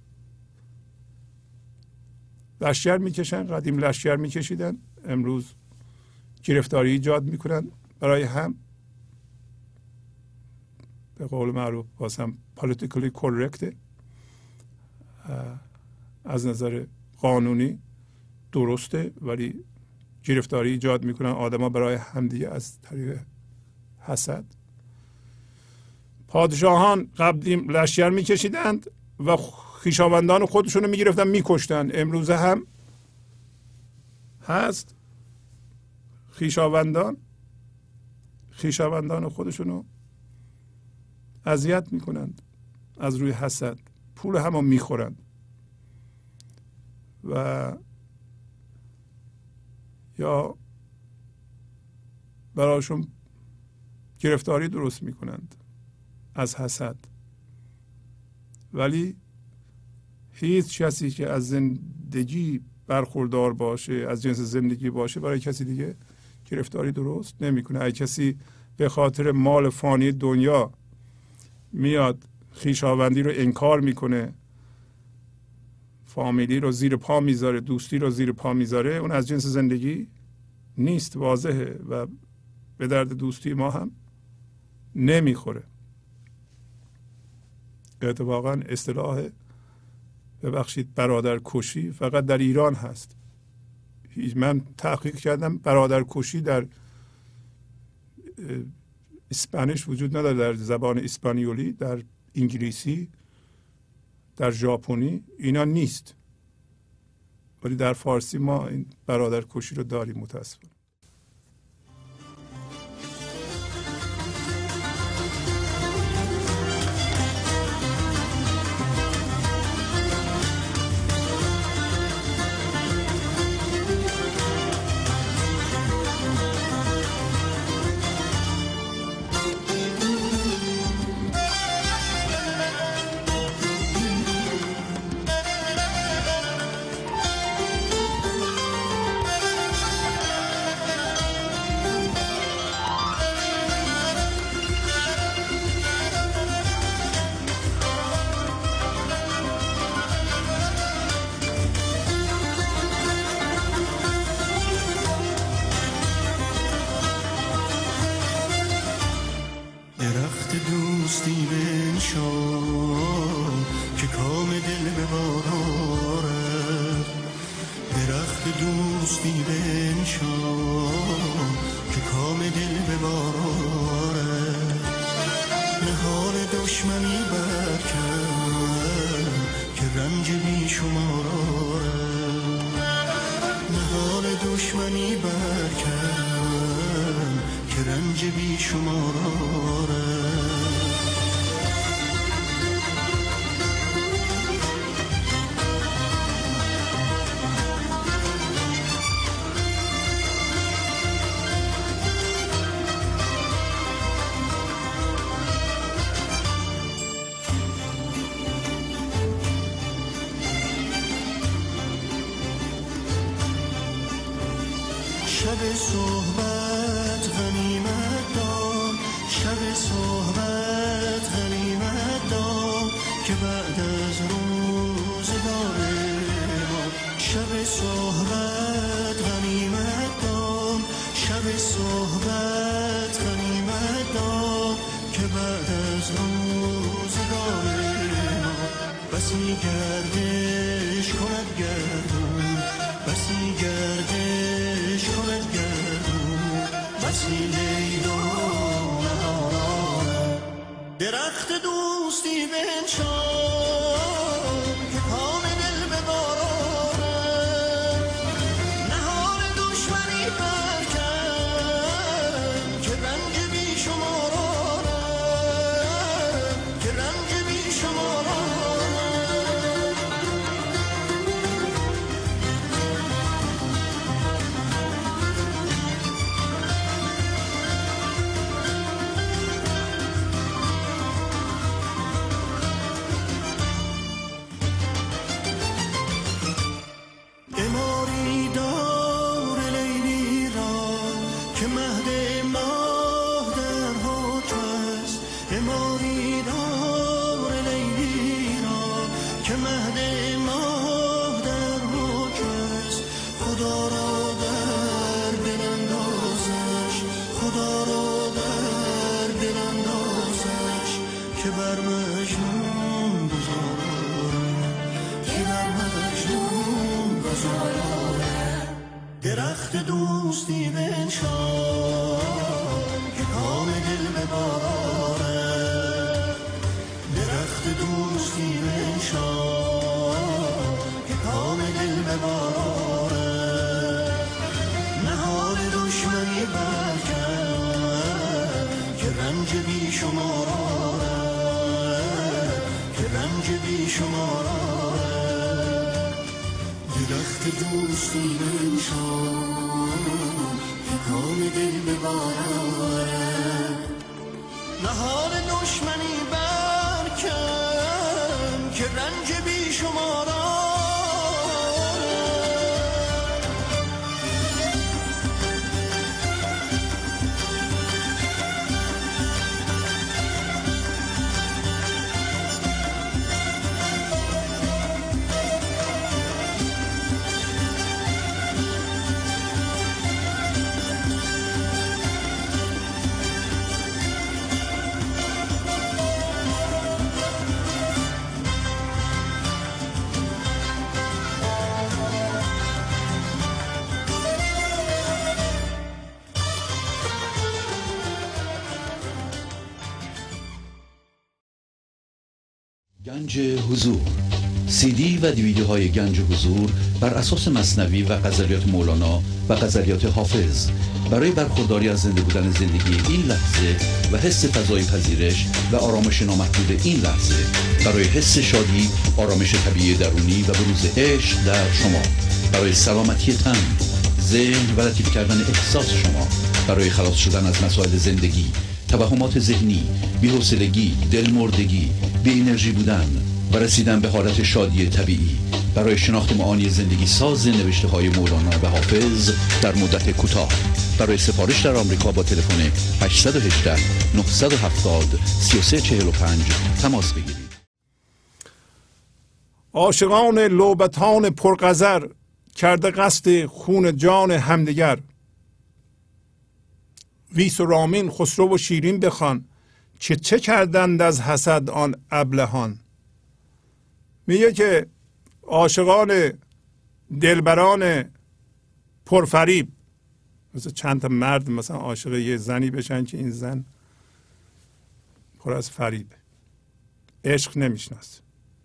لشکر میکشن، قدیم لشکر میکشیدن، امروز گرفتاری ایجاد میکنن برای هم، به قول معروف واسم politically correct، از نظر قانونی درسته، ولی گرفتاری ایجاد میکنن آدما برای همدیگه از طریق حسد. پادشاهان قدیم لشکر میکشیدند و خویشاوندان خودشونو میگرفتن میکشتن. امروز هم هست خویشاوندان خویشاوندان خودشونو اذیت میکنند از روی حسد، پول همو میخورند و یا براشون گرفتاری درست میکنند از حسد. ولی هیچ کسی که از زندگی برخوردار باشه، از جنس زندگی باشه، برای کسی دیگه گرفتاری درست نمیکنه. اگه کسی به خاطر مال فانی دنیا میاد خویشاوندی رو انکار میکنه، فامیلی رو زیر پا میذاره، دوستی رو زیر پا میذاره، اون از جنس زندگی نیست، واضحه و به درد دوستی ما هم نمیخوره. اتفاقا اصطلاح ببخشید برادر کشی فقط در ایران هست. من تحقیق کردم برادر کشی در اسپانیش وجود نداره، در زبان اسپانیولی، در انگلیسی، در ژاپنی اینا نیست، ولی در فارسی ما این برادر کشی رو داریم متاسفانه. درخت دوستی بنشان که کام دل به باران بمانی دار لیلی را که مهد ماه در حکمش، خدا را در دل اندازش، خدا را در دل اندازش که بر مجنون بزارم، که بر مجنون بزارم. درخت دوستی بنشان که کام دل ببارد، درخت دوستی بنشان که کام دل ببارد. نهال دشمنی برکن که رنج بی شمار آرد، که رنج بی شمار آرد. درخت دوستی بنشان که کام دل ببارد. نهال دشمنی برکن که رنج بی شمار آرد. گنج حضور، سی دی و دیویدیوهای گنج حضور بر اساس مثنوی و غزلیات مولانا و غزلیات حافظ برای برخورداری از زنده بودن زندگی این لحظه و حس فضای پذیرش و آرامش نامحدود این لحظه، برای حس شادی، آرامش طبیعی درونی و بروز عشق در شما، برای سلامتی تن، ذهن و لطیف کردن احساس شما، برای خلاص شدن از مسائل زندگی، توهمات ذهنی، بی‌حوصلگی، دلمردگی، بی انرژی بودن و رسیدن به حالت شادی طبیعی، برای شناخت معانی زندگی ساز نوشته های مولانا و حافظ در مدت کوتاه. برای سفارش در آمریکا با تلفن هشت یک هشت نه هفت صفر سه سه چهار پنج تماس بگیرید. عاشقان لعبتان پرقذر کرده قصد خون جان همدیگر. ویس و رامین، خسرو و شیرین بخوان چه چه کردند از حسد آن ابلهان. میگه که عاشقان دلبران پرفریب، مثل چند تا مرد مثلا عاشق یه زنی بشن که این زن پر از فریبه، عشق نمیشناسه،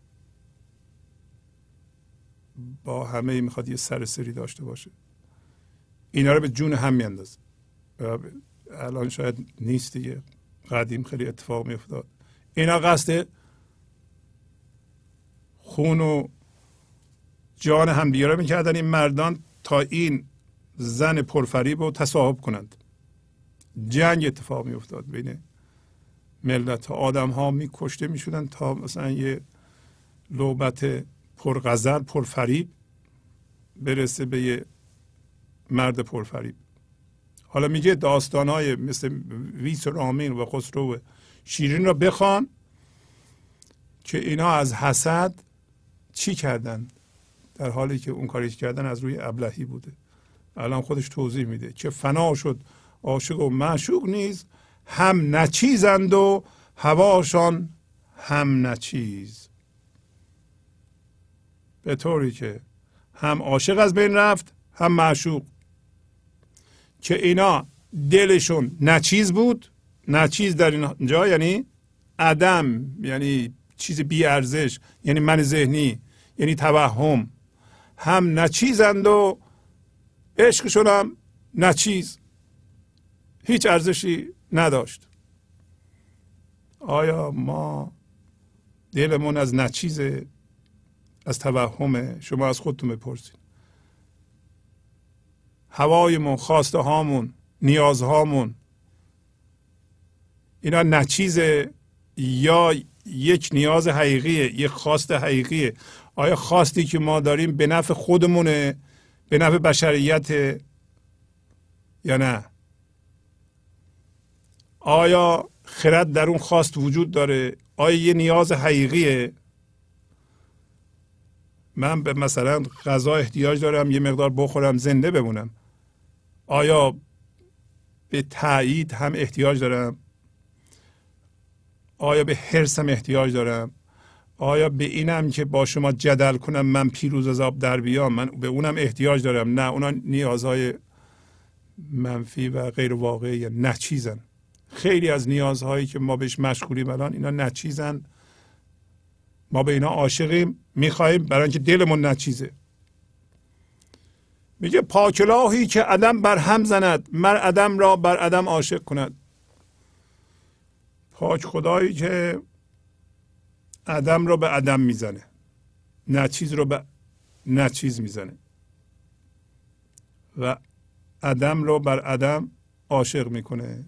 با همه میخواد یه سرسری داشته باشه، اینا رو به جون هم میاندازه. الان شاید نیست دیگه، قدیم خیلی اتفاق میافتاد. اینا قصد خون و جان همدیگه رو میکردن این مردان تا این زن پرفریب رو تصاحب کنند. جنگ اتفاق میافتاد بین ملت ها، آدم ها میکشته میشدن تا مثلا یه لعبت پرغزل پرفریب برسه به یه مرد پرفریب. حالا میگه داستانهای مثل ویس و رامین و خسرو و شیرین را بخوان که اینا از حسد چی کردن، در حالی که اون کاری کردن از روی ابلهی بوده. الان خودش توضیح میده که فنا شد عاشق و معشوق نیز، هم نچیزند و هواشان هم نچیز. به طوری که هم عاشق از بین رفت هم معشوق، که اینا دلشون نچیز بود. نچیز در اینجا یعنی عدم، یعنی چیز بی ارزش، یعنی من ذهنی، یعنی توهم. هم نچیزند و عشقشون هم نچیز، هیچ ارزشی نداشت. آیا ما دلمون از نچیز، از توهمه؟ شما از خودتون بپرسید. هوایمون، خواسته هامون، نیازهامون، اینا نچیزه یا یک نیاز حقیقیه، یک خواست حقیقیه؟ آیا خواستی که ما داریم به نفع خودمونه، به نفع بشریت یا نه؟ آیا خرد در اون خواست وجود داره؟ آیا یه نیاز حقیقیه؟ من به مثلا غذا احتیاج دارم یه مقدار بخورم زنده بمونم. آیا به تایید هم احتیاج دارم؟ آیا به حرصم احتیاج دارم؟ آیا به اینم که با شما جدل کنم من پیروز از آب در بیام من به اونم احتیاج دارم؟ نه، اونا نیازهای منفی و غیر واقعی نچیزن. خیلی از نیازهایی که ما بهش مشغولیم الان اینا نچیزن. ما به اینا عاشقیم، میخوایم برای اینکه دلمون نچیزه. میگه پاکلاهی که عدم بر هم زند، مر عدم را بر عدم عاشق کند. پاک خدایی که عدم را به عدم میزنه، نچیز رو به نچیز میزنه و عدم رو بر عدم عاشق میکنه.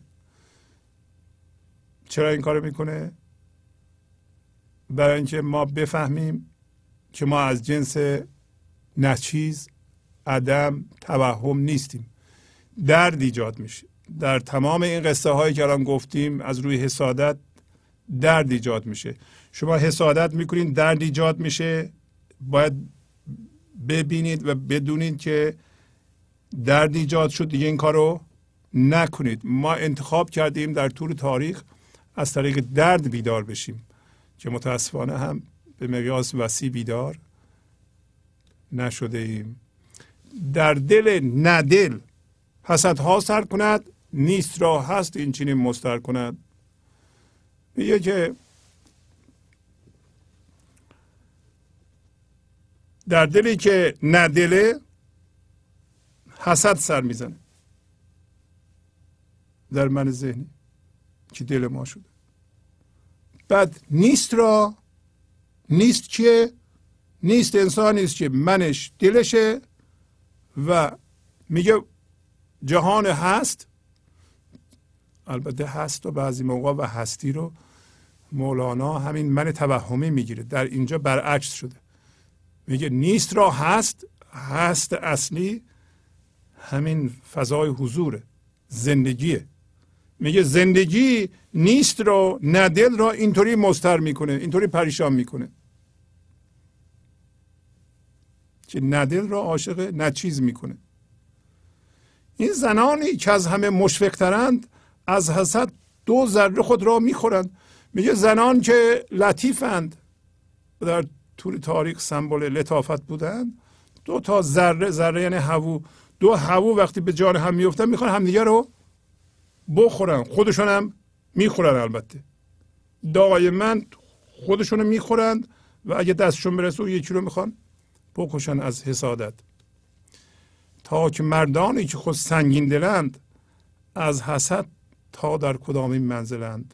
چرا این کار میکنه؟ برای اینکه ما بفهمیم که ما از جنس نچیز، عدم، توهم نیستیم. درد ایجاد میشه در تمام این قصه هایی که الان گفتیم. از روی حسادت درد ایجاد میشه. شما حسادت میکنید، درد ایجاد میشه. باید ببینید و بدونید که درد ایجاد شد، دیگه این کارو نکنید. ما انتخاب کردیم در طول تاریخ از طریق درد بیدار بشیم که متاسفانه هم به مقیاس وسیع بیدار نشده ایم. در دل ندل حسدها سر کند، نیست را هست این چنین مستر کند. میگه که در دلی که ندله حسد سر میزنه، در من ذهنی که دل ما شده. بعد نیست را، نیست که نیست انسان نیست که منش دلشه و میگه جهان هست. البته هست و بعضی موقع و هستی رو مولانا همین من توهمی میگیره، در اینجا برعکس شده. میگه نیست را هست، هست اصلی همین فضای حضور زندگیه. میگه زندگی نیست رو، ندل را اینطوری مستر میکنه، اینطوری پریشان میکنه که ندل را عاشق نچیز میکنه. این زنانی که از همه مشفقترند از حسد دو ذره خود را میخورند. میگه زنان که لطیفند و در طول تاریخ سمبل لطافت بودند، دو تا ذره، ذره یعنی هوو، دو هوو وقتی به جان هم میفتن میخوان همدیگه رو بخورن. خودشون هم میخورن، البته دائما خودشون میخورند و اگه دستشون برسه و یکی رو میخوان بکشن از حسادت. تا که مردانی که خود سنگین دلند، از حسد تا در کدامین منزلند.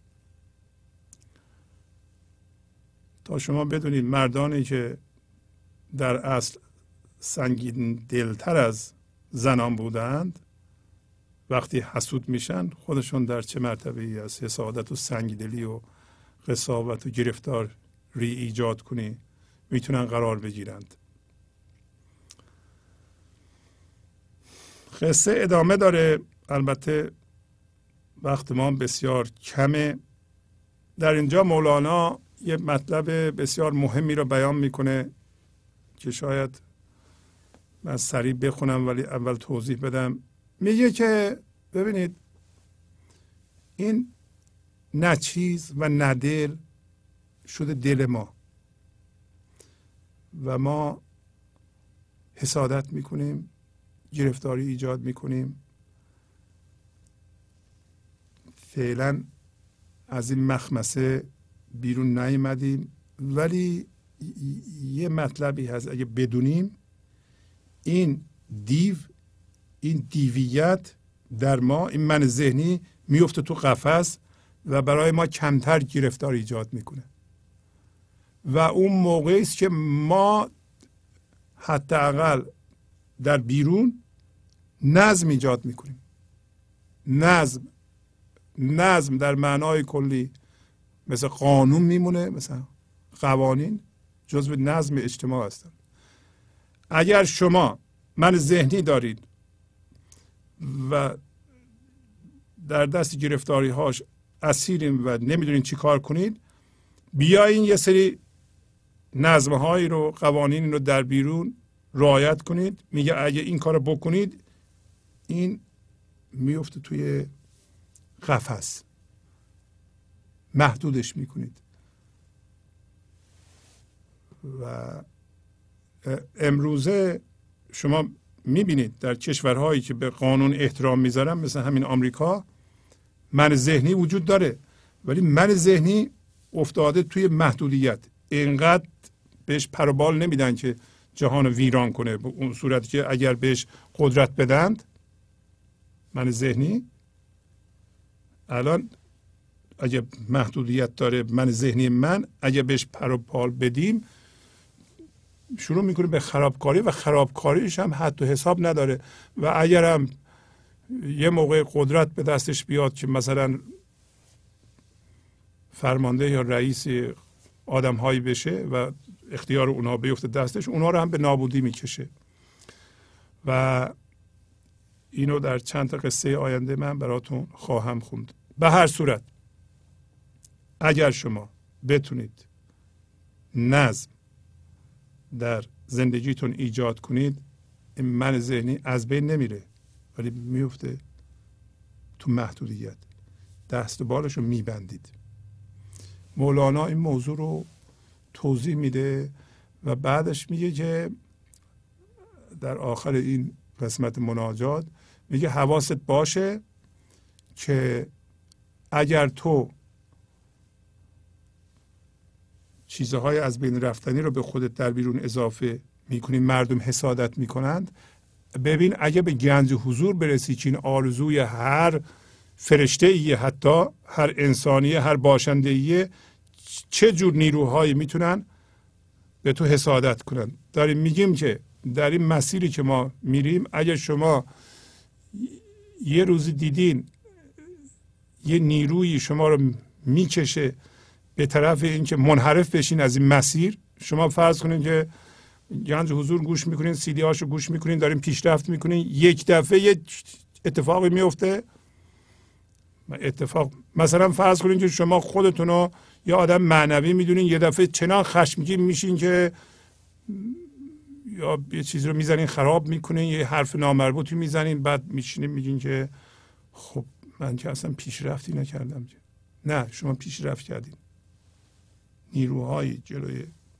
تا شما بدونید مردانی که در اصل سنگین دلتر از زنان بودند وقتی حسود میشن خودشون در چه مرتبه ای از حسادت و سنگدلی و قساوت و گرفتاری ایجاد کنی میتونن قرار بگیرند. قصه ادامه داره، البته وقت ما بسیار کمه. در اینجا مولانا یه مطلب بسیار مهمی رو بیان میکنه که شاید من سریع بخونم ولی اول توضیح بدم. میگه که ببینید این نچیز و ندل شده دل ما و ما حسادت میکنیم، گرفتاری ایجاد میکنیم. فعلا از این مخمسه بیرون نیامدیم، ولی یه مطلبی هست اگه بدونیم این دیو، این دیویت در ما، این من ذهنی میفته تو قفس و برای ما کمتر گرفتار ایجاد میکنه و اون موقعی است که ما حداقل در بیرون نظم ایجاد میکنیم. نظم نظم در معنای کلی مثل قانون میمونه، مثلا قوانین جزو نظم اجتماع هستند. اگر شما من ذهنی دارید و در دست گرفتاری هاش اسیریم و نمیدونین چی کار کنید، بیاین یه سری نظمه هایی رو، قوانین رو در بیرون رعایت کنید. میگه اگه این کار رو بکنید این میفته توی قفس، محدودش میکنید. و امروزه شما میبینید در کشورهایی که به قانون احترام میذارن، مثل همین آمریکا، من ذهنی وجود داره، ولی من ذهنی افتاده توی محدودیت. اینقدر بهش پروبال نمیدن که جهان ویران کنه، به اون صورتی که اگر بهش قدرت بدند، من ذهنی الان اگه محدودیت داره، من ذهنی من اگه بهش پروبال بدیم شروع میکنه به خرابکاری و خرابکاریش هم حد و حساب نداره. و اگر هم یه موقع قدرت به دستش بیاد که مثلا فرمانده یا رئیس آدم هایی بشه و اختیار اونها بیفته دستش، اونها رو هم به نابودی میکشه. و اینو در چند تا قصه آینده من براتون خواهم خوند. به هر صورت اگر شما بتونید نظم در زندگیتون ایجاد کنید، این من ذهنی از بین نمیره، ولی میفته تو محدودیت، دست و بالش رو میبندید. مولانا این موضوع رو توضیح میده و بعدش میگه که در آخر این قسمت مناجات میگه حواست باشه که اگر تو چیزهای از بین رفتنی رو به خودت در بیرون اضافه میکنی، مردم حسادت میکنند، ببین اگه به گنج حضور برسی که این آرزوی هر فرشته ایه، حتی هر انسانیه، هر باشنده ایه، چه جور نیروهایی میتونن به تو حسادت کنن. داریم میگیم که در این مسیری که ما میریم، اگه شما یه روزی دیدین یه نیروی شما رو میکشه به طرف اینکه منحرف بشین از این مسیر، شما فرض کنین که گنج حضور گوش میکنین، سیدی هاشو گوش میکنین، دارین پیشرفت میکنین، یک دفعه یه اتفاقی میفته. اتفاق مثلا فرض کنین که شما خودتون رو یه آدم معنوی میدونین، یه دفعه چنان خشمگین میشین که یا یه چیزی رو میزنین خراب میکنین، یه حرف نامربوطی میزنین، بعد میشینین میگین که خب من که اصلا پیشرفتی نکردم. نه، شما پیشرفت کردین. نیروهایی جلوی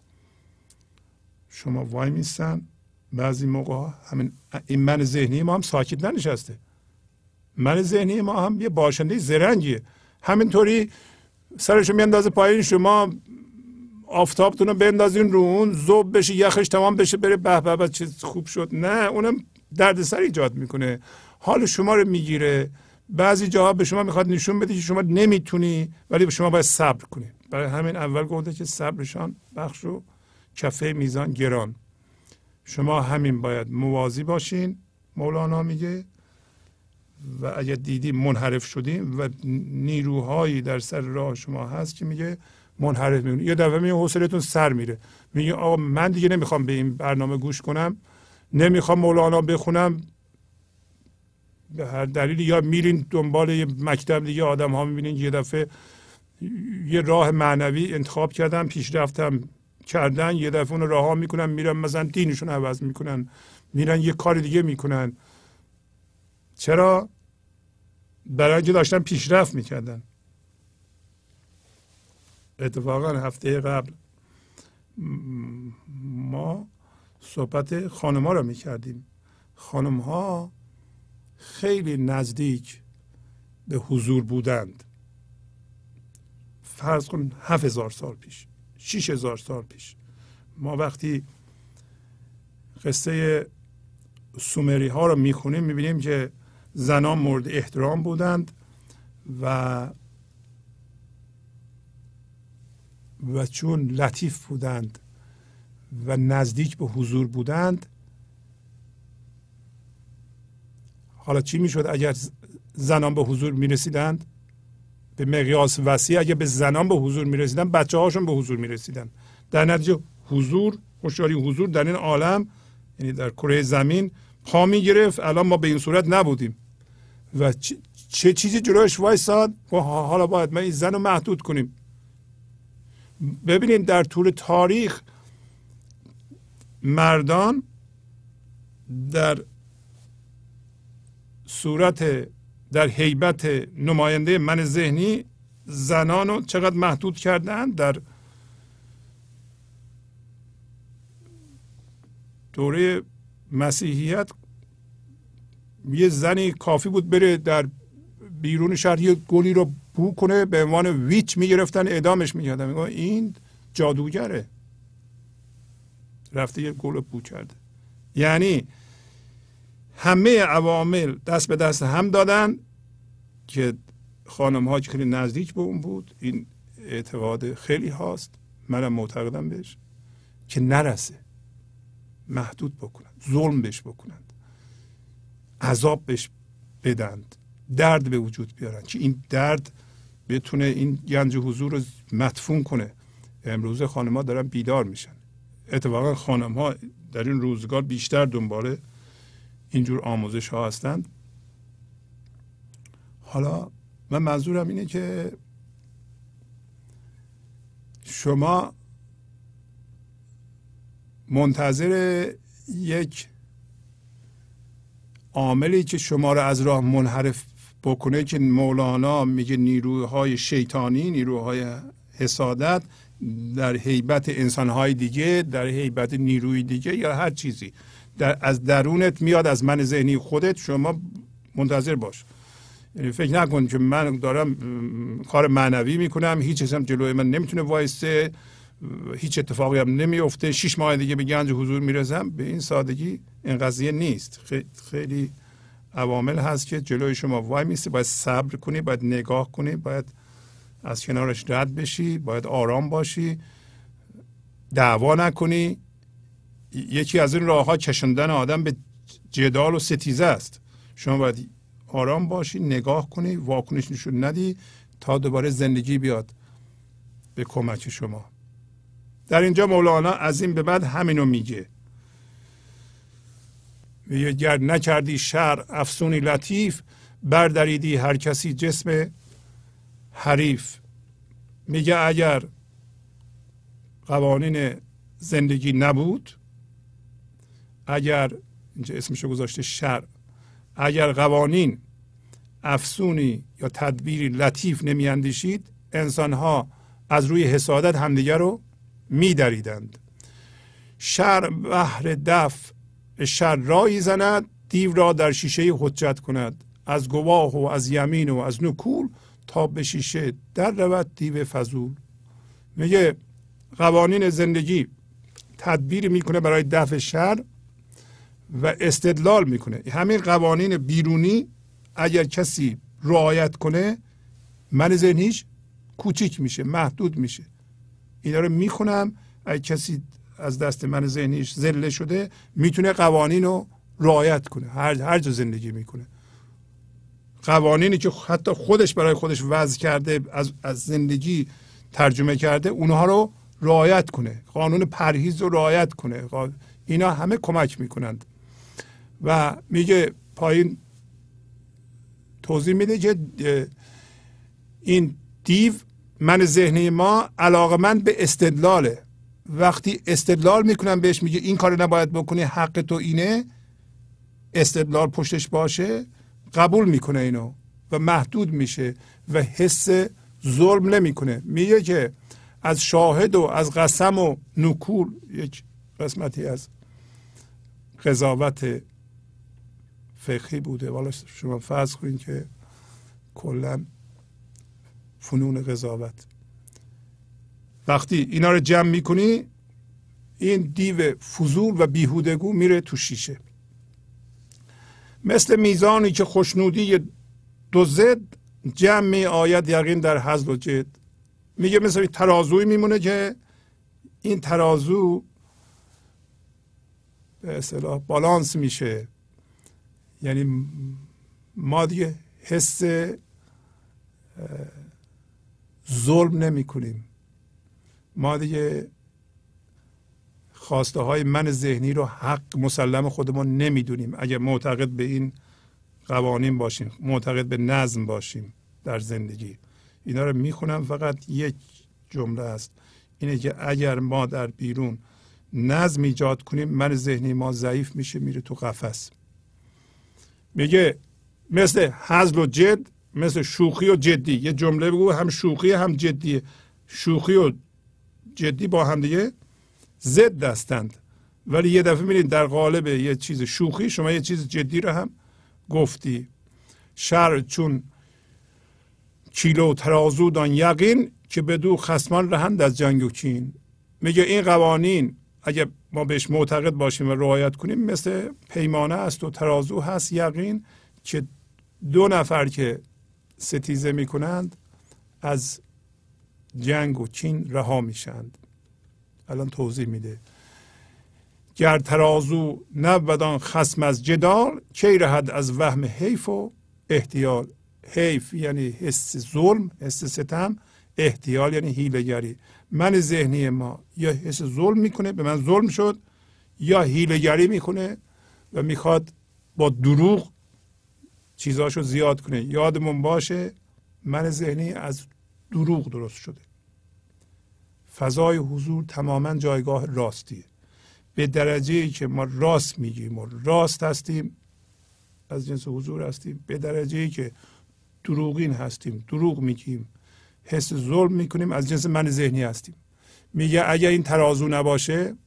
شما وای میستن. بعضی موقع همین این من ذهنی ما هم ساکت ننشسته. من ذهنی ما هم یه باشنده زرنگیه، همینطوری سرشو میاندازه پایین، شما آفتابتون رو بندازین رو اون، ذوب بشه، یخش تمام بشه، بره به به به چه خوب شد. نه، اونم دردسر ایجاد میکنه، حال شما رو میگیره. بعضی جاها به شما میخواد نشون بده که شما نمیتونی، ولی شما باید صبر کنی. برای همین اول گفته که صبرشان بخش و کفه میزان گران. شما همین باید موازی باشین، مولانا میگه. و اگر دیدی منحرف شدیم و نیروهایی در سر راه شما هست که میگه منحرف میمونی، یه دفعه میگه حوصلتون سر میره، میگه آقا من دیگه نمیخوام به این برنامه گوش کنم، نمیخوام مولانا بخونم به هر دلیلی، یا میرین دنبال یه مکتب دیگه، آدم ها میبینین یه دفعه یه راه معنوی انتخاب کردن، پیشرفتم کردن، یه دفعه اون راه ها میکنن، میرن مثلا دینشون عوض میکنن، میرن یه کار دیگه میکنن. چرا؟ برای اینکه داشتن پیشرفت میکردن. اتفاقا هفته قبل ما صحبت خانم ها رو میکردیم. خانم ها خیلی نزدیک به حضور بودند. فرض کن هفت هزار سال پیش، شش هزار سال پیش، ما وقتی قصه سومری ها رو میخونیم میبینیم که زنان مورد احترام بودند و و چون لطیف بودند و نزدیک به حضور بودند، حالا چی میشد اگر زنان به حضور میرسیدند؟ به مقیاس وسیع اگر به زنان به حضور میرسیدند، بچه هاشون به حضور میرسیدند. در نتیجه حضور، هوشیاری حضور در این عالم، یعنی در کره زمین پا میگرفت. الان ما به این صورت نبودیم. و چه چیزی جلوش وایساد و حالا باید ما این زن رو محدود کنیم. ببینید در طول تاریخ مردان در صورت در هیبت نماینده من ذهنی زنان رو چقدر محدود کردن. در دوره مسیحیت یه زنی کافی بود بره در بیرون شهر یه گلی رو بو کنه، به عنوان ویچ میگرفتن اعدامش میکردن. میگن این جادوگره، رفته یه گل بو کرده. یعنی همه عوامل دست به دست هم دادن که خانم ها خیلی نزدیک به اون بود. این اعتقاد خیلی هاست، منم معتقدم بهش، که نرسه، محدود بکنند، ظلم بهش بکنند، عذاب بهش بدند، درد به وجود بیارن که این درد بتونه این گنج حضور رو مدفون کنه. امروز خانم ها دارن بیدار میشن. اتفاقا خانم ها در این روزگار بیشتر دنبال اینجور آموزش ها هستند. حالا من منظورم اینه که شما منتظر یک عاملی که شما رو از راه منحرف بکنه که مولانا میگه نیروهای شیطانی، نیروهای حسادت در هیبت انسانهای دیگه، در هیبت نیروی دیگه یا هر چیزی در از درونت میاد، از من ذهنی خودت، شما منتظر باش. یعنی فکر نکن که من دارم کار معنوی میکنم، هیچ چیزم جلوی من نمیتونه وایسته، هیچ اتفاقی هم نمیفته، شش ماه دیگه به گنج حضور میرسم. به این سادگی این قضیه نیست. خیلی عوامل هست که جلوی شما وای میسته. باید صبر کنی، باید نگاه کنی، باید از کنارش رد بشی، باید آرام باشی، دعوا نکنی. یکی از این راه ها کشوندن آدم به جدال و ستیزه است. شما باید آرام باشی، نگاه کنی، واکنش نشون ندی تا دوباره زندگی بیاد به کمک شما. در اینجا مولانا از این به بعد همینو میگه. میگه گر نکردی شر افسونی لطیف، بردریدی هر کسی جسم حریف. میگه اگر قوانین زندگی نبود، اگر اینجا اسمشو گذاشته شر، اگر قوانین افسونی یا تدبیری لطیف نمیاندیشید، انسانها از روی حسادت همدیگر رو میدریدند. شر بهر دفع شر رایی زند، دیو را در شیشه حجت کند. از گواه و از یمین و از نکول، تا به شیشه در رود دیو فضول. میگه قوانین زندگی تدبیر میکنه برای دفع شر و استدلال میکنه. همین قوانین بیرونی اگر کسی رعایت کنه، من ذهنیش کوچیک میشه، محدود میشه. اینا رو میخونم. اگر کسی از دست من ذهنیش ذله شده، میتونه قوانین رو رعایت کنه. هر هر جا زندگی میکنه، قوانینی که حتی خودش برای خودش وضع کرده، از از زندگی ترجمه کرده، اونها رو رعایت کنه. قانون پرهیز رو رعایت کنه. اینا همه کمک میکنند. و میگه پایین توضیح میده که این دیو من ذهنی ما علاقمند به استدلاله. وقتی استدلال میکنم بهش، میگه این کار نباید بکنی، حق تو اینه، استدلال پشتش باشه، قبول میکنه اینو و محدود میشه و حس ظلم نمیکنه. میگه که از شاهد و از قسم و نکول، یک قسمتی از قضاوت فقهی بوده، والا شما فرض کنید که کلا فنون قضاوت، وقتی اینا رو جمع میکنی، این دیو فضول و بیهودگو میره تو شیشه. مثل میزانی که خوشنودی دو ضد، جمع می آید یقین در هزل و جد. میگه مثل ترازوی میمونه که این ترازو به اصطلاح بالانس میشه. یعنی ما دیگه حس ظلم نمی کنیم، ما دیگه خواسته های من ذهنی رو حق مسلم خودمون نمیدونیم. اگر معتقد به این قوانین باشیم، معتقد به نظم باشیم در زندگی. اینا رو میخونم، فقط یک جمله است، اینه که اگر ما در بیرون نظم ایجاد کنیم، من ذهنی ما ضعیف میشه، میره تو قفس. میگه مثل هزل و جد، مثل شوخی و جدی. یه جمله بگو هم شوخی هم جدیه. شوخی و جدی با هم دیگه ضد هستند، ولی یه دفعه میرین در قالب یه چیز شوخی شما یه چیز جدی رو هم گفتی. شرع چون کیلو ترازو دان یقین، که بدو خصمان رهند از جنگ و کین. میگه این قوانین اگه ما بهش معتقد باشیم و رعایت کنیم، مثل پیمانه است و ترازو هست یقین، که دو نفر که ستیزه میکنند از جنگ و کین رها میشند. الان توضیح میده. گر ترازو نبودان خصم از جدال، کی رهد از وهم حیف و احتیال. حیف یعنی حس ظلم، حس ستم. احتیال یعنی حیله‌گری. من ذهنی ما یا حس ظلم میکنه، به من ظلم شد، یا حیله‌گری میکنه و میخواد با دروغ چیزاشو زیاد کنه. یادمون باشه من ذهنی از دروغ درست شده. فضای حضور تماما جایگاه راستیه. به درجه‌ای که ما راست میگیم و راست هستیم، از جنس حضور هستیم. به درجه‌ای که دروغین هستیم، دروغ میگیم، حس ظلم میکنیم، از جنس من ذهنی هستیم. میگه اگر این ترازو نباشه،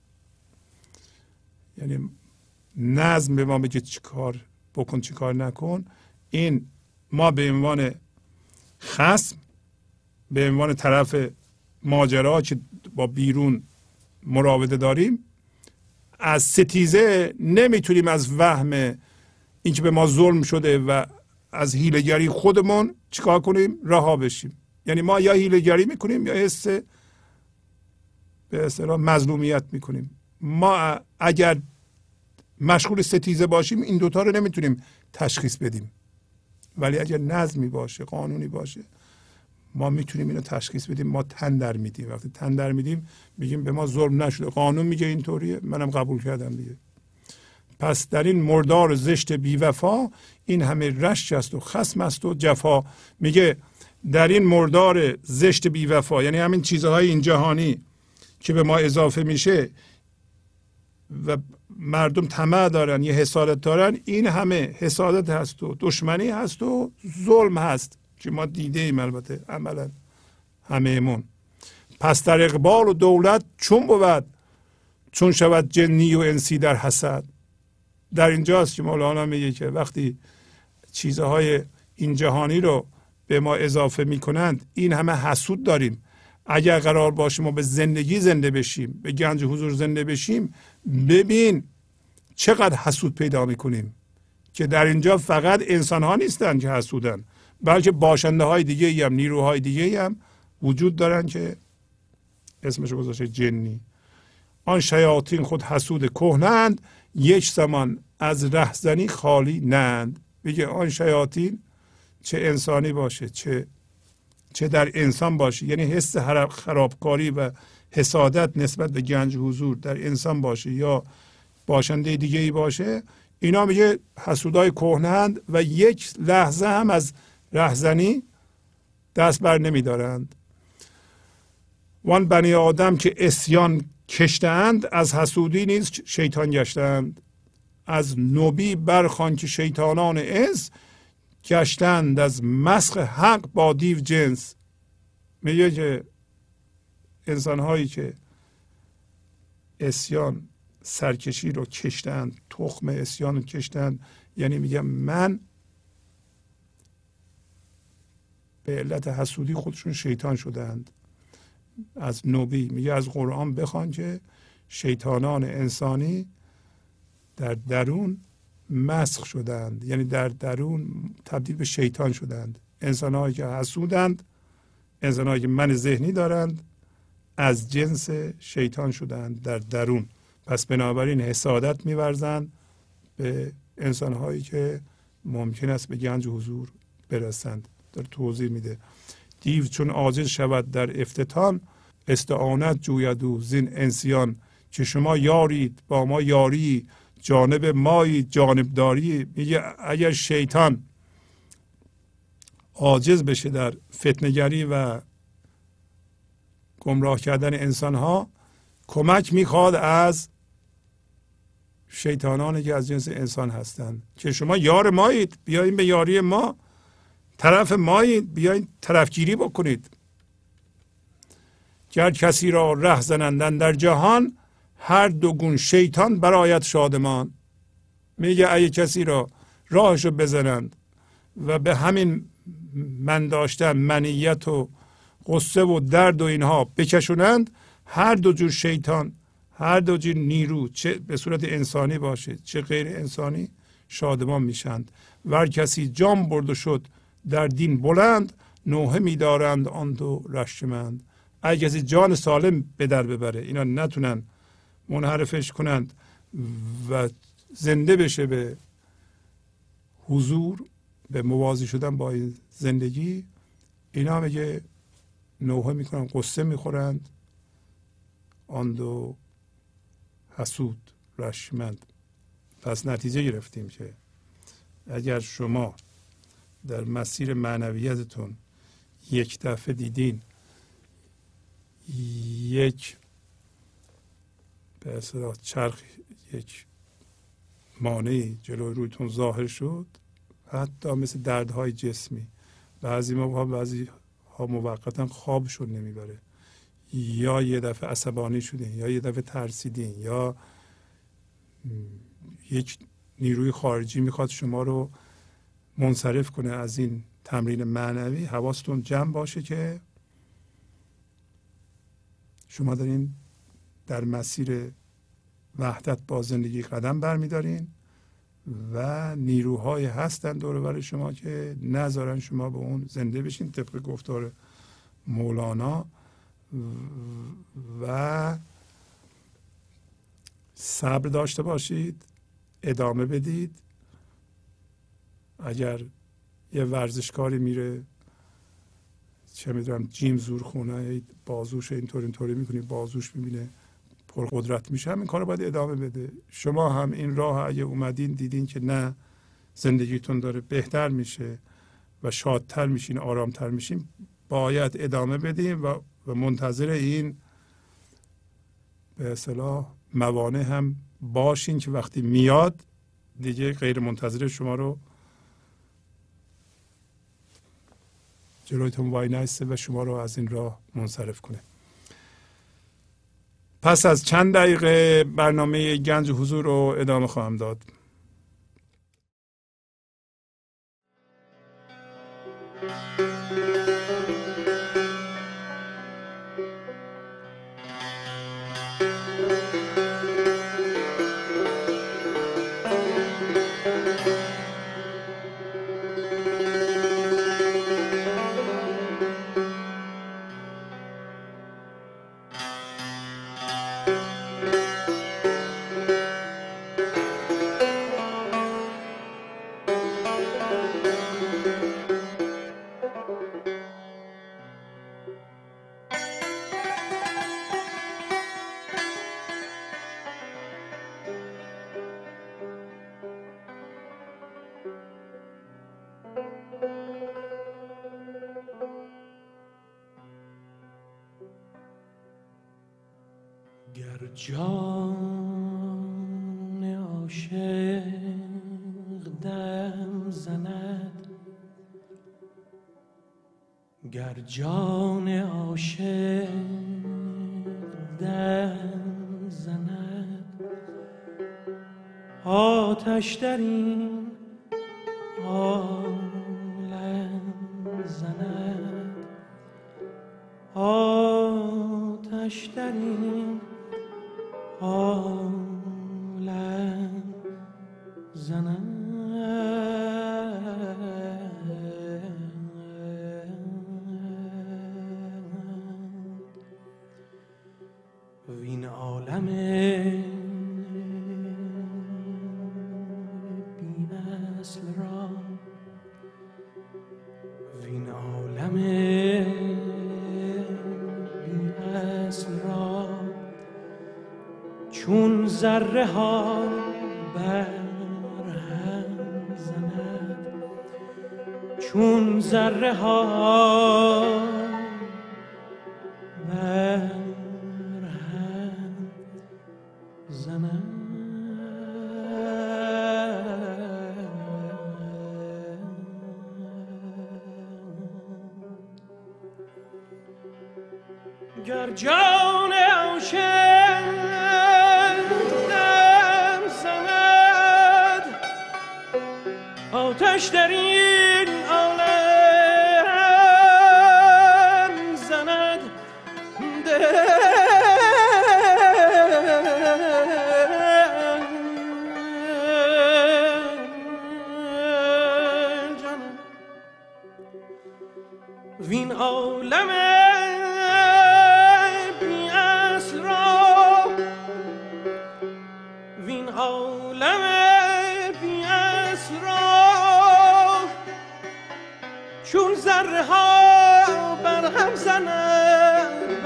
یعنی نظم به ما بگه چی کار بکن چی کار نکن، این ما به عنوان خصم، به عنوان طرف ماجرا که با بیرون مراوده داریم، از ستیزه نمیتونیم از وهم اینکه به ما ظلم شده و از حیله‌گری خودمون چیکار کنیم؟ رها بشیم. یعنی ما یا حیله‌گری میکنیم یا حس به اصطلاح مظلومیت میکنیم. ما اگر مشغول ستیزه باشیم این دوتا رو نمیتونیم تشخیص بدیم، ولی اگر نظمی باشه، قانونی باشه، ما میتونیم اینو تشخیص بدیم. ما تن در میدیم. وقتی تن در میدیم میگیم به ما ظلم نشده، قانون میگه اینطوریه، منم قبول کردم دیگه. پس در این مردار زشت بیوفا، این همه رشک است و خصم است و جفا. میگه در این مردار زشت بیوفا، یعنی همین چیزهای این جهانی که به ما اضافه میشه و مردم طمع دارن یا حسادت دارن، این همه حسادت هست و دشمنی هست و ظلم هست که ما دیده ایم البته عملا همه من. پس در اقبال و دولت چون بود، چون شود جنی و انسی در حسد. در اینجاست که مولانا میگه که وقتی چیزهای این جهانی رو به ما اضافه میکنند، این همه حسود داریم. اگر قرار باشه ما به زندگی زنده بشیم، به گنج حضور زنده بشیم، ببین چقدر حسود پیدا میکنیم که در اینجا فقط انسان ها نیستن که حسودن، بلکه باشنده های دیگه هم، نیروهای دیگه هم وجود دارن که اسمش گذاشته جنی. آن شیاطین خود حسود کهنند، یک زمان از رهزنی خالی نند. بگه آن شیاطین چه انسانی باشه، چه چه در انسان باشه، یعنی حس خرابکاری و حسادت نسبت به گنج حضور در انسان باشه یا باشنده دیگه ای باشه، اینا میگه حسودای کهنند و یک لحظه هم از رهزنی دست بر نمیدارند. وان بنی آدم که عصیان کشتند، از حسودی نیز شیطان گشتند. از نبی برخوان که شیطانان انس، گشتند از مسخ حق با دیو جنس. میگه که انسان هایی که عصیان سرکشی رو کشتند، تخم عصیان رو کشتند، یعنی میگم من به علت حسودی خودشون شیطان شدند. از نبی میگه از قرآن بخوان که شیطانان انسانی در درون مسخ شدند، یعنی در درون تبدیل به شیطان شدند. انسان هایی که حسودند، انسان هایی که من ذهنی دارند، از جنس شیطان شدند در درون. پس بنابراین حسادت می‌ورزند به انسان هایی که ممکن است به گنج حضور برسند. در توضیح میده دیو چون عاجز شود در افتتان، استعانت جوید و زین انسیان. که شما یارید با ما یاری، جانب مایی جانبداری. میگه اگر شیطان عاجز بشه در فتنه‌گری و گمراه کردن انسان ها، کمک میخواد از شیطانانی که از جنس انسان هستند که شما یار مایید، بیاین به یاری ما، طرف مایید، بیاین طرفگیری بکنید. گر کسی را ره زنندن در جهان، هر دو گون شیطان برایت شادمان. میگه اگه کسی را راهشو بزنند و به همین من داشتن منیت و غصه و درد و اینها بکشونند، هر دو جور شیطان، هر دو جور نیرو، چه به صورت انسانی باشه چه غیر انسانی، شادمان میشند. ور کسی جام برد و شد در دین بلند، نوحه میدارند آن دو رشتمند. اگه کسی جان سالم به در ببره، اینا نتونن منحرفش کنند و زنده بشه به حضور، به موازی شدن با این زندگی، اینا میگه نوحه میکنن، قصه میخورند آن دو حسود رشمند. پس نتیجه گرفتیم که اگر شما در مسیر معنویتتون یک دفعه دیدین یک به اصطلاح چرخ، یک مانعی جلوی رویتون ظاهر شد، حتی مثل دردهای جسمی، بعضی موقع بعضی ها موقتا خوابشون نمیبره، یا یه دفعه عصبانی شدین، یا یه دفعه ترسیدین، یا یک نیروی خارجی میخواد شما رو منصرف کنه از این تمرین معنوی، حواستون جمع باشه که شما دارین در مسیر وحدت با زندگی قدم برمیدارین و نیروهای هستن دور و بر شما که نذارن شما به اون زنده بشین، طبق گفتار مولانا. و صبر داشته باشید، ادامه بدید. اگر یه ورزشکاری میره چه میدونم جیم زورخونه، بازوش اینطور اینطوری میکنی، بازوش میبینه پرقدرت میشه، همین کار رو باید ادامه بده. شما هم این راه اگه اومدین دیدین که نه زندگیتون داره بهتر میشه و شادتر میشین، آرامتر میشین، باید ادامه بدین و, و منتظر این به اصطلاح موانع هم باشین که وقتی میاد دیگه غیر منتظر شما رو جلویتون وای نایسته و شما رو از این راه منصرف کنه. پس از چند دقیقه برنامه گنج حضور رو ادامه خواهم داد. گر جان عاشق دم زند، گر جان عاشق دم زند، آتش در این عالم زند، آتش در این عالم زند. وین عالم بی اصل را، وین عالم بی اصل را، چون ذره ها برهم زند چون ذره ها برهم زند. گر جان عاشق دم زند آتش در این عالم زند، دل جانم وین عالم چون ذره ها برهم زند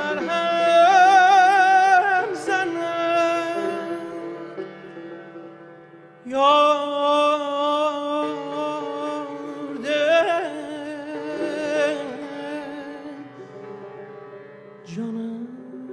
برهم زند یار دل جانم.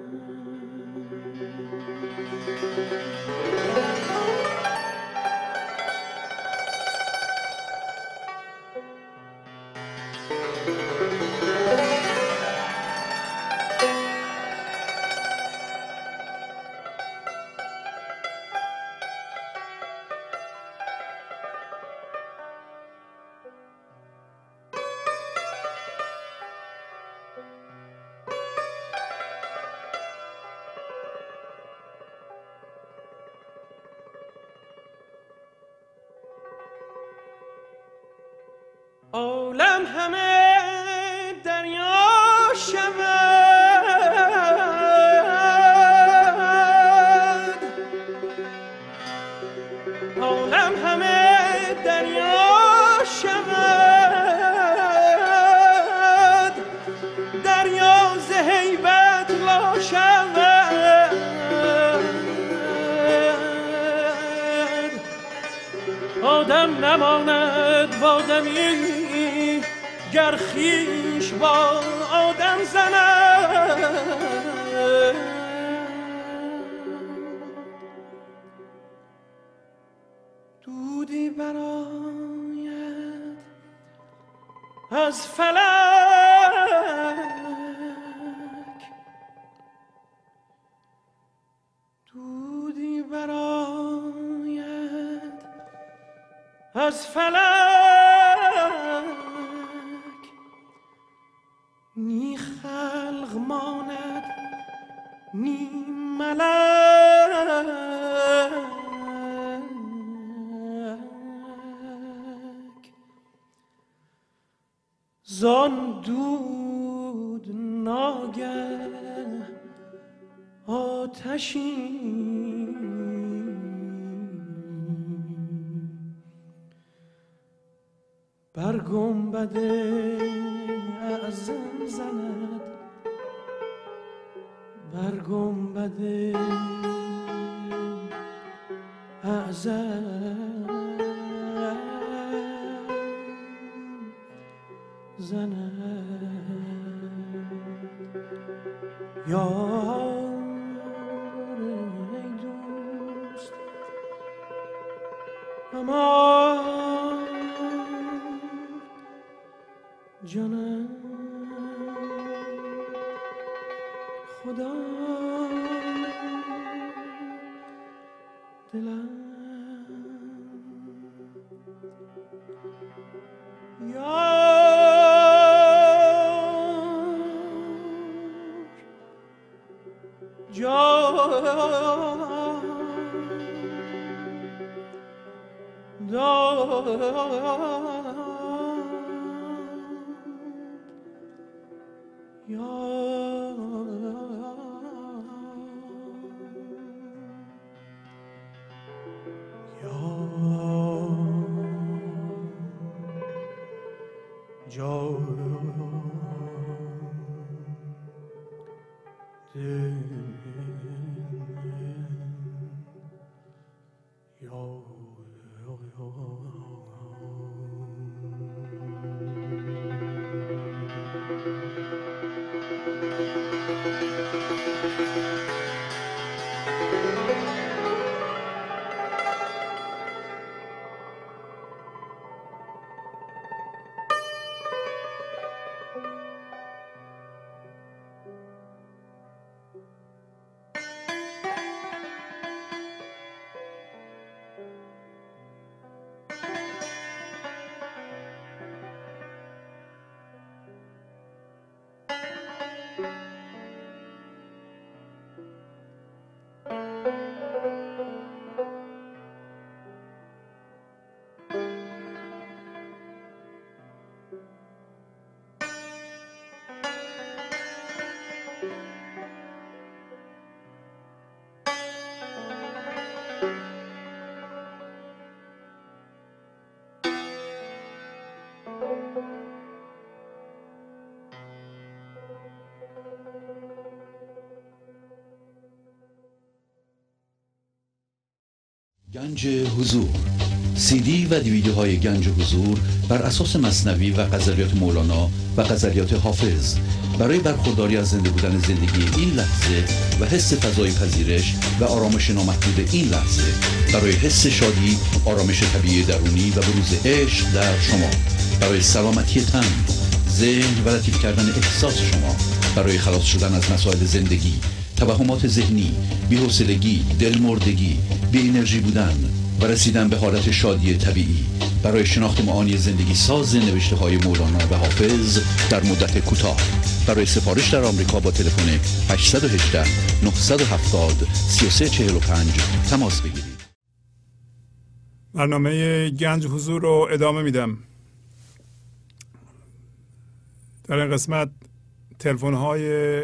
عالم همه دریا شود، عالم همه دریا شود، دریا ز هیبت لا شود، آدم نماند با آدمی گر خویش با آدم زند. دودی برآید از فلک، دودی برآید از فلک، نی خلق ماند نی ملک، زان دود ناگه آتشی بر گنبد اعظم زند، بر گنبد اعظم زند. یار ای دوست امان جانم، خدا دلم یار جان دل یار گنج حضور، سی دی و دیویدیوهای گنج حضور بر اساس مثنوی و غزلیات مولانا و غزلیات حافظ برای برخورداری از زنده بودن زندگی این لحظه و حس فضای پذیرش و آرامش نامحدود این لحظه، برای حس شادی، آرامش طبیعی درونی و بروز عشق در شما، برای سلامتی تن، ذهن و لطیف کردن احساس شما، برای خلاص شدن از مسائل زندگی، توهمات ذهنی، بی‌حوصلگی، دلمردگی، بی انرژی بودن و رسیدن به حالت شادی طبیعی، برای شناخت معانی زندگی ساز نوشته های مولانا و حافظ در مدت کوتاه. برای سفارش در آمریکا با تلفن هشت یک هشت نه هفت صفر سه سه چهار پنج تماس بگیرید. برنامه گنج حضور رو ادامه میدم. در این قسمت تلفن های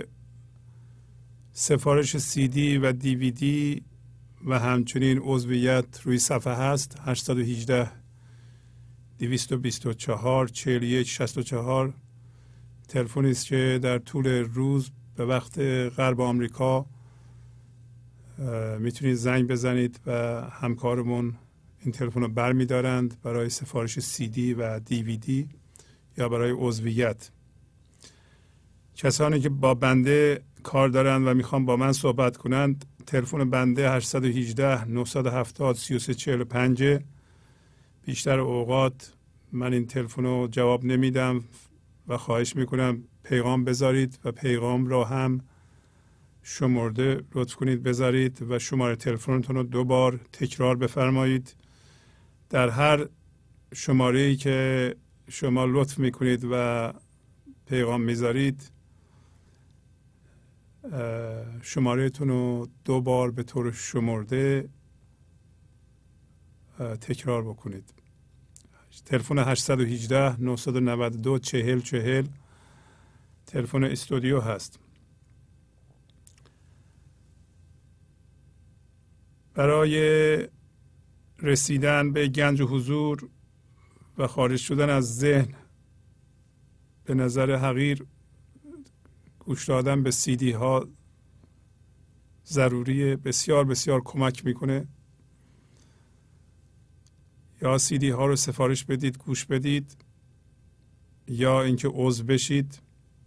سفارش سی دی و دی وی دی و همچنین عضویت روی صفحه هست. هشت یک هشت دویست و بیست و چهار چهل و یک شصت و چهار تلفنی است که در طول روز به وقت غرب آمریکا میتونید زنگ بزنید و همکارمون این تلفن رو برمیدارند برای سفارش سی دی و دی وی دی یا برای عضویت. کسانی که با بنده کار دارند و میخوان با من صحبت کنند، تلفن بنده هشت یک هشت نه هفت صفر سه سه چهار پنج. بیشتر اوقات من این تلفن رو جواب نمیدم و خواهش میکنم پیغام بذارید و پیغام را هم شمرده لطف کنید بذارید و شماره تلفنتون رو دو بار تکرار بفرمایید. در هر شماره‌ای که شما لطف میکنید و پیغام میذارید شمارهتون رو دو بار به طور شمرده تکرار بکنید. تلفن هشت یک هشت نه نه دو چهل چهل تلفن استودیو هست. برای رسیدن به گنج حضور و خارج شدن از ذهن به نظر حقیر گوش دادن به سی دی ها ضروریه، بسیار بسیار کمک میکنه. یا سی دی ها رو سفارش بدید گوش بدید یا اینکه عضو بشید.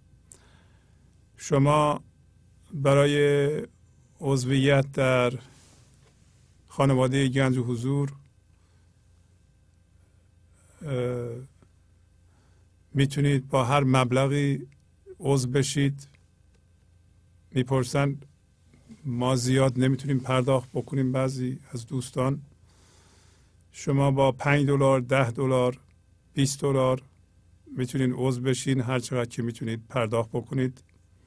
شما برای عضویت در خانواده گنج حضور میتونید با هر مبلغی عضو بشید. میپرسن ما زیاد نمیتونیم پرداخت بکنیم بعضی از دوستان. شما با پنج دلار، ده دلار، بیست دلار میتونید عضو بشین، هر چقدر که میتونید پرداخت بکنید.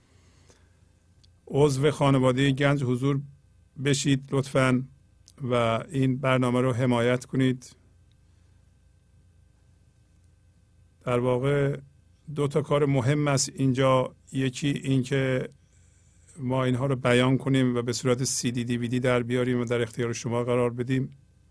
عضو خانواده گنج حضور بشید لطفاً و این برنامه رو حمایت کنید. در واقع دو تا کار مهم است اینجا. یکی این که ما اینها رو بیان کنیم و به صورت سی دی دی وی دی در بیاریم و در اختیار شما قرار بدیم،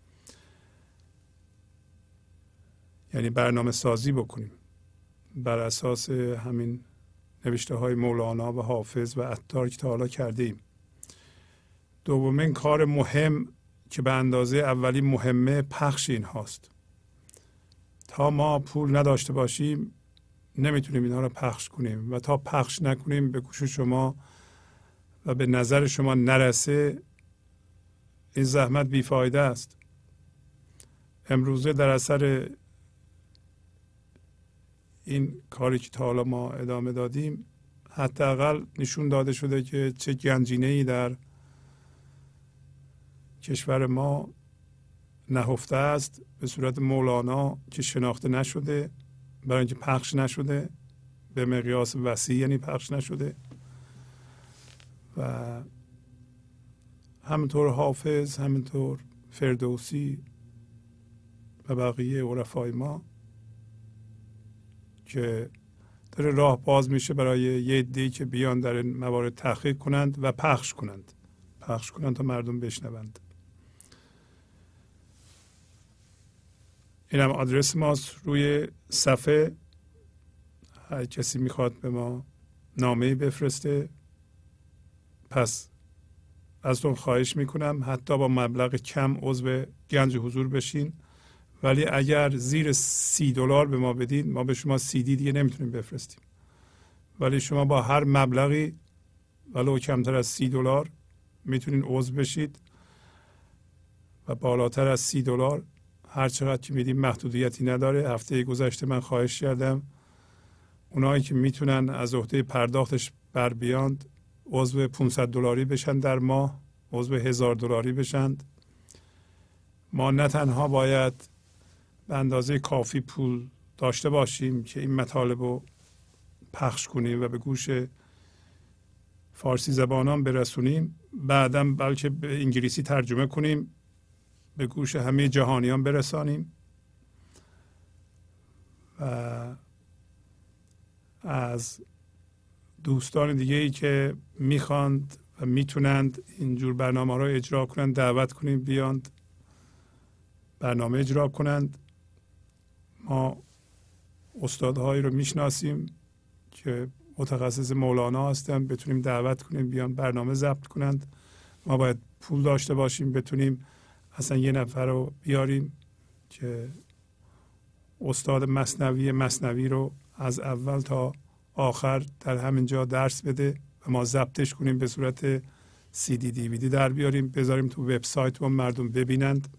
یعنی برنامه سازی بکنیم بر اساس همین نوشته های مولانا و حافظ و عطار که تا حالا کرده ایم. دومین کار مهم که به اندازه اولی مهمه پخش این هاست. تا ما پول نداشته باشیم نمیتونیم اینها رو پخش کنیم و تا پخش نکنیم به گوش شما و به نظر شما نرسه، این زحمت بیفایده است. امروزه در اثر این کاری که تا حالا ما ادامه دادیم حداقل نشون داده شده که چه گنجینه‌ای در کشور ما نهفته است به صورت مولانا که شناخته نشده، برای اینکه پخش نشده به مقیاس وسیع، یعنی پخش نشده. و همینطور حافظ، همینطور فردوسی و بقیه عرفای ما که داره راه باز میشه برای یه عده‌ای که بیان در این موارد تحقیق کنند و پخش کنند پخش کنند تا مردم بشنوند. این هم آدرس ماست روی صفحه. هر کسی میخواد به ما نامه‌ای بفرسته. پس ازتون خواهش میکنم حتی با مبلغ کم عضو گنج حضور بشین، ولی اگر زیر سی دلار به ما بدین ما به شما سی دی دیگه نمیتونیم بفرستیم، ولی شما با هر مبلغی ولو کمتر از سی دلار میتونین عضو بشید و بالاتر از سی دلار هر چقدر که میدیم محدودیتی نداره. هفته گذشته من خواهش کردم اونایی که میتونن از عهده پرداختش بر بیاند عضو پانصد دلاری بشن در ماه، عضو هزار دلاری بشند. ما نه تنها باید به اندازه کافی پول داشته باشیم که این مطالب رو پخش کنیم و به گوش فارسی زبانان برسونیم، بعداً بلکه به انگلیسی ترجمه کنیم به گوش همه جهانیان برسانیم و از دوستان دیگه ای که میخواند و میتونند اینجور برنامه را اجرا کنند دعوت کنیم بیاند برنامه اجرا کنند. ما استادهایی رو میشناسیم که متخصص مولانا هستن، بتونیم دعوت کنیم بیان برنامه ضبط کنند. ما باید پول داشته باشیم بتونیم اصلا یه نفر رو بیاریم که استاد مثنوی مثنوی رو از اول تا آخر در همین جا درس بده و ما ضبطش کنیم به صورت سی دی دی وی دی در بیاریم بذاریم تو وبسایت و مردم ببینند.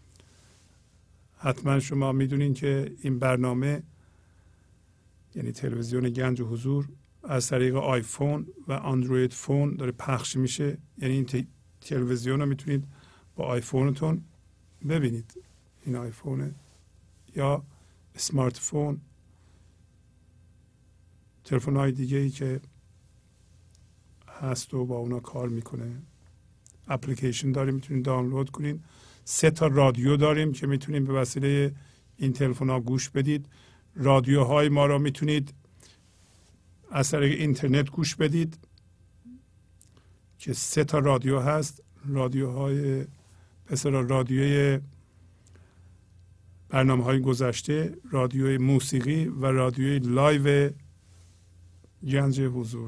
حتما شما میدونین که این برنامه یعنی تلویزیون گنج و حضور از طریق آیفون و اندروید فون داره پخش میشه. یعنی این تلویزیون رو میتونید با آیفونتون ببینید، این آیفونه یا اسمارت فون، تلفن های دیگه ای که هست و با اونا کار میکنه. اپلیکیشن داریم میتونید دانلود کنین. سه تا رادیو داریم که میتونید به وسیله این تلفن ها گوش بدید. رادیوهای ما رو میتونید از طریق اینترنت گوش بدید که سه تا رادیو هست. رادیوهای مثلا رادیوی برنامه های گذشته، رادیوی موسیقی و رادیوی لایو گنج حضور.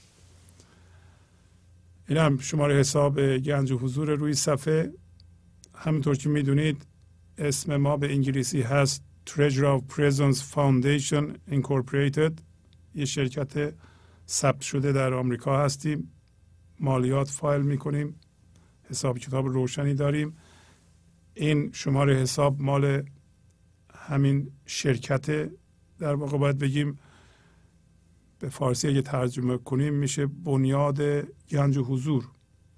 این هم شماره حساب گنج حضور روی صفحه. همونطور که میدونید اسم ما به انگلیسی هست Treasure of Presence Foundation Incorporated. یه شرکت ثبت شده در آمریکا هستیم، مالیات فایل میکنیم، حساب کتاب روشنی داریم. این شماره حساب مال همین شرکت، در واقع باید بگیم به فارسی اگه ترجمه کنیم میشه بنیاد گنج و حضور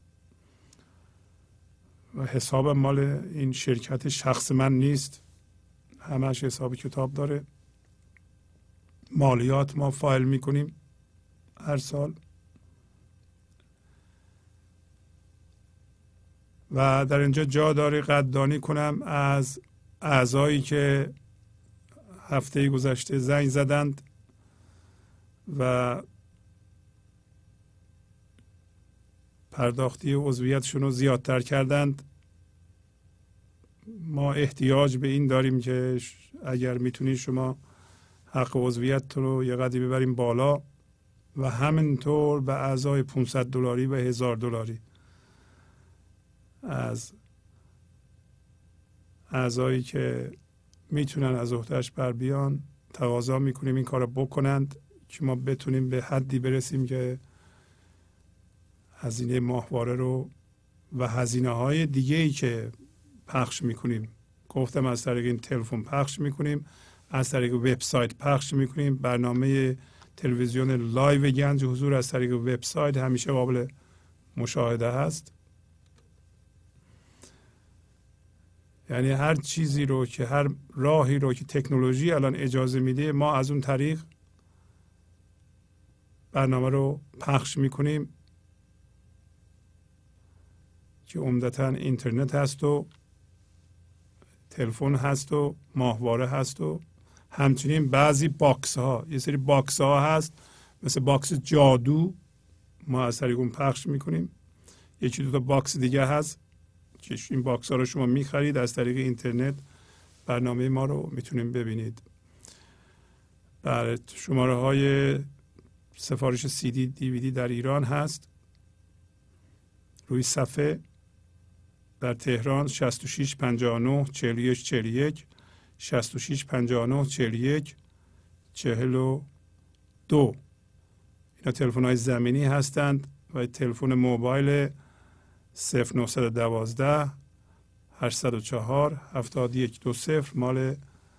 و حساب مال این شرکت، شخص من نیست، همش حساب کتاب داره. مالیات ما فایل میکنیم هر سال و در اینجا جا داره قدردانی کنم از اعضایی که هفته گذشته زنگ زدند و پرداختی عضویتشون رو زیادتر کردند. ما احتیاج به این داریم که اگر میتونید شما حق عضویت رو یه قدری ببریم بالا و همینطور به اعضای پانصد دلاری و هزار دلاری از اعضایی که میتونن از عهدهش بر بیان تقاضا میکنیم این کار رو بکنند که ما بتونیم به حدی برسیم که هزینه ماهواره رو و هزینه های دیگه ای که پخش میکنیم. گفتم از طریق این تلفن پخش میکنیم، از طریق وبسایت پخش میکنیم. برنامه تلویزیون لایو گنج حضور از طریق وبسایت همیشه قابل مشاهده هست. یعنی هر چیزی رو که هر راهی رو که تکنولوژی الان اجازه میده ما از اون طریق برنامه رو پخش میکنیم که عمدتاً اینترنت هست و تلفن هست و ماهواره هست و همچنین بعضی باکس ها، یه سری باکس ها هست مثل باکس جادو، ما از طریق اون پخش میکنیم. یکی دو تا باکس دیگه هست که این باکس ها رو شما میخرید از طریق اینترنت برنامه ما رو میتونید ببینید. برای شماره های سفارش سی دی دی وی دی در ایران هست روی صفحه. در تهران شصت و شش پنجاه و نه چهل و یک چهل و یک، شصت و شش پنجاه و نه چهل و یک چهل و دو. اینا تلفن های زمینی هستند و تلفن موبایل صفر نه یک دو هشتصد و چهار هفتاد و یک بیست مال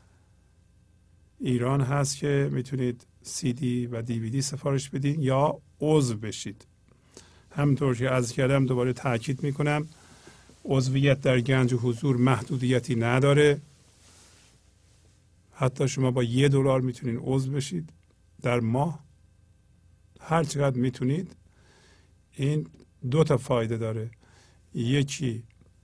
ایران هست که میتونید سی دی و دی وی دی سفارش بدین یا عضو بشید. همونطور که عرض کردم دوباره تاکید میکنم عضویت در گنج حضور محدودیتی نداره. حتی شما با یه دلار میتونید عضو بشید در ماه، هر چقدر میتونید. این دو تا فایده داره. یکی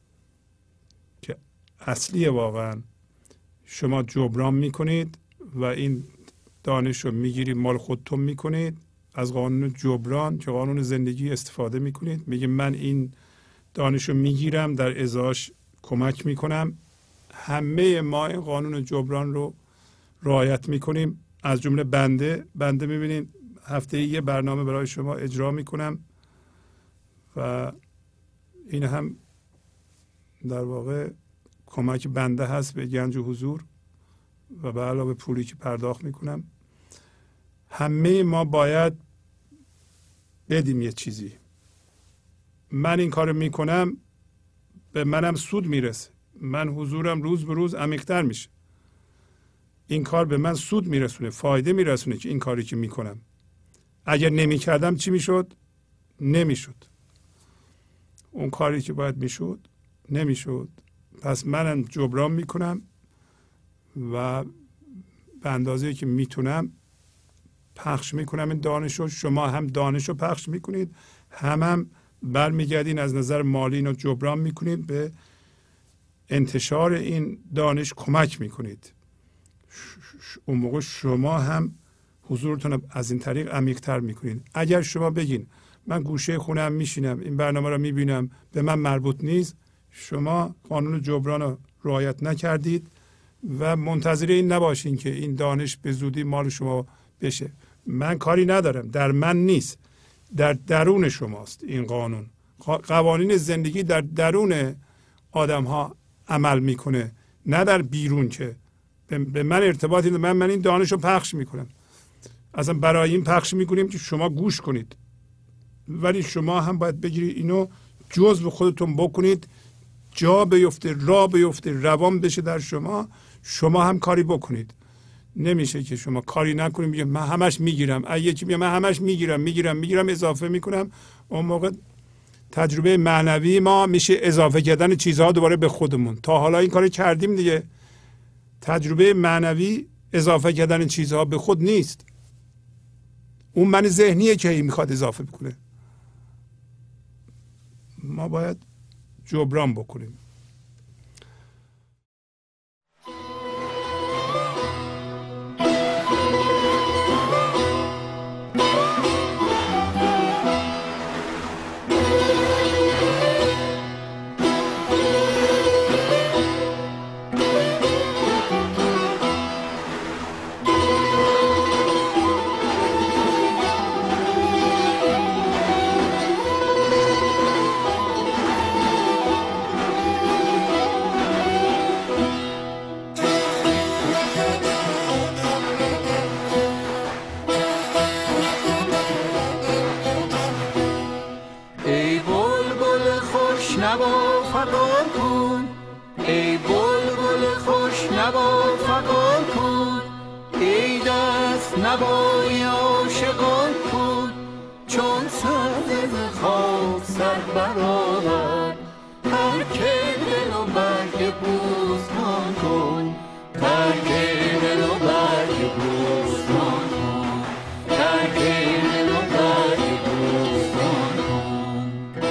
که اصلیه واقعا شما جبران میکنید و این دانش رو میگیرید مال خودتون میکنید، از قانون جبران که قانون زندگی استفاده میکنید. میگه من این دانش رو میگیرم در ازاش کمک میکنم. همه ما این قانون جبران رو رعایت میکنیم، از جمله بنده بنده میبینید هفته یه برنامه برای شما اجرا میکنم و این هم در واقع کمک بنده هست به گنج و حضور و به علاوه پولی که پرداخت میکنم. همه ما باید بدیم یه چیزی. من این کار میکنم به منم سود میرسه، من حضورم روز به روز عمیق‌تر میشه. این کار به من سود میرسونه، فایده میرسونه که این کاری که میکنم. اگر نمیکردم چی میشد؟ نمیشد. اون کاری که باید میشد نمیشد. پس منم جبران میکنم و به اندازه که میتونم پخش میکنم این دانش رو. شما هم دانش رو پخش میکنید، هم هم برمیگردین از نظر مالی اینو جبران میکنید، به انتشار این دانش کمک میکنید. اون موقع شما هم حضورتون از این طریق عمیق‌تر میکنید. اگر شما بگین من گوشه خونم میشینم این برنامه رو میبینم به من مربوط نیست، شما قانون جبران رو رعایت نکردید و منتظر این نباشین که این دانش به زودی مال شما بشه. من کاری ندارم، در من نیست، در درون شماست. این قانون قوانین زندگی در درون آدم ها عمل میکنه، نه در بیرون که به من ارتباطی من من این دانش رو پخش میکنم. اصلا برای این پخش میکنیم که شما گوش کنید، ولی شما هم باید بگیرید اینو جزو خودتون بکنید، جا بیفته، راه بیفته، روان بشه در شما، شما هم کاری بکنید. نمیشه که شما کاری نکنید میگه من همش میگیرم، اگه یکی میگه من همش میگیرم میگیرم میگیرم اضافه میکنم، اون موقع تجربه معنوی ما میشه اضافه کردن چیزها دوباره به خودمون. تا حالا این کارو کردیم دیگه. تجربه معنوی اضافه کردن چیزها به خود نیست، اون من ذهنیه که میخواد اضافه بکنه. ما باید جبران بکنیم. نوا فغان کن، ای بلبل خوش نوا فغان کن، ای دست نوای عاشقان کن، چون سر خاک سر برآورد، ترک دل و برگ بوستان کن، ترک دل و برگ بوستان کن، ترک دل و برگ بوستان کن.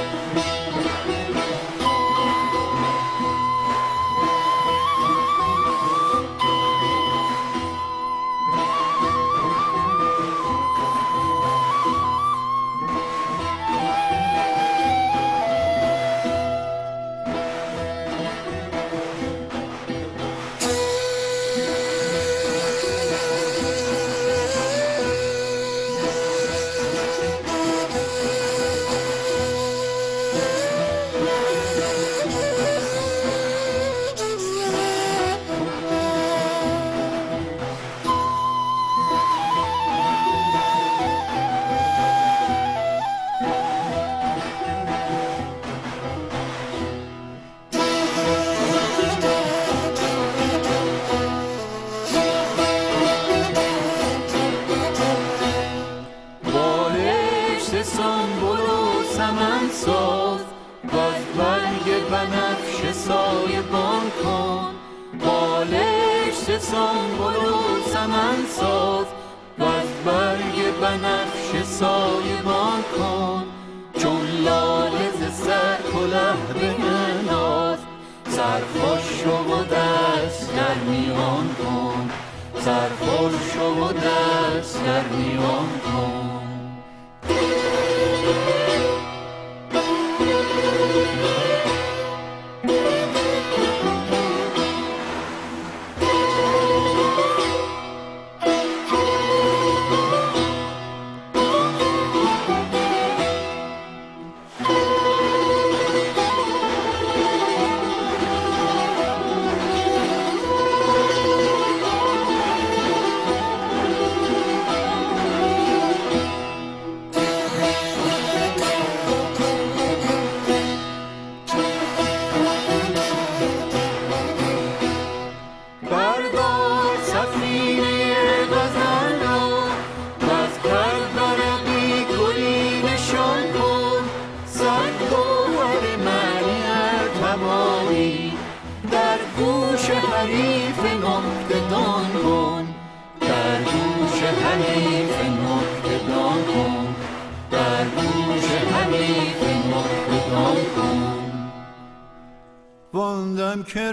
واندم که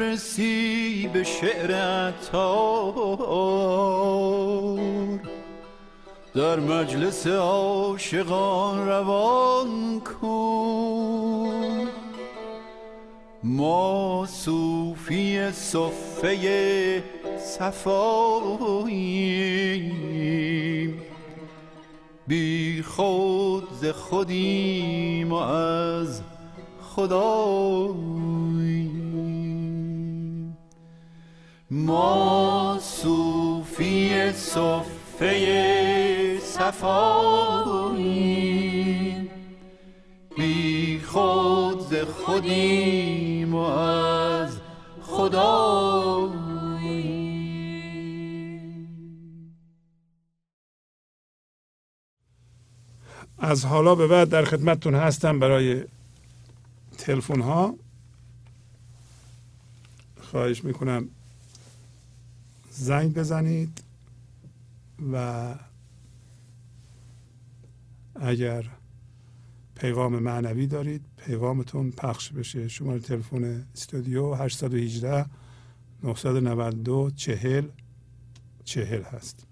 رسی به شعر عطار، در مجلس عاشقان روان کن. ما صوفی صفه صفاییم، بی خود ز خودیم و از خداییم. ما صوفی صفه صفاییم، بی خود ز خودیم و از خداییم. از حالا به بعد در خدمتتون هستم برای تلفن ها. خواهش میکنم زنگ بزنید و اگر پیغام معنوی دارید پیغامتون پخش بشه. شماره تلفن استودیو هشت یک هشت نه نه دو چهل چهل هست.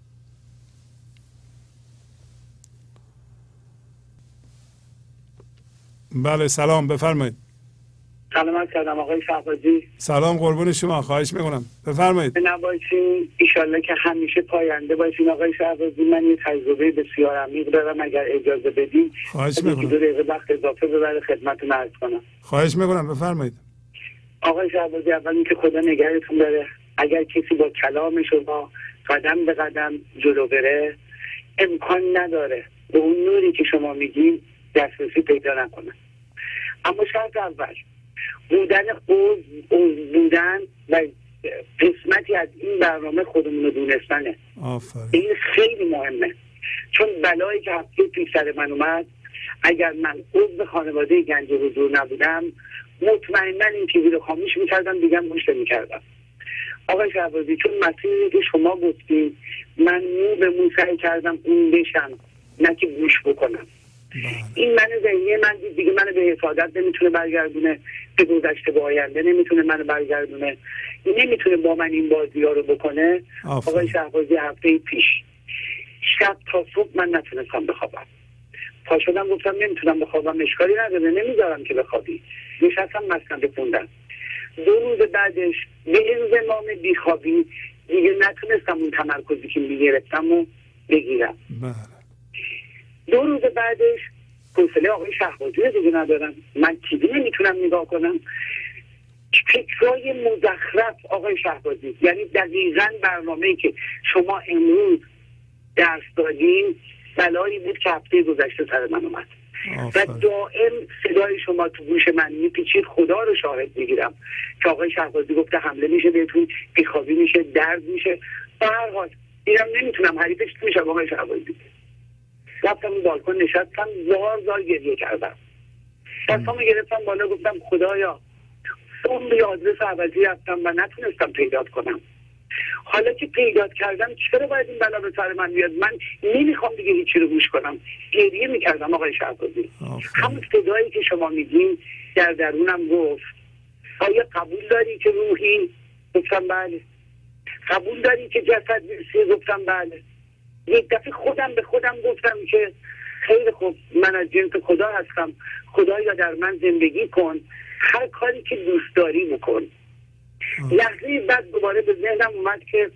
بله سلام، بفرمایید. سلام کردم آقای شهبازی. سلام قربون شما، خواهش میکنم بفرمایید. نباشین ایشالله که همیشه پاینده باشین آقای شهبازی. من یه تجربه بسیار عمیق دارم، اگر اجازه بدید خواهش میکنم دو دقیقه وقت اضافه ببره خدمتتون عرض کنم. خواهش میکنم بفرمایید. آقای شهبازی اول اینکه خدا نگهتون داره. اگر کسی با کلام شما قدم به قدم جلو بره امکان نداره به اون نوری که شما میگین دسترسی پیدا نکنه. اما شرط اول بودن عضو عضو بودن و قسمتی از این برنامه خودمون رو دونستنه. آفرین. این خیلی مهمه، چون بلایی که هفته پیش سر من اومد، اگر من عضو خانواده گنج حضور نبودم مطمئنا این تیوی رو خاموش میکردم، دیگه گوش نمیکردم. آقای شهبازی، چون مسیری که شما گفتید من مو به مو سعی کردم اون بشم، نه که گوش بکنم. این من ذهنی من دید دیگه منو به حسادت نمیتونه برگردونه، به گذشته به آینده نمیتونه منو برگردونه، نمیتونه با من این بازی ها رو بکنه. آفرین. آقای شهبازی هفته پیش شب تا صبح من نتونستم بخوابم، پا شدم گفتم نمیتونم بخوابم، اشکالی نداره نمیذارم که بخوابی، نشستم مسکنده خوندم. دو روز بعدش به انضمام بیخوابی دیگه نتونستم اون تمرکزی که میگرفتم و بگیرم. بله. دو روز بعدش حوصله آقای شهبازی رو دیگه ندارم، من تیوی نمیتونم نگاه کنم. فکرای مزخرف آقای شهبازی، یعنی دقیقاً برنامه‌ای که شما امروز درس دادین بلایی بود که هفته گذشته سر من اومد و دائم صدای شما تو گوش من میپیچید. خدا رو شاهد میگیرم که آقای شهبازی گفته حمله میشه بهتون، بیخوابی میشه، درد میشه. به هر حال دیدم نمیتونم حریفش میشم. آقای شهبازی رفتم اون بالکن نشستم، زار زار گریه کردم، دستامو گرفتم بالا گفتم خدایا اون بی آدرس عوضی رفتم و نتونستم پیدا کنم، حالا که پیدا کردم چرا باید این بلا به سر من بیاد؟ من نمیخوام دیگه هیچی رو گوش کنم. گریه میکردم آقای شهبازی. همون صدایی که شما میگین در درونم گفت آیا قبول داری که روحی؟ گفتم بله. قبول داری که جسد نیستی؟ گفتم بله. یک دفعه خودم به خودم گفتم که خیلی خوب، من از جنس خدا هستم، خدایا در من زندگی کن، هر کاری که دوست داری بکن. لحظه بعد دوباره به ذهنم اومد که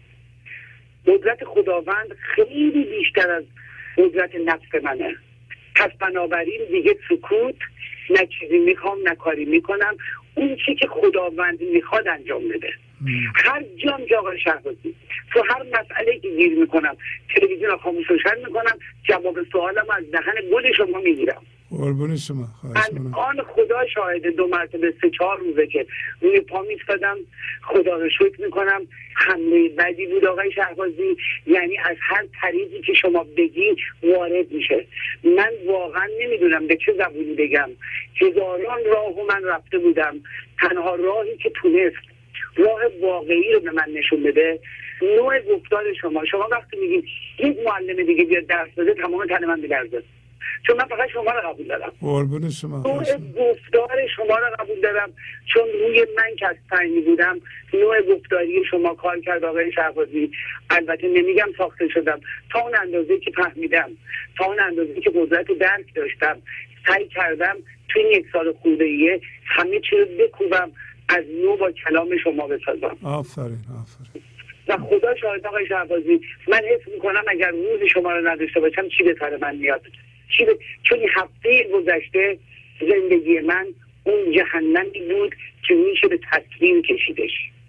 قدرت خداوند خیلی بیشتر از قدرت نفس منه، پس بنابراین دیگه سکوت، نه چیزی میخوام نه کاری میکنم، اون چی که خداوند میخواد انجام بده. هر جام که آقای شهبازی تو هر مسئله که گیر میکنم تلویزیون رو خاموش روشن میکنم، جواب سوالم از دهن گل شما میگیرم. قربون شما. الان خدا شاهده دو مرتبه سه چهار روزه که روی پا میستادم، خدا رو شکر میکنم. حمله بدی بود آقای شهبازی، یعنی از هر طریقی که شما بگی وارد میشه. من واقعا نمیدونم به چه زبونی بگم. هزاران راه و من رفته بودم، تنها راهی که تونست راه واقعی رو به من نشون بده نوع گفتار شما. شما وقتی میگید یک معلم دیگه بیاد درس بده تمام تن من میلرزه، چون من فقط شما رو قبول دارم. قربون شما. نوع گفتار شما رو قبول دارم، چون روی من که از فنی بودم نوع گفتاری شما کار کرد آقای شهبازی. البته نمیگم ساخته شدم، تا اون اندازه که فهمیدم، تا اون اندازه که قدرت درک داشتم، سعی کردم توی این یک سال خورده‌ایه همه چی رو بکوبم، از نو با کلام شما بسازم. آفرین آفرین. و خدا شاهد آقای شهبازی، من حس میکنم اگر روز شما رو نداشته باشم چی به سر من میاد. چی به... چون هفته گذشته زندگی من اون جهنمی بود که میشه به تصویر کشیدش.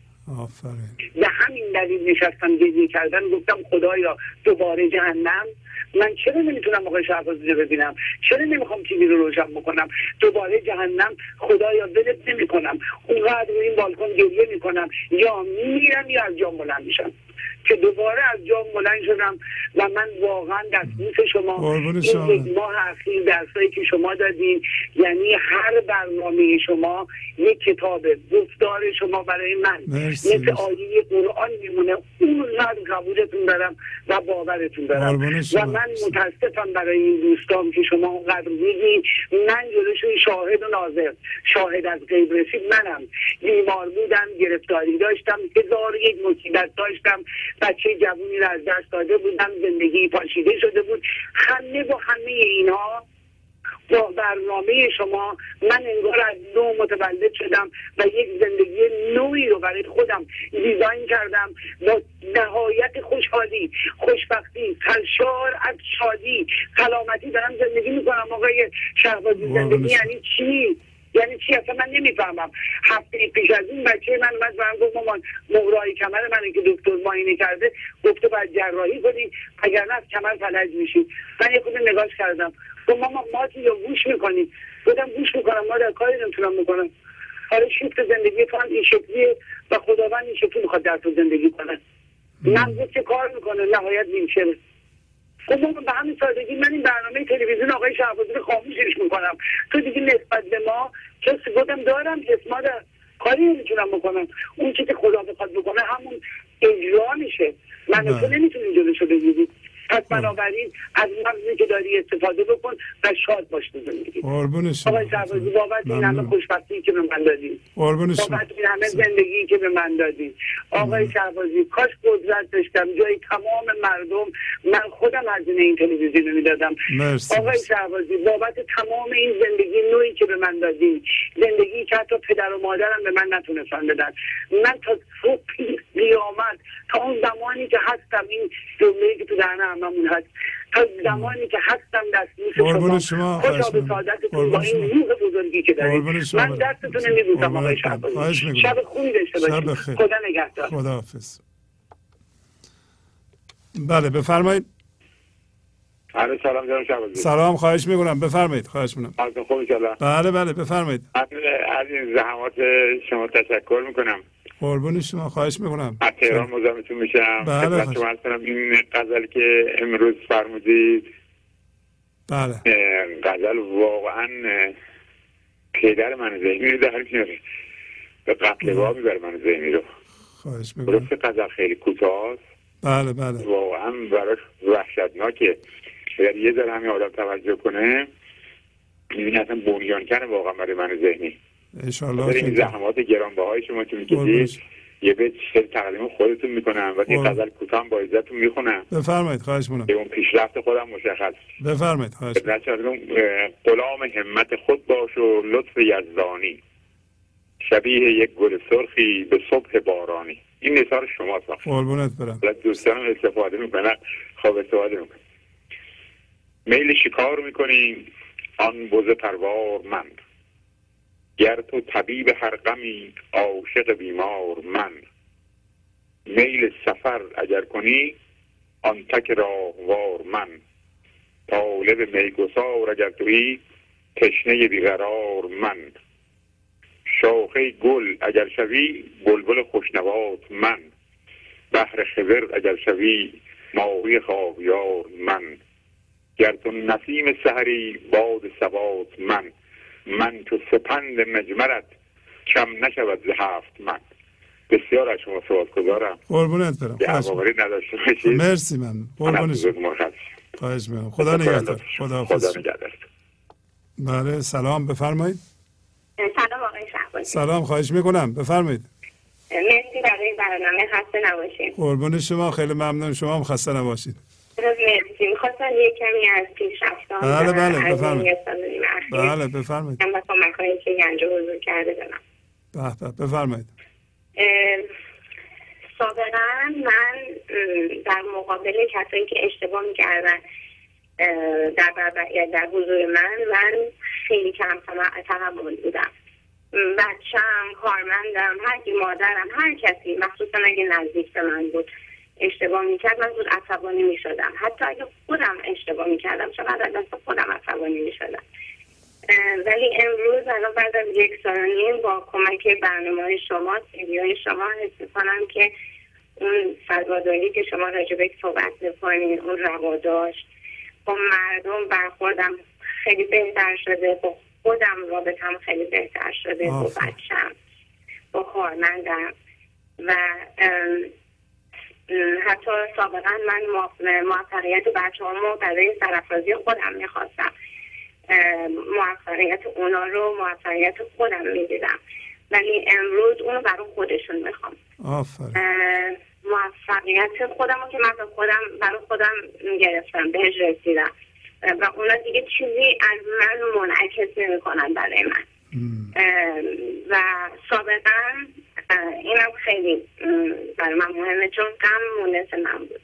آفرین. به همین دلیل نشستم گریه کردن، گفتم خدایا دوباره جهنم؟ من چرا نمیتونم آقای شهبازی رو ببینم؟ چرا نمیخوام تیوی رو روشن بکنم؟ دوباره جهنم؟ خدایا ولت نمیکنم، اونقدر رو این بالکن گریه میکنم، یا میرم یا از جام بلند میشم. که دوباره از جام بلند شدم و من واقعا دستبوس شما این یک ماه اخیر درسایی که شما دادین، یعنی هر برنامه شما یک کتاب، گفتار شما برای من مثل آیه قرآن میمونه. اونقدر قبولتون دارم و باورتون دارم و من متاسفم برای این دوستان که شما اونقدر میگین. من جلوشون شاهد و ناظر، شاهد از غیب رسید منم. بیمار بودم، گرفتاری داشتم، هزار یک مصیبت داشتم، بچه جوونی رو از دست داده بودم، زندگی پاشیده شده بود. همه با همه اینها با برنامه شما من انگار از نو متولد شدم و یک زندگی نوعی رو برای خودم دیزاین کردم با نهایت خوشحالی، خوشبختی، سرشار از شادی، سلامتی دارم زندگی میکنم. آقای شهبازی زندگی یعنی چی؟ یعنی چی؟ اصلا من نمیفهمم. هفته پیش از این بچه من اومد برام گفت مامان مهرای کمر من که دکتر معاینه کرده گفته باید جراحی کنی اگر نه از کمر فلج میشی. من یه خود نگاش کردم، گفت مامان ما یا گوش میکنی؟ گفتم گوش میکنم، ما در کاری نمیتونم بکنم. حالا شیفت زندگی تو هم این شکلیه و خداوند این شکلی میخواد در تو زندگی کنه. مغزت چه کار میکنه؟ نهایت ویلچره. خب من به همین سادگی من این برنامه تلویزیون آقای شهبازی رو خاموشش میکنم. تو دیگه نسبت به ما چه سگودم دارم اسما در کاری نمیتونم بکنم. اون چیزی که خدا بخواد بکنه همون اجرا میشه. من تو نمیتونیم جلوشو بگیریم. پس بنابراین از مغزی که داری استفاده بکن و شاد باش تو زندگی. قربون شما. آقای شهبازی بابت این همه خوشبختی که به من دادی، قربون شما. بابت این همه زندگی که به من دادی آقای شهبازی، کاش قدرت داشتم جای تمام مردم من خودم هزینه این تلویزیون میدادم. آقای شهبازی بابت تمام این زندگی نوعی که به من دادی، زندگی که حتی پدر و مادرم به من نتونستن بدن، من تا صبح قیامت تا اون زمانی که هستم این جمله‌ای که تو ذهن هممون هست، تا زمانی که هستم دستموش شما خوشا به سعادتتون با این روح بزرگی که دارید. من دستتون نمیبوسم آقای شهبازی. شب خوبی داشته باشید. خدا نگهدار. خداحافظ. بله بفرمایید. علیه سلام جناب شهبازی. سلام، خواهش میکنم بفرمایید. خواهش میکنم. حالتون خوب ان شاء الله. بله بله بفرمایید. از این زحمات شما تشکر میکنم. قربون شما، خواهش میکنم. از تهران مزاحمتون میشم. بله شما هستم. این غزل که امروز فرمودید، بله غزل واقعا پدر من ذهنی رو در میاره، به قتل وا میبره من ذهنی رو. خواهش میکنم. غزل خیلی کوتاه، بله بله واقعا براش وحشتناکه. اگر یه ذره همین آدم توجه کنه میبینی اصلا بنیان کنه واقعا برای من ذهنی. انشالله. این زحمات گرانبهای شما که میکشید یه بیت شعر تقدیم خودتون میکنم و این غزل کوتاه با عزتون میخونم. بفرمایید. خواهش میکنم. اون پیشرفت خودم مشخص. بفرمایید. خواهش میکنم. غلام همت خود باش و لطف یزدانی، شبیه یک گل سرخی به صبح بارانی. این نثار شماست. قربونت برم. دوستانم استفاده میکنن. خب استفاده میکنن. میل شکار میکنیم آن بز پروار من، گر تو طبیب هر غمی عاشق بیمار من. میل سفر اگر کنی آن تک راهوار من، طالب میگسار اگر تویی تشنه بیقرار من. شاخه گل اگر شوی بلبل خوشنوات من، بحر خضر اگر شوی ماهی خاویار من. گر تو نسیم سحری باد ثبات من، من تو سپند مجمرت کم نشود ز هفت من. بسیار از شما سپاسگزارم. قربونت برم. یه عواقبی نداشته باشید. مرسی. من قربونت برم. خواهش می‌کنم. خدا نگهدار. خدا حافظ. خدا نگهدار. بله سلام بفرمایید. سلام آقای شهبازی. سلام، خواهش میکنم بفرمایید. مرسی برای برنامه. خسته نباشید. قربون شما، خیلی ممنون. شما هم خسته نباشید. مرسی. می‌خواستم یک کمی از پیشرفت‌ها بله بله بفرمایید. بله بفرمایید. من با کمک‌هایی که گنج حضور کرده دارم. به به بفرمایید. سابقا من در مقابل کسایی که اشتباه می‌کردن در برابر در حضور من من خیلی کم تحمل بودم. بچه‌م، کارمندم، هر کی، مادرم، هر کسی، مخصوصا اگه نزدیک به من بود اشتباه میکرد من زود عصبانی میشدم. حتی اگه خودم اشتباه میکردم چقدر از دست خودم عصبانی میشدم. ولی امروز الان بعد از یک سال و نیم با کمک برنامه شما، ویدیوهای شما حس میکنم که اون فضاداری که شما راجبش صحبت میکنین، اون رواداشت با مردم برخوردم خیلی بهتر شده، با خودم رابطم خیلی بهتر شده، با بچم، با کارمندم. و حتی سابقا من موفقیت بچه هامو برای سرافرازی خودم میخواستم، موفقیت اونا رو موفقیت خودم میدیدم، ولی امروز اونو برای خودشون میخوام. آفرین. موفقیت خودم رو که من به خودم برای خودم گرفتم، بهش رسیدم و اونا دیگه چیزی از من منعکس نمی کنن برای من. و سابقا اینم خیلی برای من مهمه چون غم مونس من بود.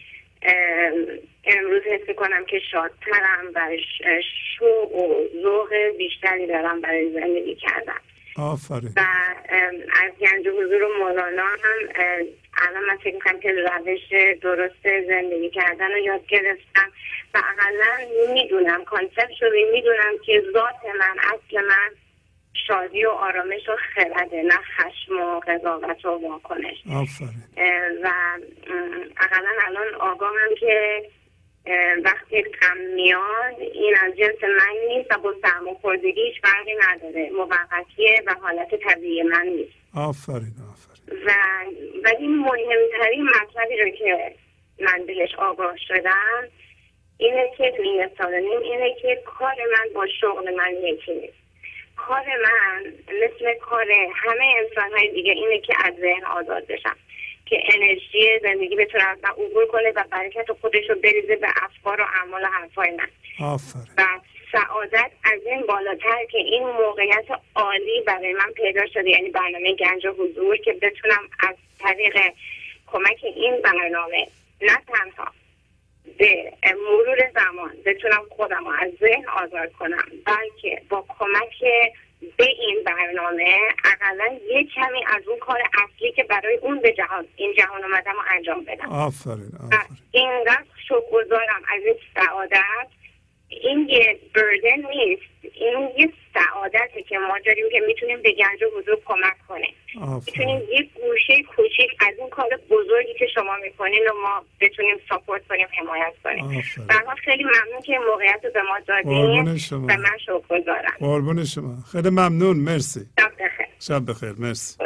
امروز حس کنم که شادترم و شوق و ذوق بیشتری دارم برای زندگی کردن. آفرین. و از گنج حضور و مولانا هم الان من فکر میکنم که روش درست زندگی کردن رو یاد گرفتم و اقلا میدونم کانسپت رو میدونم که ذات من، اصل من شادی و آرامش و خرده، نه خشم و قضاوت و واکنش. آفرین. و اقلا الان آگاهم که وقتی غم میاد این از جنس من نیست و با سرماخوردگی هیچ فرقی نداره، موقتیه و حالت طبیعی من نیست. آفرین آفرین. و ولی مهمترین مطلبی رو که من بهش آگاه شدم اینه که تو این سال نیم اینه که کار من با شغل من یکی نیست. کار من مثل کار همه انسان‌های دیگه اینه که از ذهن آزاد بشم، که انرژی زندگی بتونه از من عبور کنه و برکت خودش رو بریزه به افکار و اعمال و حرفای من. آفرین. و سعادت از این بالاتر که این موقعیت عالی برای من پیدا شده، یعنی برنامه گنج و حضور، که بتونم از طریق کمک این برنامه نه تنها به مرور زمان بتونم خودم رو از ذهن آزاد کنم، بلکه با کمک به این برنامه اقلا یک کمی از اون کار اصلی که برای اون به جهان این جهان اومدم رو انجام بدم. آفرین آفرین. اینقدر شکرگزارم از این سعادت. این یه بردن نیست، این یه سعادته که ما داریم که میتونیم به گنج و حضور کمک کنیم. میتونیم یک گوشه کوچیک از این کار بزرگی که شما میکنین و ما بتونیم ساپورت کنیم، حمایت کنیم. برها خیلی ممنون که این موقعیت رو به ما دادین و من شکرگزارم. قربون شما، خیلی ممنون، مرسی. شب بخیر. شب بخیر، مرسی.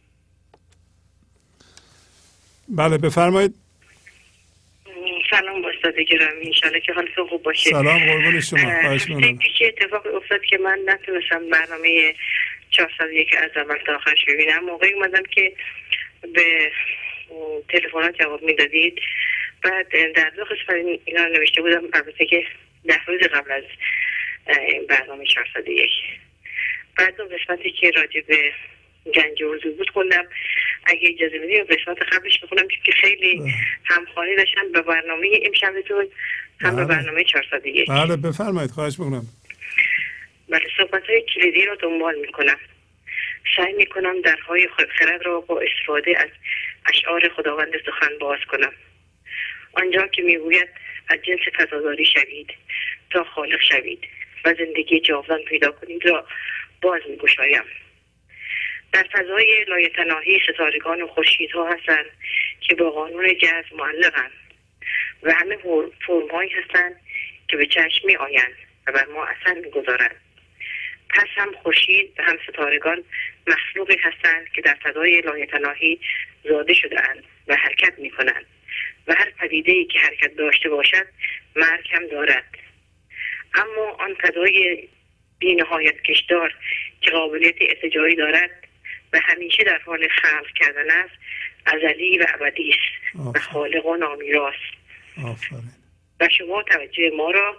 بله بفرمایید. سلام استاد گرامی، انشالله که حالتون خوب باشه. سلام قربون شما، خواهش می‌کنم. چه اتفاقی افتاد که من نتونستم برنامه چهارصد و یک از اول تا آخرش ببینم. موقعی اومدم که به تلفنات جواب میدادید، بعد در دو قسمت اینا رو نوشته بودم، البته که ده روز قبل از برنامه چهارصد و یک. بعد اون قسمتی که راجع به گنج و حضور بود خوندم. اگه اجازه بدید قسمت قبلش بخونم که خیلی همخوانی داشتن به برنامه امشبتون هم به برنامه چهارصد و یک. بله بفرمایید، خواهش می‌کنم. بله، صحبت‌های کلیدی رو دنبال می‌کنم. سعی می‌کنم درهای خرد را با استفاده از اشعار خداوند سخن باز کنم. آنجا که میگوید از جنس فضاداری شوید تا خالق شوید و زندگی جاودان پیدا کنید را باز می‌گشایم. در فضای لایتناهی ستارگان و خورشیدها هستند که با قانون جذب معلقند و همه فرم‌هایی هستند که به چشم می آیند و بر ما اثر می گذارند. پس هم خورشید و هم ستارگان مخلوقی هستند که در فضای لایتناهی زاده شده اند و حرکت می کنند و هر پدیده‌ای که حرکت داشته باشد مرگ هم دارد. اما آن فضای بی‌نهایت کشدار که قابلیت ارتجاعی دارد و همیشه در حال خلق کردن است، ازلی و ابدی است و خالق و نامیراست. و شما توجه ما را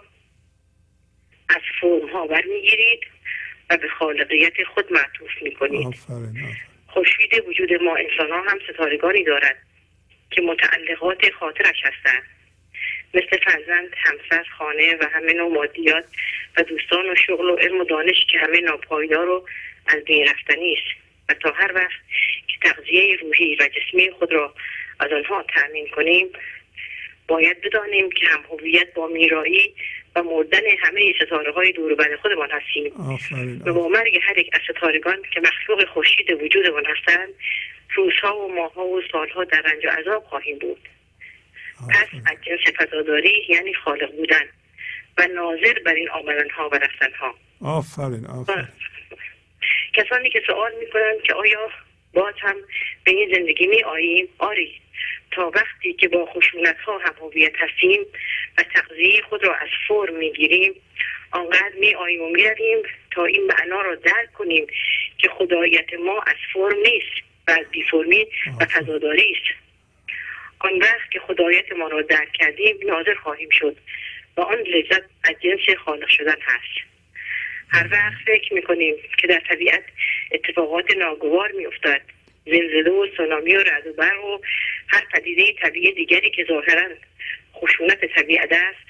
از فرم ها برمیگیرید و به خالقیت خود معطوف میکنید. خورشید وجود ما انسان ها هم ستارگانی دارد که متعلقات خاطرش هستند، مثل فرزند، همسر، خانه و همه نوع مادیات و دوستان و شغل و علم و دانش که همه ناپایدار و از بین رفتنی است. و تا هر وقت که تغذیه روحی و جسمی خود را از آنها تأمین کنیم، باید بدانیم که هم هویت با میرایی و مردن همه ستاره های دور و بر خودمان هستیم. و با مرگ هر یک از ستارگان که مخلوق خورشید وجودمان هستند، روزها و ماهها و سالها در رنج و عذاب خواهیم بود. پس از جنس فضاداری یعنی خالق بودن و ناظر بر این آمدنها و رفتنها. آفرین آفرین. کسانی که سوال میکنن که آیا باز هم به این زندگی می آییم؟ آری، تا وقتی که با خشونت ها هم هویت هستیم و تغذیه خود را از فرم میگیریم، آنقدر می آییم و می رویم تا این معنا را درک کنیم که خدایت ما از فرم نیست و از بی فرمی و فضاداری است. آن وقت که خدایت ما را درک کردیم، ناظر خواهیم شد و آن لذت از جنس خالق شدن هست. هر وقت فکر میکنیم که در طبیعت اتفاقات ناگوار میافتد، زلزله و سونامی و رعد و برق و هر پدیده طبیعی دیگری که ظاهرا خشونت طبیعت است،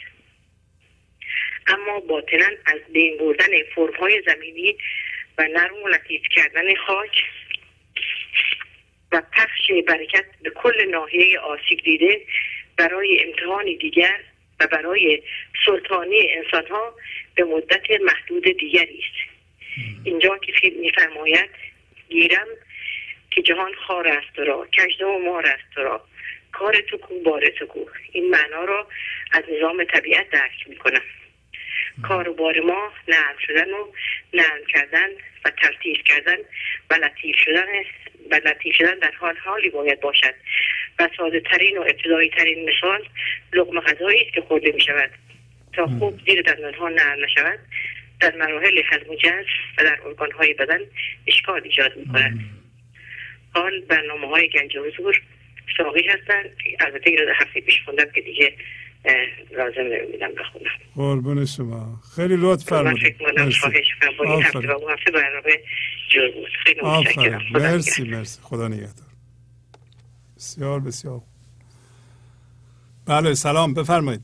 اما باطنا از بین بردن فرم‌های زمینی و نرم و لطیف کردن خاک و پخش برکت به کل ناحیه آسیب دیده برای امتحانی دیگر و برای سلطانی انسان‌ها به مدت محدود دیگری است. اینجا که میفرماید گیرم که جهان خار است را، کژدم و مار است را، کار تو کو بار تو کو. این معنا رو از نظام طبیعت درک میکنم. کار و بار ما نرم شدن و نرم کردن و تلطیف کردن و لطیف شدن و لطیف شدن در حال حالی باید باشد. و ساده ترین و ابتدایی ترین مثال لقمه غذایی است که خورده می شود تا خوب زیر دندان ها نرم نشود، در مراحل هضم و جذب و در ارگان های بدن اشکال ایجاد می کند. حال برنامه های گنج حضور ساقی هستند، البته این رو در هفته پیش خوندم که دیگه لازم نمیدم بخونم. قربون شما، خیلی لطف فرمودید. من فکر کنم خواهش کنم با این هفته و اون هفته برنامه جور بود. خیلی متشکرم. مرسی مرسی، خدا نگهدار. بسیار بسیار. بله سلام، بفرمایید.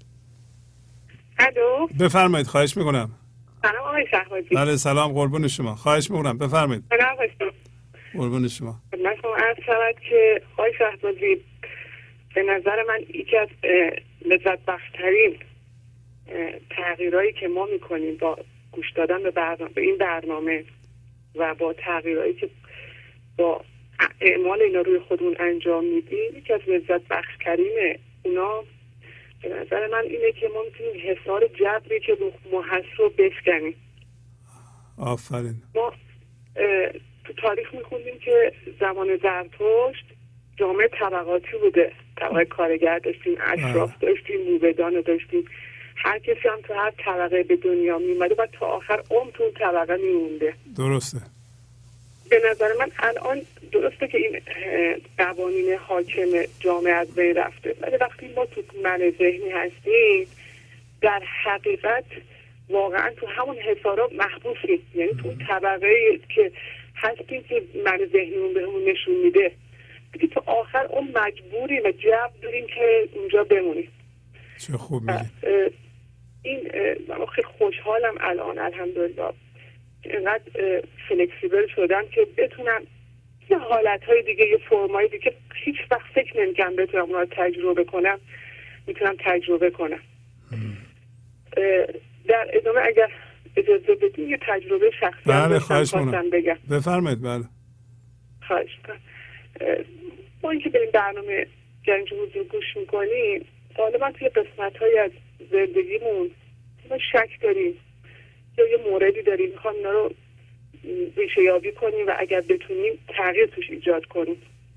الو، بفرمایید، خواهش میکنم. سلام آقای شهبازی. بله سلام، قربون شما، خواهش میکنم بفرمایید. سلام قربون شما. من شما عرض شود که آقای شهبازی به نظر من یکی از لذت بخشترین تغییرهایی که ما میکنیم با گوش دادن به, برنامه، به این برنامه و با تغییرهایی که با اعمال اینا روی خودمون انجام میدیم، یکی از لذت بخشترین اونا به نظر من اینه که ما میتونیم حصار جبری که ما هست رو بشکنیم. آفرین. ما تو تاریخ میخوندیم که زمان زرتشت جامعه طبقاتی بوده. طبقه کارگر داشتیم، اشراف داشتیم، موبدان داشتیم. هر کسی هم تو هر طبقه به دنیا میومده و تا آخر عمر تو اون طبقه میمونده. درسته. به نظر من الان درسته که این قوانین حاکم جامعه از بین رفته، ولی وقتی ما تو من ذهنی هستیم در حقیقت واقعا تو همون حصارا محبوسیم. یعنی تو اون طبقه که هستیم که من ذهنیمون بهمون نشون میده دیگه تا آخر اون مجبوریم و جبر داریم که اونجا بمونیم. چه خوب میگی. این من خیلی خوشحالم الان الحمدلله اینقدر فلکسیبل شدم که بتونم یه حالتهای دیگه، یه فرمای دیگه هیچ وقت فکر نمی‌کردم بتونم اونا رو تجربه کنم، میتونم تجربه کنم. در ادامه اگر اجازه بدین یه تجربه شخصی بله خواهش می‌کنم بگم. بفرمایید. بله خواهش می‌کنم. ما اینکه به این برنامه گنج حضور گوش میکنیم غالبا توی قسمت‌های از زندگیمون ما شک داریم یا یه موردی داریم میخوام اینا رو ریشه یابی کنیم و اگر بتونیم تغییر توش ایجاد کنیم.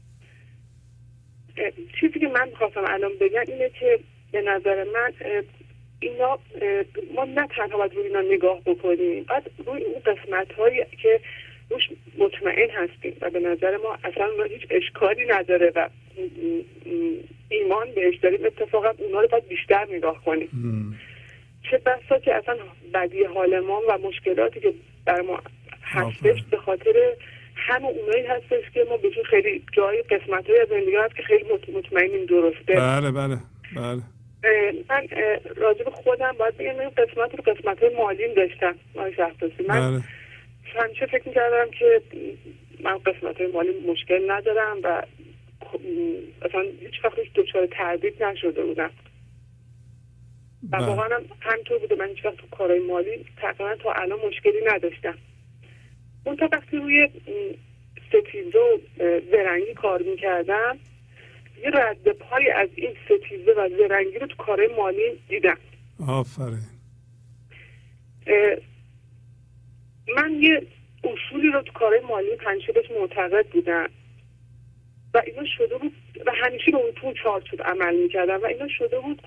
چیزی که من میخواستم الان بگم اینه که به نظر من اینا ما نه تنها باید روی اینا نگاه بکنیم، باید روی اون قسمت‌هایی که روش مطمئن هستیم و به نظر ما اصلا اونا هیچ اشکالی نداره و ایمان بهش داریم، اتفاقا اونا رو باید بیشتر نگاه کنیم. م. چه بسا که اصلا بدی حال ما و مشکلاتی که بر ما هستش به خاطر همه اونایی هستش که ما بهشون خیلی جای قسمت‌های از زندگی هست که خیلی مطمئنیم درسته. بله بله بله. من راجع به خودم باید بگم این قسمت رو قسمت‌های مالیم داشتم آقای شهبازی. من بله. همیشه فکر می‌کردم که من قسمت‌های مالی مشکل ندارم و اصلا هیچ وقت هیچ دچار تردید نشده بودم. و واقعا همینطور بوده. من هیچ وقت تو کارهای مالی تقریبا تا الان مشکلی نداشتم. اون تا وقتی روی ستیزه و زرنگی کار میکردم یه رد پای از این ستیزه و زرنگی رو تو کارهای مالی دیدم. آفرین. من یه اصولی رو تو کارهای مالی همیشه بهش معتقد بودم و اینا شده بود و همیشه به اون تو چارچوب عمل میکردم و اینا شده بود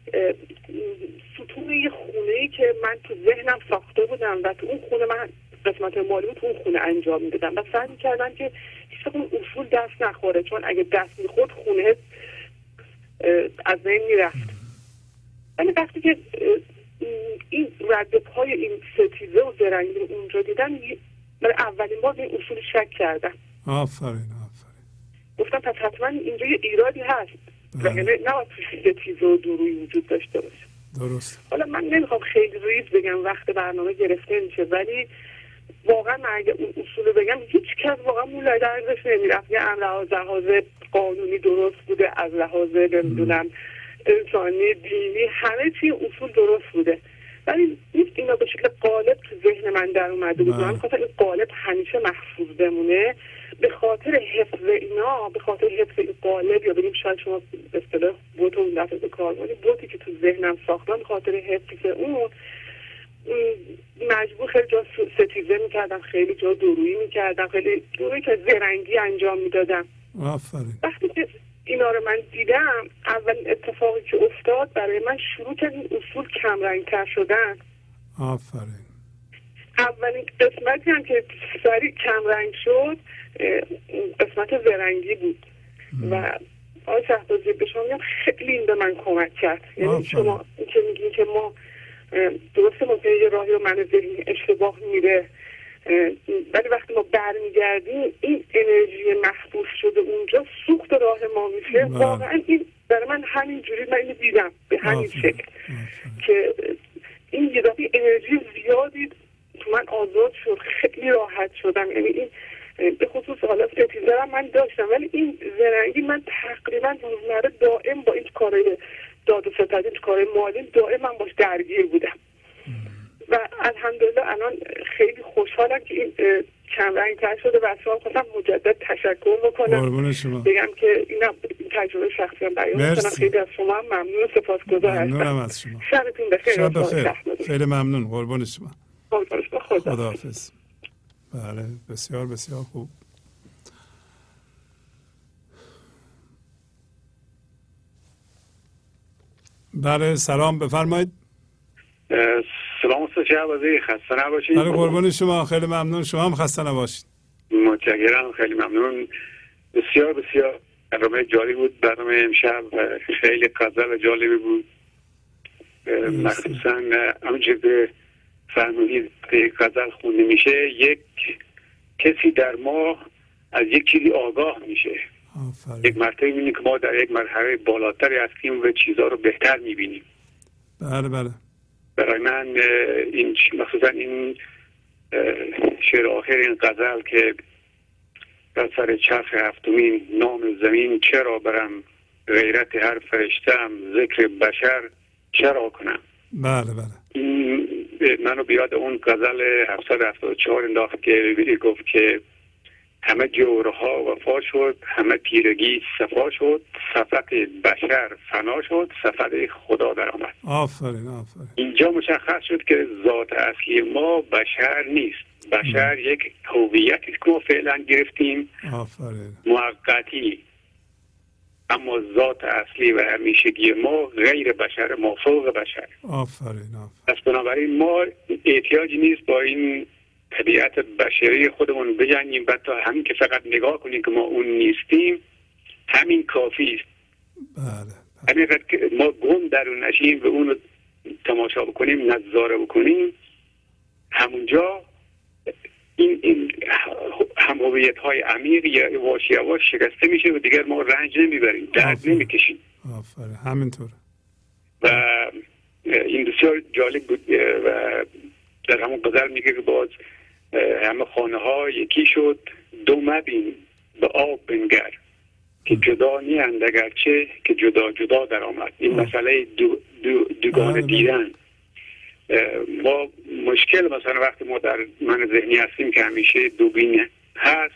ستون یه خونه‌ای که من تو ذهنم ساخته بودم و تو اون خونه من قسمت مالی رو تو اون خونه انجام میدادم و سعی میکردم که هیچ اون اصول دست نخوره، چون اگه دست میخورد خونه از بین میرفت. ولی وقتی که این رد پای این ستیزه و زرنگی رو اونجا دیدم برای اولین بار به این اصول شک کردم. آفرین آفرین. گفتم پس حتما اینجا یه ایرادی هست. یعنی نباید توی ستیزه و دورویی وجود داشته باشه. درست. حالا من نمیخوام خیلی ریز بگم وقت برنامه گرفته میشه، ولی واقعا من اگه اون اصول بگم هیچ کس واقعا مولای درزش نمیرفت. یه هم لحاظ لحاظ قانونی درست بوده، از لحاظ نمیدونم انسانی دینی همه چی اصول درست بوده، ولی نیست اینا به شکل قالب تو ذهن من در اومده بود. من خاطر این قالب همیشه محفوظ بمونه، به خاطر حفظ اینا، به خاطر حفظ این قالب، یا بگیم شاید شما به اصطلاح بوت اون دفعه به کار کنید، بوتی که تو ذهنم ساختم، به خاطر حفظ اون مجبور خیلی جا ستیزه میکردم، خیلی جا دورویی میکردم، خیلی دورویی که زرنگی انجام میدادم. آفرین. وقتی که اینا رو من دیدم، اولین اتفاقی که افتاد برای من شروع کرد این اصول کمرنگ‌تر شدن. آفرین. اولین قسمتی هم که سریع کمرنگ شد قسمت زرنگی بود و آقای شهبازی به شما میگم خیلی این به من کمک کرد. یعنی شما که میگین که ما درسته ممکنه یه راهی رو من ذهنی اشتباه میره، ولی وقتی ما برمیگردیم این انرژی محبوس شده اونجا سوخت راه ما میشه. واقعا این برای من همین جوری من اینو دیدم به همین شکل که این یه دفعه انرژی زیادی تو من آزاد شد، خیلی راحت شدم. یعنی این به خصوص حالا ستیزه هم من داشتم، ولی این زرنگی من تقریبا روزمره دائم با این کارهای داد و ستد، این کارهای مالی دائم من باش درگیر بودم و الحمدلله الان خیلی خوشحالم که این کمرنگ تر شده و اصلا خواستم مجدد تشکر بکنم، بگم که اینا تجربه شخصی هم بیان کنم. خیلی از شما هم ممنون و سپاسگزار هستم. ممنونم از شما. شبتون بخیر. شب بخیر. خیلی ممنون. قربان شما. خدا حافظ. بله بسیار بسیار خوب. بله سلام بفرمایید. سلام استاد شهبازی، خسته نباشید. بله قربان شما، خیلی ممنون. شما هم خسته نباشید. متشکرم، خیلی ممنون. بسیار بسیار برنامه جالب بود. برنامه امشب خیلی غزل جالبی بود، مخصوصا همونجور که فرمودید که غزل خونده میشه یک کسی در ما از یک چیزی آگاه میشه. آفرین. یک مرتبه میبینیم که ما در یک مرحله بالاتری هستیم و چیزها رو بهتر میبینیم. بله بله. برای من این مخصوصا این شعر آخر این غزل که در سر چرخ هفتمین نام زمین چرا برم، غیرت هر فرشتم ذکر بشر چرا کنم. بله بله. این منو بیاد اون غزل هفتصد و هفتاد و چهار انداخت که گفت که همه جورها وفا شد، همه تیرگی صفا شد، صفت بشر فنا شد، صفت خدا در آمد. آفرین آفرین. اینجا مشخص شد که ذات اصلی ما بشر نیست. بشر ام. یک هویتی که ما فعلا گرفتیم. آفرین. موقتی، اما ذات اصلی و همیشگی ما غیر بشر، ما فوق بشر. آفرین آفرین. پس بنابراین ما احتیاجی نیست با این طبیعت بشری خودمون بجنگیم، بعد تا همین که فقط نگاه کنیم که ما اون نیستیم همین کافی است. بله. همین که ما گم در اون نشیم و اون رو تماشا بکنیم، نظاره بکنیم، همونجا این این هم هویت های عمیق یواش یواش شکسته میشه و دیگر ما رنج نمیبریم، درد نمیکشیم. آفرین همینطور. و این بسیار جالب بود و در همون غزل میگه که باز همه خانه ها یکی شد، دو مبین به آب بنگر که جدا نیند اگرچه که جدا جدا در آمد. این مسئله دو دو دوگانه دیدن. ما مشکل مثلا وقتی ما در من ذهنی هستیم که همیشه دوبین هست،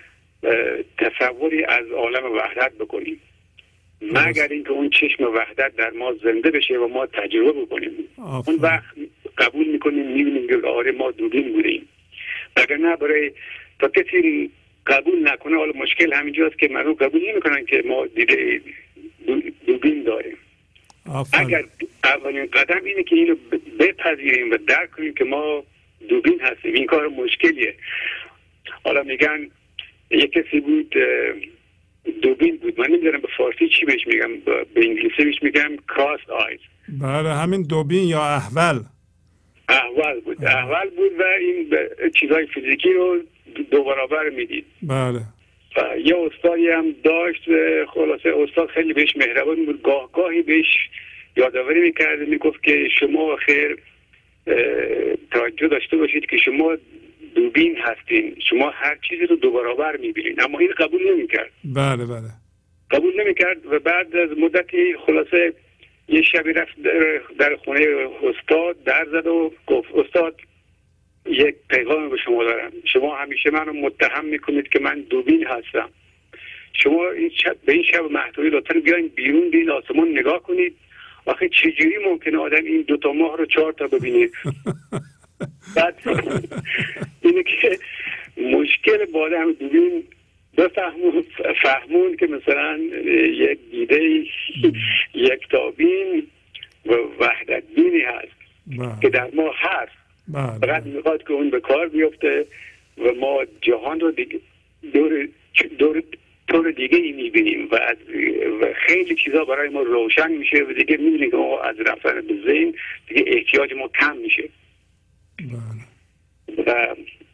تصوری از عالم وحدت بکنیم مگر اینکه اون چشم وحدت در ما زنده بشه و ما تجربه بکنیم. آفر. اون وقت قبول میکنیم، میبینیم که آره ما دوبین بودیم. اگر نه برای تا کسی قبول نکنه، حالا مشکل همینجاست که مردم قبول نمیکنن که ما دیده دوبین داریم. آفر. اگر اولین قدم اینه که اینو بپذیریم و درک کنیم که ما دوبین هستیم، این کار مشکلیه. حالا میگن یک کسی بود دوبین بود، من نمیدونم به فارسی چی بهش میگم، به انگلیسی بهش میگم crossed eyes. بله همین دوبین یا احول. احول بود. آه. احول بود و این چیزهای فیزیکی رو دو برابر میدید. بله. و یه استادی هم داشت، خلاصه استاد خیلی بهش مهربان بود، گاه گاهی بهش یادآوری میکرد، میگفت که شما خیر توجه داشته باشید که شما دوبین هستین، شما هر چیزی رو دو برابر میبینید. اما این قبول نمیکرد. بله بله. قبول نمیکرد و بعد از مدتی خلاصه یه شبی رفت در, در خونه استاد در زد و گفت استاد یک پیغام به شما دارم. شما همیشه منو متهم میکنید که من دوربین هستم. شما این شب به این شب مهتابی لطفا بیاین بیرون به این آسمان نگاه کنید. آخه چجوری ممکنه آدم این دوتا ماه رو چهار تا ببینه؟ بعد اینه که مشکل با آدم دوربین بفهمون فهمون که مثلا یک دیده یک تابین و وحدت بینی هست که در ما هست، فقط میخواد که اون به کار بیفته و ما جهان رو دیگه دور دور طور دیگه ای میبینیم و از و خیلی چیزا برای ما روشن میشه و دیگه میبینیم که ما از رفتن به ذهن دیگه احتیاج ما کم میشه. و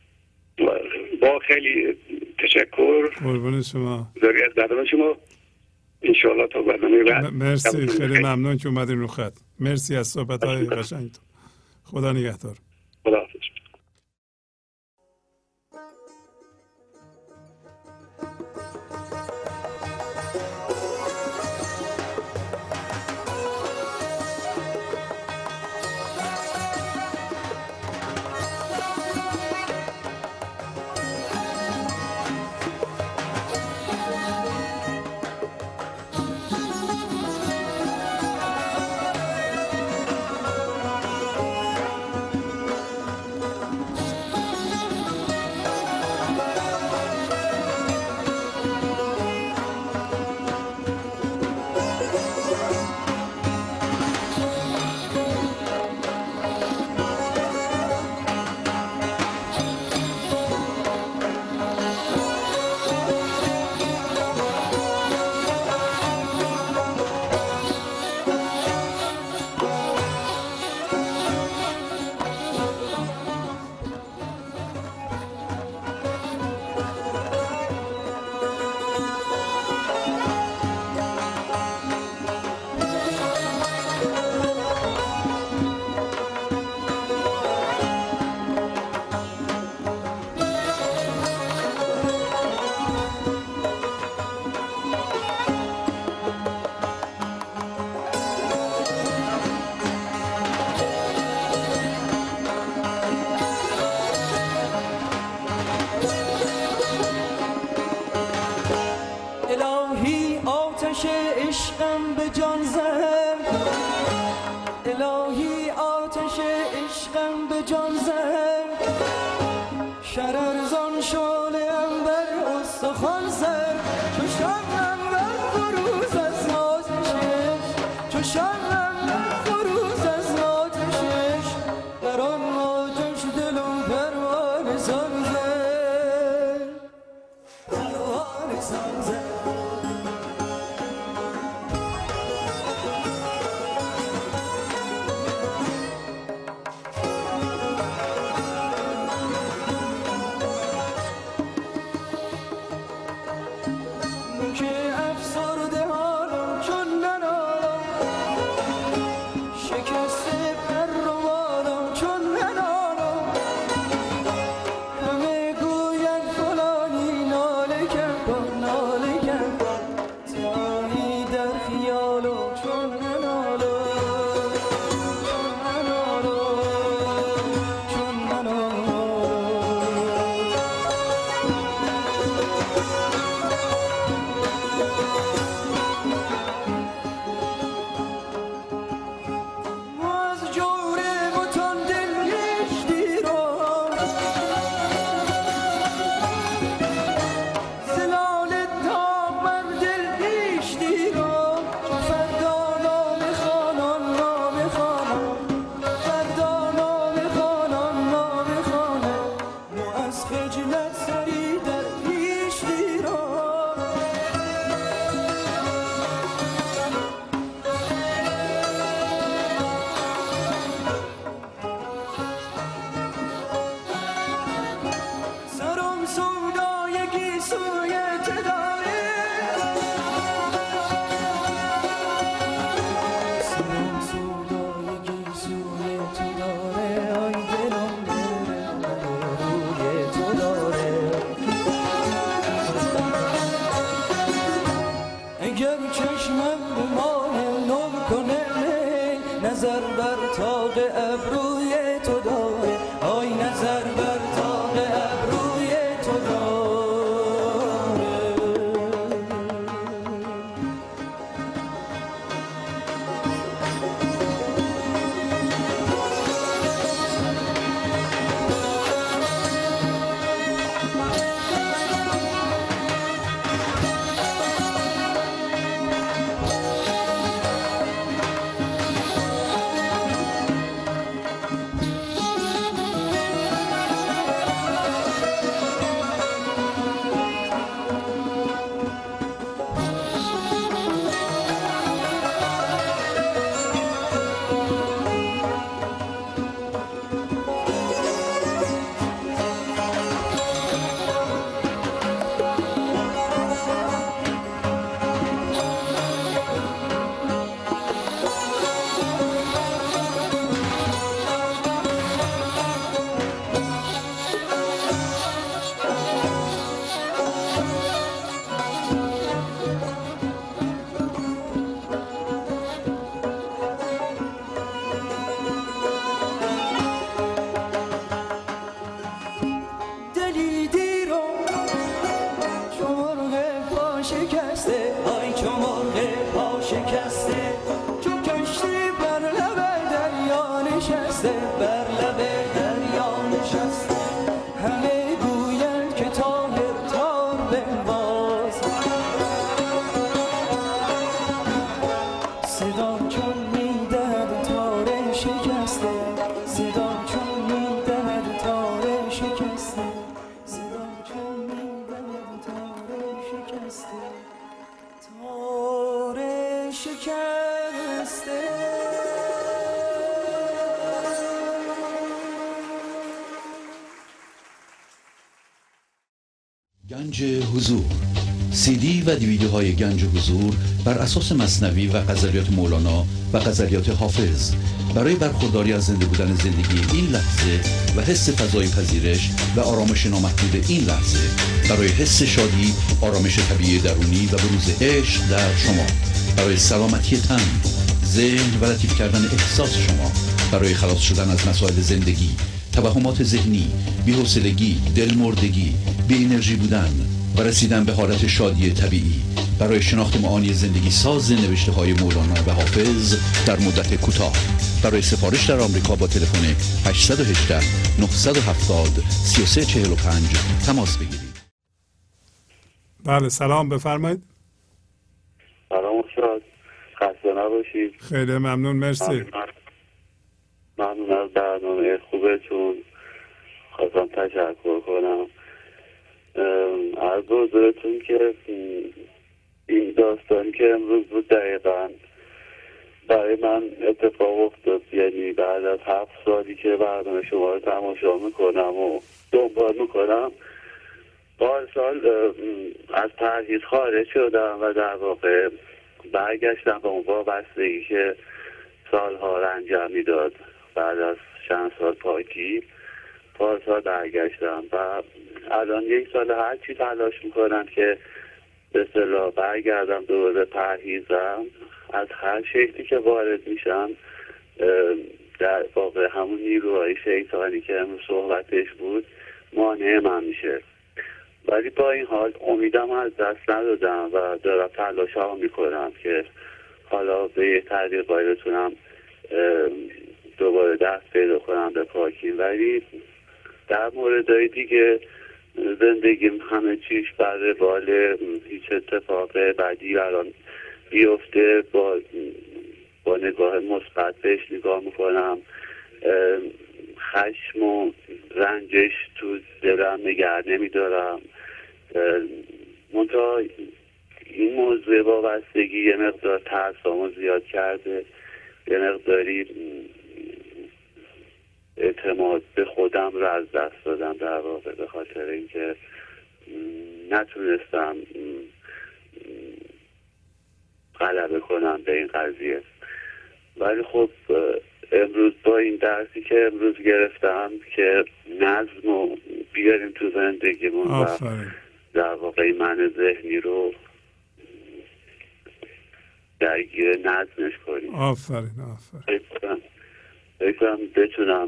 با خیلی تشکر قربون شما، داری از برنامه شما انشاءالله تا برنامه بعد. مرسی، خیلی ممنون که اومدین رو خط. مرسی از صحبت های قشنگتون. خدا نگهدار. خدا حافظ. چشمم به ماه نور کنه هستی تار شکسته گنج حضور، سی دی و دیویدیوهای گنج حضور بر اساس مثنوی و غزلیات مولانا و غزلیات حافظ برای برخورداری از زنده بودن زندگی این لحظه و حس فضای پذیرش و آرامش نامحدود این لحظه، برای حس شادی، آرامش طبیعی درونی و بروز عشق در شما، برای سلامتی تن، ذهن و لطیف کردن احساس شما، برای خلاص شدن از مسائل زندگی، توهمات ذهنی، بی‌حوصلگی، دلمردگی، بی انرژی بودن و رسیدن به حالت شادی طبیعی، برای شناخت معانی زندگی ساز نوشته های مولانا و حافظ در مدت کوتاه. برای سفارش در آمریکا با تلفن هشت یک هشت نه هفت صفر سه سه چهار پنج تماس بگیرید. بله سلام بفرمایید. سلام استاد، خسته نباشید. خیلی ممنون، مرسی. ممنون از برنامه خوبتون. خواستم تشکر کنم از حضورتون که این داستانی که امروز بود دقیقا برای من اتفاق افتاد. یعنی بعد از هفت سالی که برنامه شما رو تماشا میکنم و دنبال میکنم، پارسال از پرهیز خارج شدم و در واقع برگشتم به اون وابستگی که سالها را انجام میداد. بعد از چند سال پاکی پارسال برگشتم و الان یک سال هر چی تلاش میکنم که به اصطلاح برگردم دوباره پرهیزم. از هر شکلی که وارد میشم در واقع همون نیروهای شیطانی که امروز صحبتش بود مانع من میشه، ولی با این حال امیدم از دست ندادم و دارم تلاش ها میکنم که حالا به یه طریقایی بتونم دوباره دست پیدا کنم به پاکی. ولی در موردهای دیگه زندگیم همه چیش بر روال هیچ اتفاق بدی الان بیفته با با نگاه مثبت بهش نگاه میکنم. خشم و رنجش تو دلم نگه نمیدارم. منتها این موضوع وابستگی یه مقدار ترسامو زیاد کرده، یه مقداری اعتماد به خودم را از دست دادم در واقع، به خاطر اینکه نتونستم غلبه کنم به این قضیه. ولی خب امروز با این درسی که امروز گرفتم که نظم رو بیاریم تو زندگیمون و در واقع من ذهنی رو درگیر نظمش کنیم. آفرین آفرین. بکنم بتونم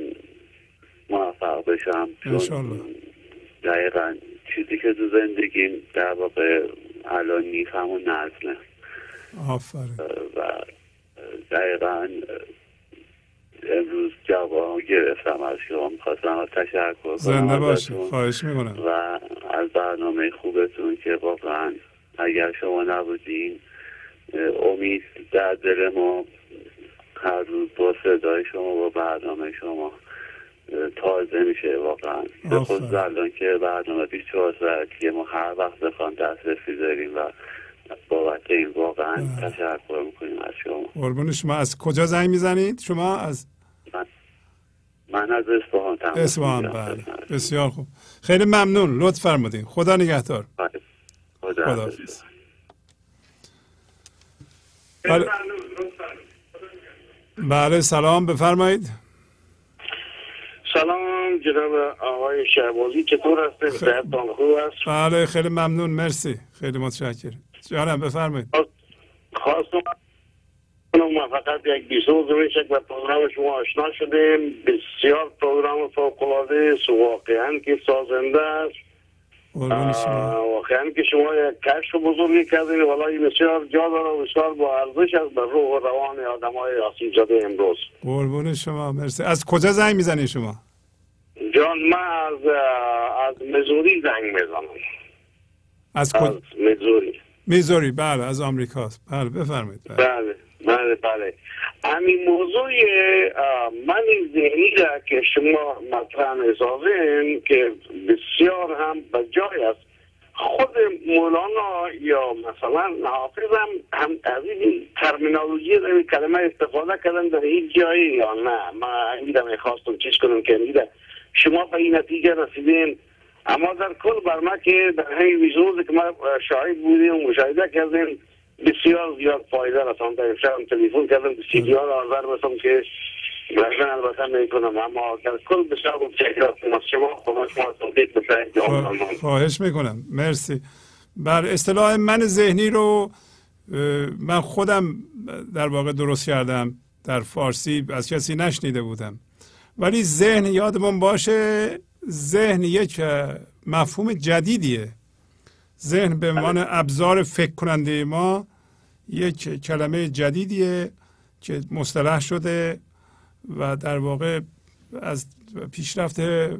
موفق بشم. انشالله. دقیقا چیزی که تو زندگیم در واقع الان نیست همون نظمه. آفرین. و دقیقا امروز جواب گرفتم از شما، میخواستم از تشکر کنم. زنده باشید، خواهش میکنم. و از برنامه خوبتون که واقعا اگر شما نبودین امید در دل ما هر روز با صدای شما و برنامه شما تازه میشه واقعا. به خود الان که برنامه بیست و چهار ساعتی ما هر وقت بخوام دسترسی داریم و بابت این واقعا تشکر میکنیم از شما. قربون شما. از کجا زنگ میزنید شما؟ از من, من از اصفهان تماس اصفهان. بله بسیار خوب، خیلی ممنون، لطف فرمودین. خدا نگهدار. خدا حافظ. بله. بله سلام بفرمایید. سلام جناب آقای شهبازی، چطور هستید؟ صحتتان خوب است؟ بله خیلی ممنون، مرسی، خیلی متشکرم. جانم بفرمایید. خواستم ما فقط یک بیست روزه و پروگرام شما آشنا شدیم. بسیار پروگرام فوق‌العاده است، واقعا که سازنده است. واقعا که شما یک کشف بزرگی کردید، والله بسیار جا داره و بسیار با ارزش است بر روح و روان آدمای آسیب زده امروز. قربون شما، مرسی. از کجا زنگ میزنید شما؟ جان من از از میزوری زنگ میزنم. از کجا؟ از میزوری. میزوری، بله از آمریکاست. بله بفرمایید. بله بله بله, بله. همین موضوع من ذهنی را که شما مطرح می‌سازین که بسیار هم بجای است، خود مولانا یا مثلا حافظ هم, هم از این ترمینولوژی از این کلمه استفاده کردن در هیچ جایی یا نه؟ من اینجا میخواستم چیز کنم که اینجا شما به این نتیجه رسیدین، اما در کل بر ما که در همین ویژوزی که ما شاهد بودیم و مشاهده کردیم بسیار زیاد فایده رسانده. امشب تلفن کردم به سیدی ها را آذر بسم که برشن البته میکنم، اما در کل بسیار متشکرم از شما. خدا شما توفیق بده. خواهش میکنم، مرسی. بر اصطلاح من ذهنی رو من خودم در واقع درست کردم، در فارسی از کسی نشنیده بودم، ولی ذهن یادمون باشه ذهن یک مفهوم جدیدیه. ذهن به عنوان ابزار فکر کننده ما یک کلمه جدیدیه که مصطلح شده و در واقع از پیشرفت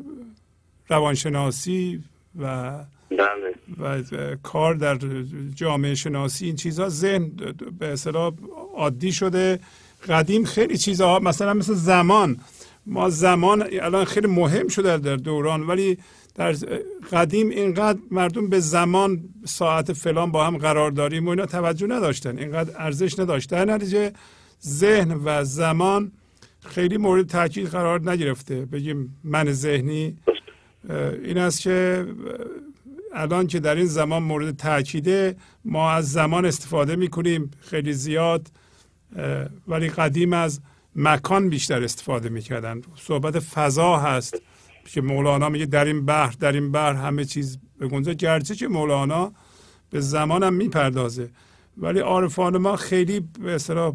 روانشناسی و و کار در جامعه شناسی این چیزها ذهن به اصطلاح عادی شده. قدیم خیلی چیزها مثلا مثل زمان، ما زمان الان خیلی مهم شده در دوران، ولی در قدیم اینقدر مردم به زمان ساعت فلان با هم قرار داریم و اینا توجه نداشتن، اینقدر ارزش نداشتن. در نتیجه ذهن و زمان خیلی مورد تاکید قرار نگرفته. بگیم من ذهنی این است که الان که در این زمان مورد تاکیده ما از زمان استفاده میکنیم خیلی زیاد، ولی قدیم از مکان بیشتر استفاده میکردن. صحبت فضا هست که مولانا میگه در این بحر در این بحر همه چیز بگنجه، گرچه که مولانا به زمان هم میپردازه، ولی عارفان ما خیلی به اصطلاح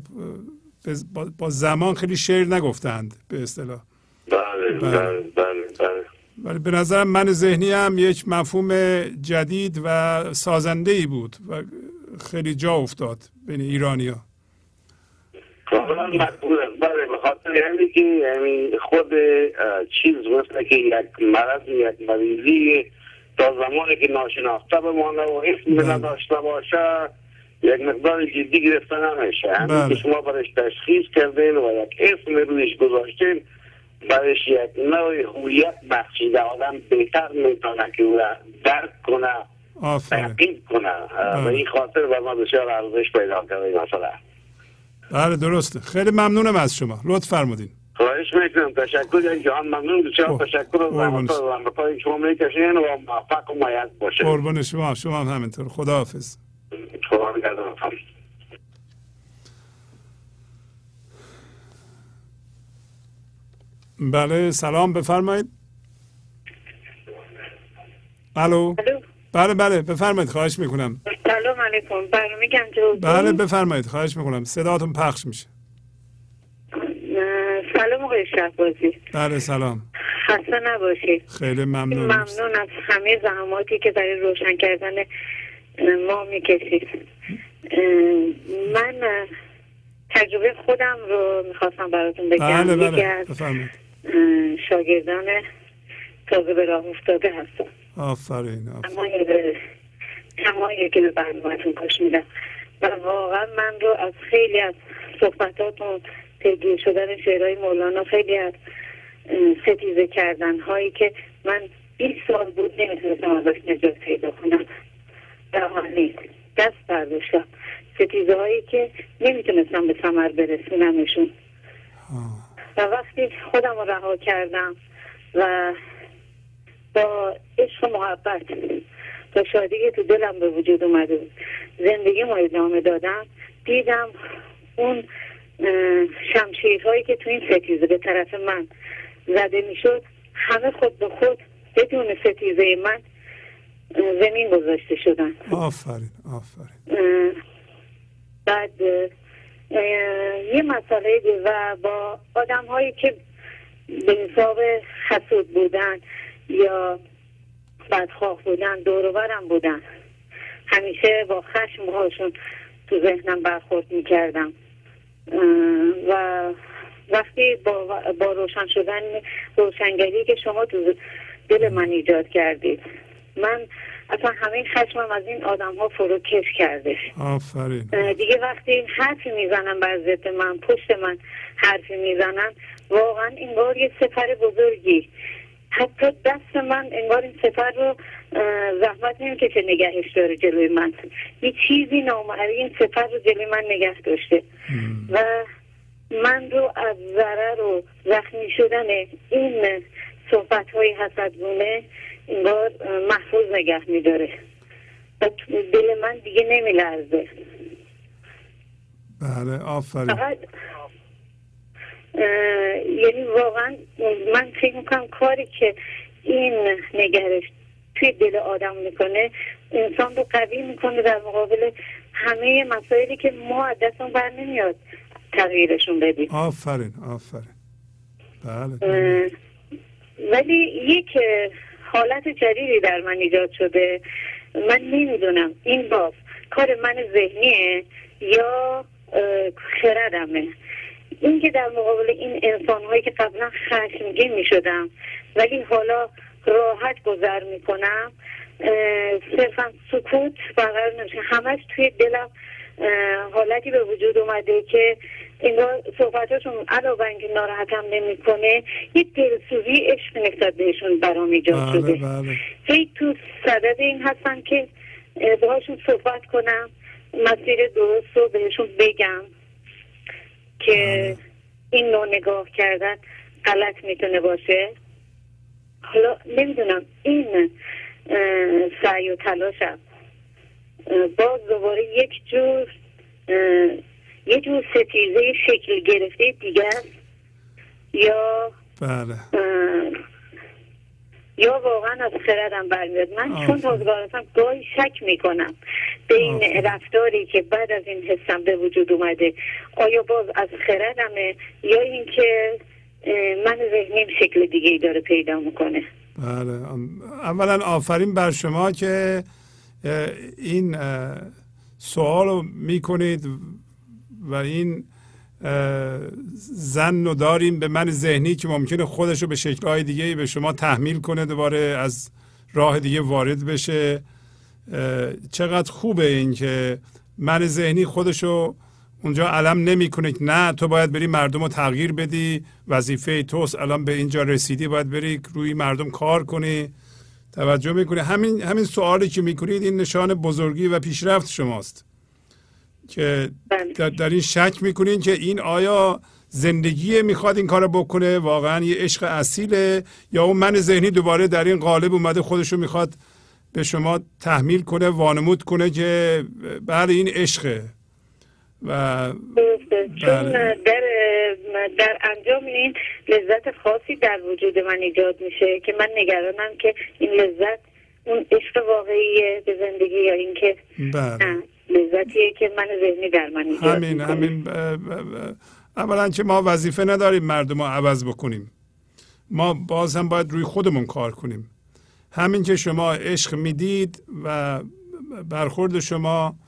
با زمان خیلی شعر نگفتند به اصطلاح. بله بله بله بله. ولی به نظرم من ذهنی هم یک مفهوم جدید و سازنده‌ای بود و خیلی جا افتاد بین ایرانی‌ها. کاملا مقبول است. بله، به خاطر همین که یعنی خود چیز مثل که یک مرض یک مریضی تا زمانی که ناشناخته بمانه و اسم نداشته باشه یک مقدار جدی گرفته نمیشه. همین که شما برش تشخیص کردین و یک اسم رویش گذاشتین برش یک نوع هویت بخشیده، آدم بهتر میتونه که او را درک کنه، تحقیق کنه. و این خاطر بر ما بسیار ارزش پیدا کرده مثلا. بله درسته. خیلی ممنونم از شما، لطف فرمودین. خواهش میکنم. تشکر یک جهان ممنون. بسیار تشکر از زحمات و زحمت‌های شما میکشین و موفق و مایز باشین. قربان شما. شما هم همینطور. خداحافظ. خدا نگهدار. بله سلام، بفرمایید. الو. بله بله بفرمایید، خواهش میکنم. سلام علیکم. برنامه گنجه. بله بفرمایید، خواهش میکنم، صداتون پخش میشه. سلام آقای شهبازی. بله سلام. خسته نباشید. خیلی ممنون. ممنون از همه زحماتی که برای روشن کردن ما میکشید. من تجربه خودم رو میخواستم براتون بگم. بله بله یکی از بفرمایید. شاگردان تازه به راه افتاده هستم. آفرین. تمایه که به برنامه‌تون گوش میدم و واقعا من رو از خیلی از صحبتاتون پیگیر شدن شعرهای مولانا، خیلی از ستیزه کردن هایی که من بیست سال بود نمیتونستم ازش نجات پیدا کنم، روانی دست برداشتم. ستیزه هایی که نمیتونستم به ثمر برسونمشون و وقتی خودم رو رها کردم و با عشق و محبت و شادی که تو دلم به وجود اومده بود زندگی ما ادامه دادم، دیدم اون شمشیرهایی که تو این ستیزه به طرف من زده میشد همه خود به خود بدون ستیزه من زمین گذاشته شدن. آفرین آفرین. بعد یه مسئله و با آدم هایی که به حساب حسود بودن یا بدخواه بودن دوروبرم بودن، همیشه با خشم هاشون تو ذهنم برخورد میکردم و وقتی با, با روشن شدن روشنگری که شما تو دل من ایجاد کردید، من اصلا همین خشمم از این آدم ها فروکش کرده. آفرین. دیگه وقتی این حرفی میزنن بر ضد من، پشت من حرفی میزنن، واقعا انگار یه سپر بزرگی، حتی دست من انگار این سپر رو زحمت نمیکشه نگهش داره جلوی من. یه چیزی نامرئی صفت رو جلوی من نگه داشته و من رو از ضرر و زخمی شدن این صحبت های حسدگونه انگار محفوظ نگه میداره و دل من دیگه نمیلرزه. بله آفرین. فقط یعنی واقعا من فکر میکنم کاری که این نگرش توی دل آدم میکنه انسان رو قوی میکنه در مقابل همه مسائلی که ما از دستمون بر نمیاد تغییرشون بدیم. آفرین آفرین. بله. ولی یک حالت جدیدی در من ایجاد شده. من نمیدونم این باز کار من ذهنیه یا خردمه. این که در مقابل این انسان‌هایی که قبلا خشمگین می‌شدم ولی حالا راحت گذر می‌کنم، صرفا سکوت برقرار نمیشه. همش توی دلم حالتی به وجود اومده که انگار صحبتاشون علاوه بر اینکه ناراحتم نمی‌کنه یه دلسوزی عشق نسبت بهشون برام ایجاد شده. بله. هی تو صدد این هستم که باهاشون صحبت کنم، مسیر درست رو بهشون بگم که این نوع نگاه کردن غلط میتونه باشه. حالا نمیدونم این سعی و تلاشم باز دوباره یک جور یک جور ستیزه شکل گرفته دیگه است یا بله یا واقعا از خردم برمیاد. من چون تازگار هستم گاهی شک میکنم به این رفتاری که بعد از این حسم به وجود اومده آیا باز از خردمه یا اینکه من ذهنیم شکل دیگه ای داره پیدا میکنه. بله اولا آفرین بر شما که این سوال رو میکنید و این زن رو داریم به من ذهنی که ممکنه خودش رو به شکل‌های دیگه به شما تحمیل کنه، دوباره از راه دیگه وارد بشه. چقدر خوبه این که من ذهنی خودش رو اونجا علم نمیکنه که نه تو باید بری مردم رو تغییر بدی، وظیفه توست، الان به اینجا رسیدی باید بری روی مردم کار کنی. توجه میکنه همین همین سوالی که میکنید این نشان بزرگی و پیشرفت شماست که در, در این شک میکنین که این آیا زندگی میخواد این کارو بکنه، واقعا یه عشق اصیله، یا اون من ذهنی دوباره در این قالب اومده خودشو میخواد به شما تحمیل کنه، وانمود کنه که بله این عشقه. و چون در در انجام این لذت خاصی در وجود من ایجاد میشه که من نگرانم که این لذت اون عشق واقعیه به زندگی یا اینکه بله لذتیه که من ذهنی در من ایجاد همین میکنه. همین ب... ب... ب... اولا که ما وظیفه نداریم مردم رو عوض بکنیم، ما باز هم باید روی خودمون کار کنیم. همین که شما عشق میدید و برخورد شما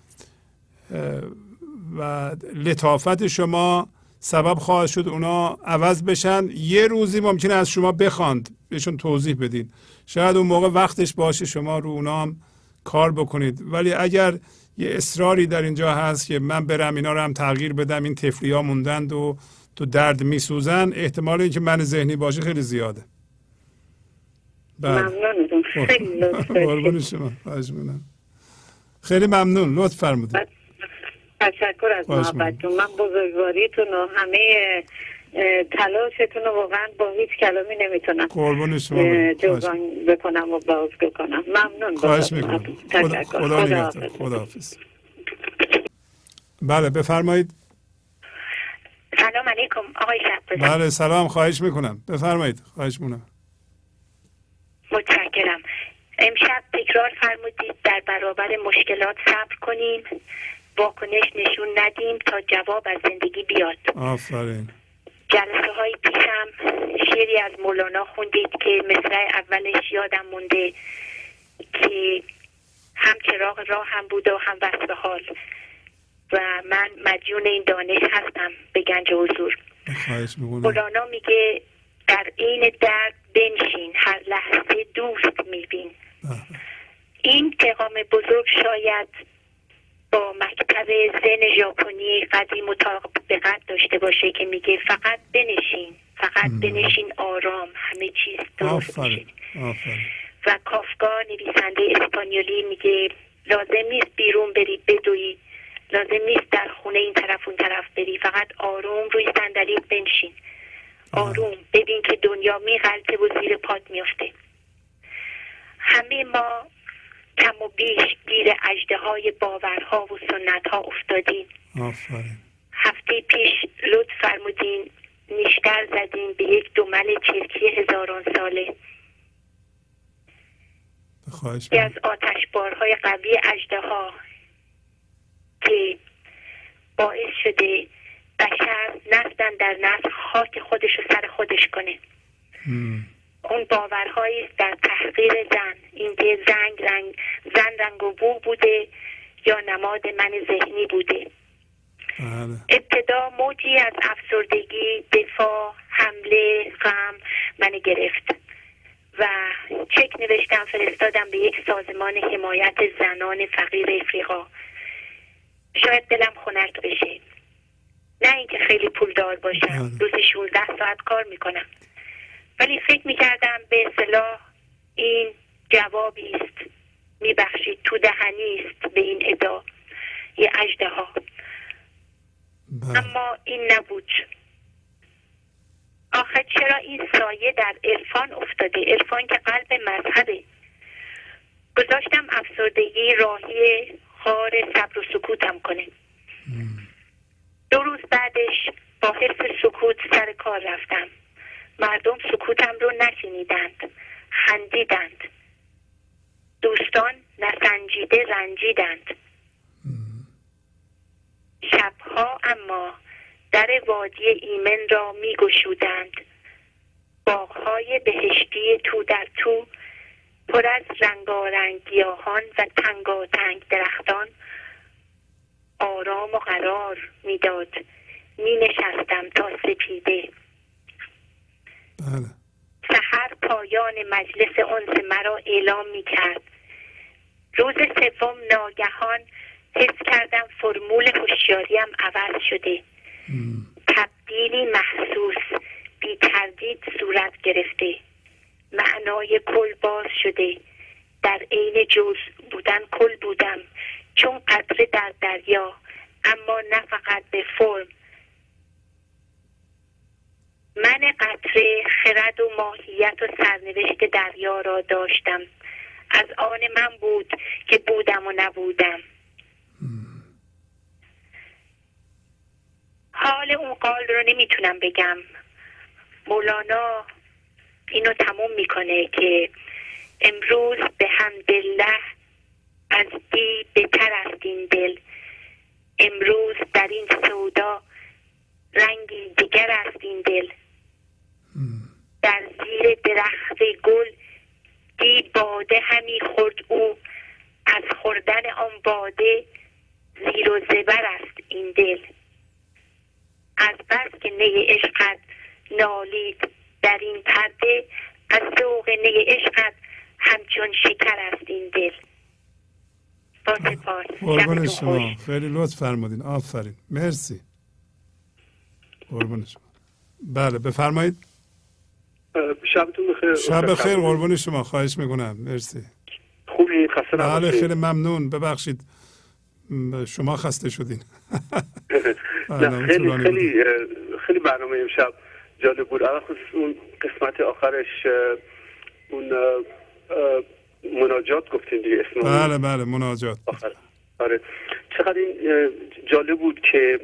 و لطافت شما سبب خواهد شد اونا عوض بشن. یه روزی ممکنه از شما بخواند بهشون توضیح بدید، شاید اون موقع وقتش باشه شما رو اونا هم کار بکنید. ولی اگر یه اصراری در اینجا هست که من برم اینا رو هم تغییر بدم، این طفلی ها موندند و تو درد میسوزن، احتمال اینکه من ذهنی باشه خیلی زیاده. ممنونتون، خیلی لطف دارید. شما خواهش می‌کنم. خیلی ممنون، لطف فرمودید. تشکر از محبتتون. من بزرگواریتون و همه تلاشتون رو واقعا با هیچ کلامی نمیتونم قربون شما جبران بکنم و بازگو کنم. ممنون. خواهش میکنم. خدا, خدا نگهدار. خداحافظ. بله بفرمایید. سلام علیکم آقای شهبازی. بله سلام، خواهش میکنم بفرمایید. خواهش میکنم. متشکرم. امشب تکرار فرمودید در برابر مشکلات صبر کنیم، واکنش نشون ندیم تا جواب از زندگی بیاد. آفرین. جلسه های پیشم شعری از مولانا خوندید که مصرع اولش یادم مونده که هم چراغ راه هم بود و هم وصف حال و من مدیون این دانش هستم به گنج حضور. مولانا میگه در عین درد بنشین، هر لحظه دوست میبین. این پیغام بزرگ شاید با مکتب زن ژاپنی قدیم مطابقت داشته باشه که میگه فقط بنشین، فقط ام. بنشین آرام، همه چیز درست میشه. و کافکا نویسنده اسپانیولی میگه لازم نیست بیرون بری بدوی، لازم نیست در خونه این طرف اون طرف بری، فقط آروم روی صندلیت بنشین، آروم ببین که دنیا میغلطه و زیر پات میفته. همه ما کم و بیش گیر اژدهای باورها و سنتها افتادیم. آفرین. هفته پیش لطف فرمودین نیشتر زدین به یک دمل چرکی هزاران ساله که از آتشبارهای قوی اژدها که باعث شده بشر نسل در نسل خاک خودش رو سر خودش کنه. مم. اون باورهایی است در تحقیر زن، اینکه زنگ رنگ زن رنگ و بو بوده یا نماد من ذهنی بوده. بله. ابتدا موجی از افسردگی، دفاع، حمله، غم من گرفت و چک نوشتم فرستادم به یک سازمان حمایت زنان فقیر افریقا. شاید دلم خنک بشه، نه اینکه خیلی پولدار باشم، روزی شانزده ساعت کار میکنم، ولی فکر میکردم به اصطلاح این جوابی است، میبخشید تو دهنی است به این ادعا یه اژدها. اما این نبود. آخه چرا این سایه در عرفان افتاده؟ عرفان که قلب مذهبه. گذاشتم افسردگی راهی خار صبر و سکوتم کنه. دو روز بعدش با حس سکوت سر کار رفتم. مردم سکوتم رو نشنیدند، خندیدند. دوستان نسنجیده رنجیدند. شبها اما در وادی ایمن را می گشودند. باغهای بهشتی تو در تو پر از رنگارنگ گیاهان و تنگاتنگ درختان آرام و قرار میداد. می نشستم تا سپیده. بله. سحر پایان مجلس انس مرا اعلام می کرد. روز سوم ناگهان حس کردم فرمول هوشیاریم عوض شده. مم. تبدیلی محسوس بی تردید صورت گرفته. معنای کل باز شده. در عین جز بودن کل بودم، چون قطره در دریا، اما نه فقط به فرم. من قطره خرد و ماهیت و سرنوشت دریا را داشتم. از آن من بود که بودم و نبودم. حال اون قال رو نمیتونم بگم. مولانا اینو تموم میکنه که امروز به حمدالله از دی بهتر است این دل. امروز در این سودا رنگی دیگر است این دل. در زیر درخت گل دی باده همی خورد او، از خوردن آن باده زیر و زبر است این دل. از بس که نی عشقت نالید در این پرده، از ذوق نی عشقت همچون شکر است این دل. با سپاس. قربان شما، خیلی لطف فرمودین. آفرین، مرسی. قربان شما. بله بفرمایید. شبتون بخیر. شب بخیر قربان شما، خواهش میکنم. مرسی. خوبی؟ خسته نباشید. بله خیلی ممنون. ببخشید شما خسته شدین. نه خیلی خیلی خیلی برنامه امشب جالب بود. اول خصوص اون قسمت آخرش اون مناجات گفتین دیگه اسم. بله بله مناجات. آخر. آره چقدر این جالب بود که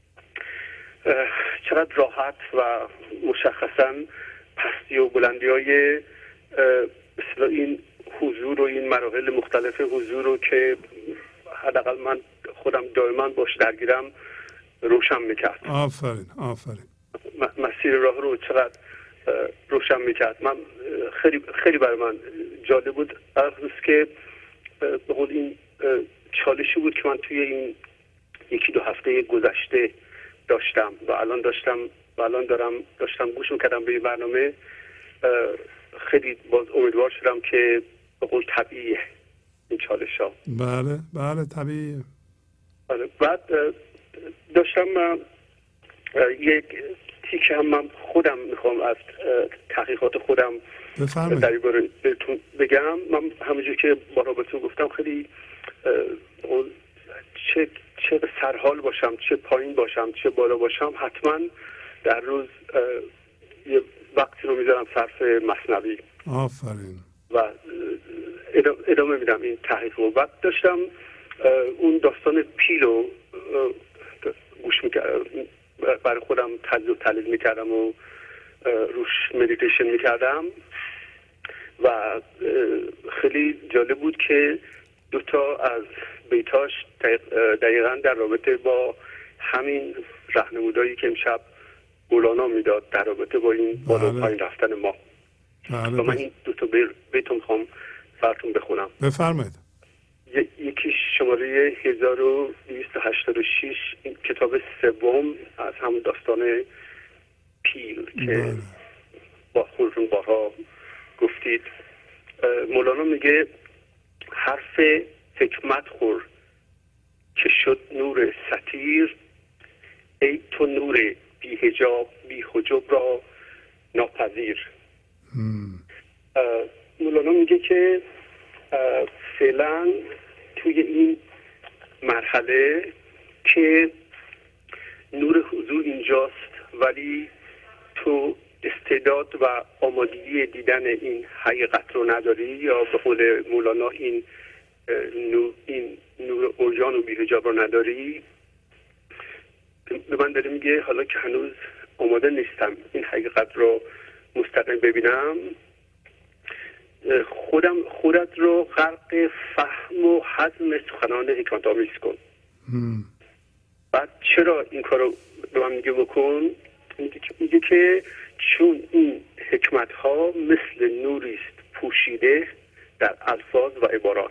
چقدر راحت و مشخصا پستی و بلندی های مثلا این حضور و این مراحل مختلف حضور رو که حداقل من خودم دائما باش درگیرم روشن میکرد. آفرین آفرین. مسیر راه رو چقدر روشن میکرد. من خیلی خیلی برای من جالب بود. خصوص که به قول این چالشی بود که من توی این یکی دو هفته گذشته داشتم و الان داشتم و الان دارم داشتم گوش میکردم به این برنامه. خیلی باز امیدوار شدم که به قول طبیعیه این چالش ها. بله بله طبیعیه. بعد داشتم یک تیکه هم من خودم میخوام از تحقیقات خودم بفرمایید در این باره بهتون بگم. من همونجور که بارها بهتون گفتم خیلی چه چه سرحال باشم، چه پایین باشم، چه بالا باشم، حتما در روز یه وقتی رو میذارم صرف مثنوی. آفرین. و ادامه میدم این تحقیق رو. بعد داشتم اون داستان پیل رو گوش میکردم، برای خودم تجزیه و تحلیل میکردم و روش مدیتیشن میکردم و خیلی جالب بود که دوتا از بیتاش دقیقا در رابطه با همین راهنمودایی که امشب مولانا میداد در رابطه با این بالا و پایین رفتن ما. بله. و من این دوتا بیتو میخوام براتون بخونم. بفرمایید. یکی شماره هزار و دویست و هشتاد و شش، این کتاب سوم از همون داستان پیل که بله. با خودتون بارها گفتید. مولانا میگه حرف حکمت خور که شد نور ستیر، ای تو نور بی حجاب بی حجب را ناپذیر. مولانا میگه که فعلا توی این مرحله که نور حضور اینجاست ولی تو استعداد و آمادگی دیدن این حقیقت رو نداری، یا به قول مولانا این نور این نور اوریان و بی‌حجاب رو نداری، به من داره میگه حالا که هنوز آماده نیستم این حقیقت رو مستقیم ببینم، خودم خودت رو غرق فهم و هضم سخنان حکمت آمیز کن. بعد چرا این کارو به من میگه بکن؟ میگه که چون این حکمت ها مثل نوریست پوشیده در الفاظ و عبارات.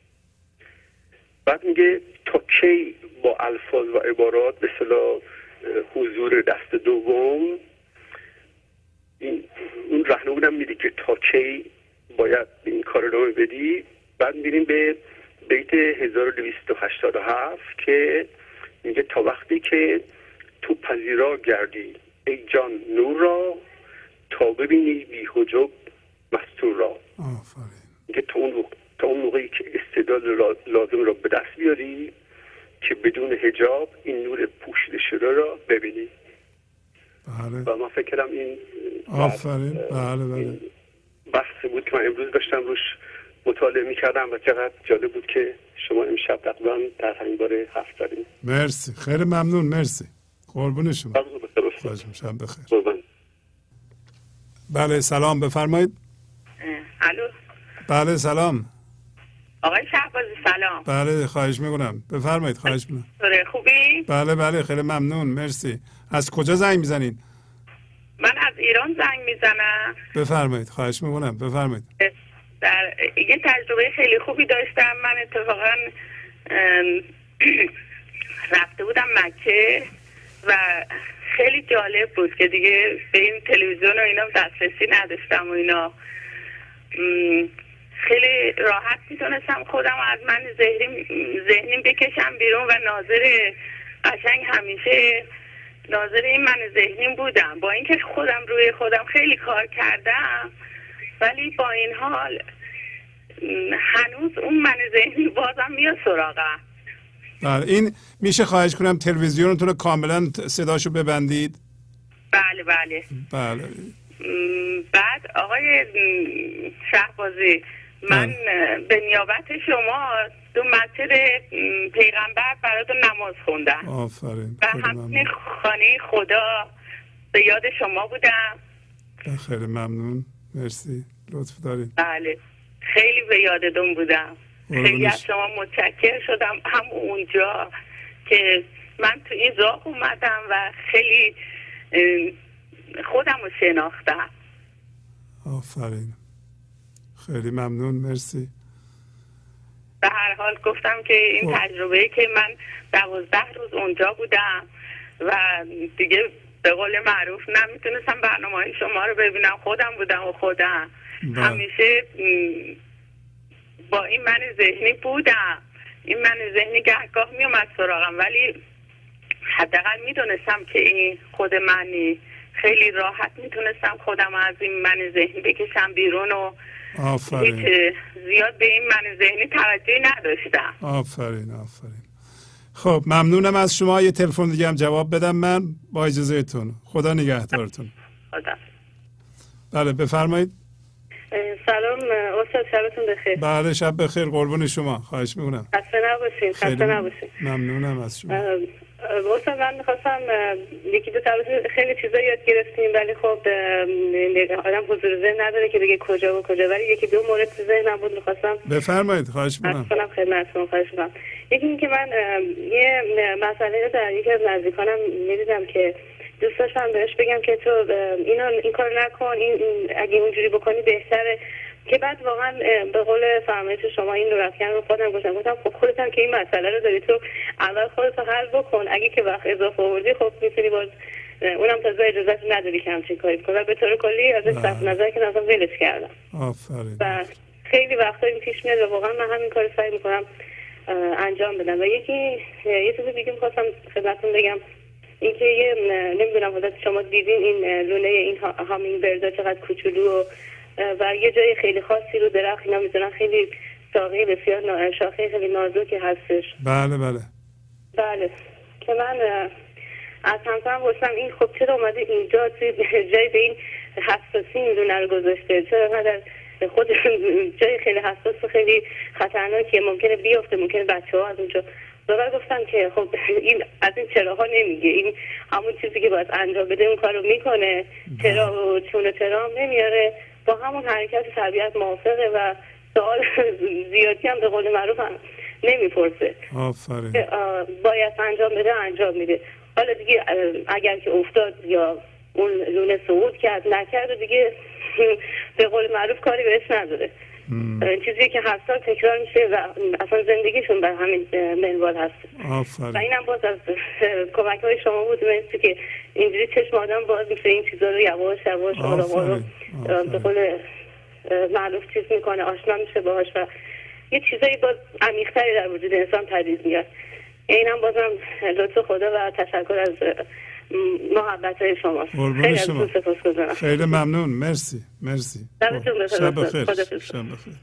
بعد میگه تا کی با الفاظ و عبارات به اصطلاح حضور دست دوم، این اون راهنمودم میده که تا کی باید این کار رو بدی. بعد میریم به بیت هزار و دویست و هشتاد و هفت که میگه تا وقتی که تو پذیرا گردی ای جان نور را، تا ببینی بی حجب مستور را. آفرین. میگه تا اون تا اون موقعی که استعداد لازم را به دست بیاری که بدون حجاب این نور پوشیده شده را ببینی. بله. و من فکر کردم این آفرین. بله بله. بحثی بود که من امروز داشتم روش مطالعه میکردم و چقدر جالب بود که شما امشب تقریبا در همین باره حرف زدید. مرسی، خیلی ممنون. مرسی، قربون شما. خواهش می‌کنم. بخیر. بله سلام، بفرمایید. الو. بله سلام. آقای شهبازی سلام. بله خواهش میکنم، بفرمایید. خواهش میکنم. خوبی؟ بله بله خیلی ممنون، مرسی. از کجا زنگ میزنید؟ من از ایران زنگ میزنم. بفرمایید، خواهش میکنم، بفرمایید. در یه تجربه خیلی خوبی داشتم. من اتفاقا رفته بودم مکه و خیلی جالب بود که دیگه به این تلویزیون و اینا دسترسی نداشتم و اینا. خیلی راحت میتونستم خودم از من ذهنیم ذهنیم بکشم بیرون و ناظر قشنگ همیشه ناظر این من ذهنیم بودم، با اینکه خودم روی خودم خیلی کار کردم ولی با این حال هنوز اون من ذهنی بازم میاد سراغم. بله این میشه خواهش کنم تلویزیونتون رو کاملا صداشو ببندید؟ بله بله بله. بعد آقای شهبازی من به نیابت شما دو مسجد پیغمبر براتون نماز خوندم. آفرین. و همین خانه خدا به یاد شما بودم. خیلی ممنون، مرسی، لطف دارید. بله خیلی به یادتون بودم. خیلی از شما متشکر شدم هم اونجا که من تو این راه اومدم و خیلی خودم رو شناختم. آفرین، خیلی ممنون، مرسی. به هر حال گفتم که این تجربه که من دوازده روز اونجا بودم و دیگه به قول معروف نمیتونستم برنامه شما رو ببینم، خودم بودم و خودم با. همیشه با این من ذهنی بودم، این من ذهنی گهگاه میومد سراغم ولی حداقل میدونستم که این خود منی خیلی راحت میتونستم خودم از این من ذهنی بکشم بیرون و آفرین. هیچ زیاد به این من ذهنی توجهی نداشتم. آفرین آفرین. خب ممنونم از شما. یه تلفن دیگه هم جواب بدم من با اجازهتون. خدا نگهدارتون. خدا. بله بفرمایید. سلام استاد، شبتون بخیر. بله شب بخیر، قربون شما. خواهش میکنم. خسته نباشین. خسته نباشین. ممنونم از شما. استاد من میخواستم یکی دو تا خیلی چیزا یاد گرفتیم ولی خب آدم حضور ذهن نداره که بگه کجا و کجا، ولی یکی دو مورد تو ذهنم بود میخواستم بفرمایید. خواهش میکنم. اصلا خدمتتون خواهش میکنم. یکی این که من یه مسئله رو در یکی از نزدیکانم میدیدم که دوست داشتم بهش بگم که تو اینا این کار نکن، این اگه اونجوری بکنی بهتره، که بعد واقعا به قول فرمایش شما این نورافکن رو خودم گفتم گفتم خب خودت هم که این مسئله رو داری تو اول خودت رو حل بکن، اگه که وقت اضافه آوردی خب میتونی باز اونم تازه اجازه نداری که همچین کاری بکنی. و به طور کلی از این صرف نظر که اصلا ولش کردم. آفرین. و خیلی وقتا این پیش میاد و واقعا من همین کارو سعی میکنم انجام بدم. و یکی یه چیز دیگه می‌خواستم خدمتتون بگم، اینکه یه نمیدونم حالا شما دیدین این لونه این هامینگ بردا چقدر کوچولو و و یه جای خیلی خاصی رو درخت اینا میذارن، خیلی ساقه بسیار شاخه خیلی نازکی هستش. بله بله بله که من از همسرم گفتم این خب چرا اومده اینجا جای به این حساسی این لونه رو گذاشته، چرا اومده خود جای خیلی حساس و خیلی خطرناکیه، ممکنه بیفته، ممکنه بچه ها از اونجا. دوباره گفتم که خب این از این چراها نمیگه، این همون چیزی که باید انجام بده اون کارو میکنه، چرا و چون چرا میاره، با همون حرکت طبیعت موافقه و سوال زیادی هم به قول معروف هم نمیپرسه. آفرین. باید انجام بده انجام میده. حالا دیگه اگر که افتاد یا اون لونه صعود کرد نکرد و دیگه به قول معروف کاری بهش نداره. چیزی که هر سال تکرار میشه و اصلا زندگیشون بر همین منوال هست. آفرین. و اینم باز از کمک های شما بود، مثل که اینجوری چشم آدم باز میشه این چیزا رو یواش یواش آدم رو به قول معروف چیز میکنه، آشنا میشه باهاش و یه چیزایی باز عمیق‌تری در وجود انسان پدید میاد. اینم بازم لطف خدا و تشکر از محبت های شما. خیلی از تو سپاسگزارم. خیلی ممنون. مرسی مرسی. شبتون بخیر. شب بخیر. شب بخیر.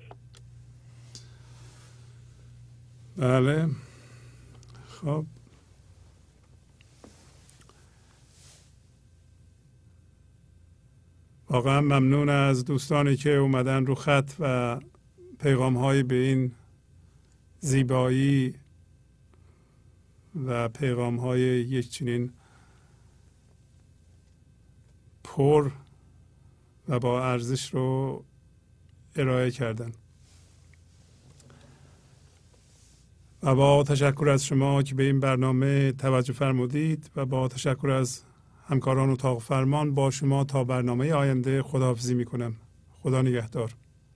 بله خب واقعا ممنون از دوستانی که اومدن رو خط و پیغام های به این زیبایی و پیغام های یک چنین پر و با ارزش رو ارائه کردن. و با تشکر از شما که به این برنامه توجه فرمودید و با تشکر از همکاران اتاق فرمان با شما تا برنامه آینده خداحافظی میکنم. خدا نگهدار.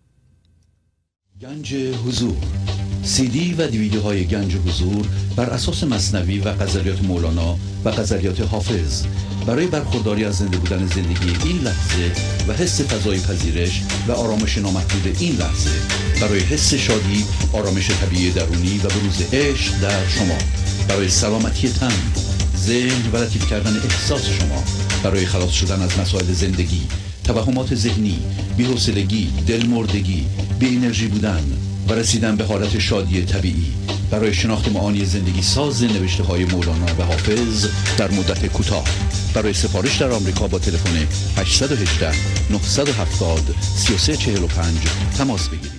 گنج حضور، سی دی و دیویدیوهای گنج حضور بر اساس مثنوی و غزلیات مولانا و غزلیات حافظ برای برخورداری از زنده بودن زندگی این لحظه و حس فضای پذیرش و آرامش نامحدود این لحظه، برای حس شادی، آرامش طبیعی درونی و بروز عشق در شما، برای سلامتی تن، ذهن و لطیف کردن احساس شما، برای خلاص شدن از مسائل زندگی، توهمات ذهنی، بی‌حوصلگی، دلمردگی، بی انرژی بودن و رسیدن به حالت شادی طبیعی، برای شناخت معانی زندگی ساز نوشته های مولانا و حافظ در مدت کوتاه. برای سفارش در آمریکا با تلفن هشت یک هشت نه هفت صفر سه سه چهار پنج تماس بگیرید.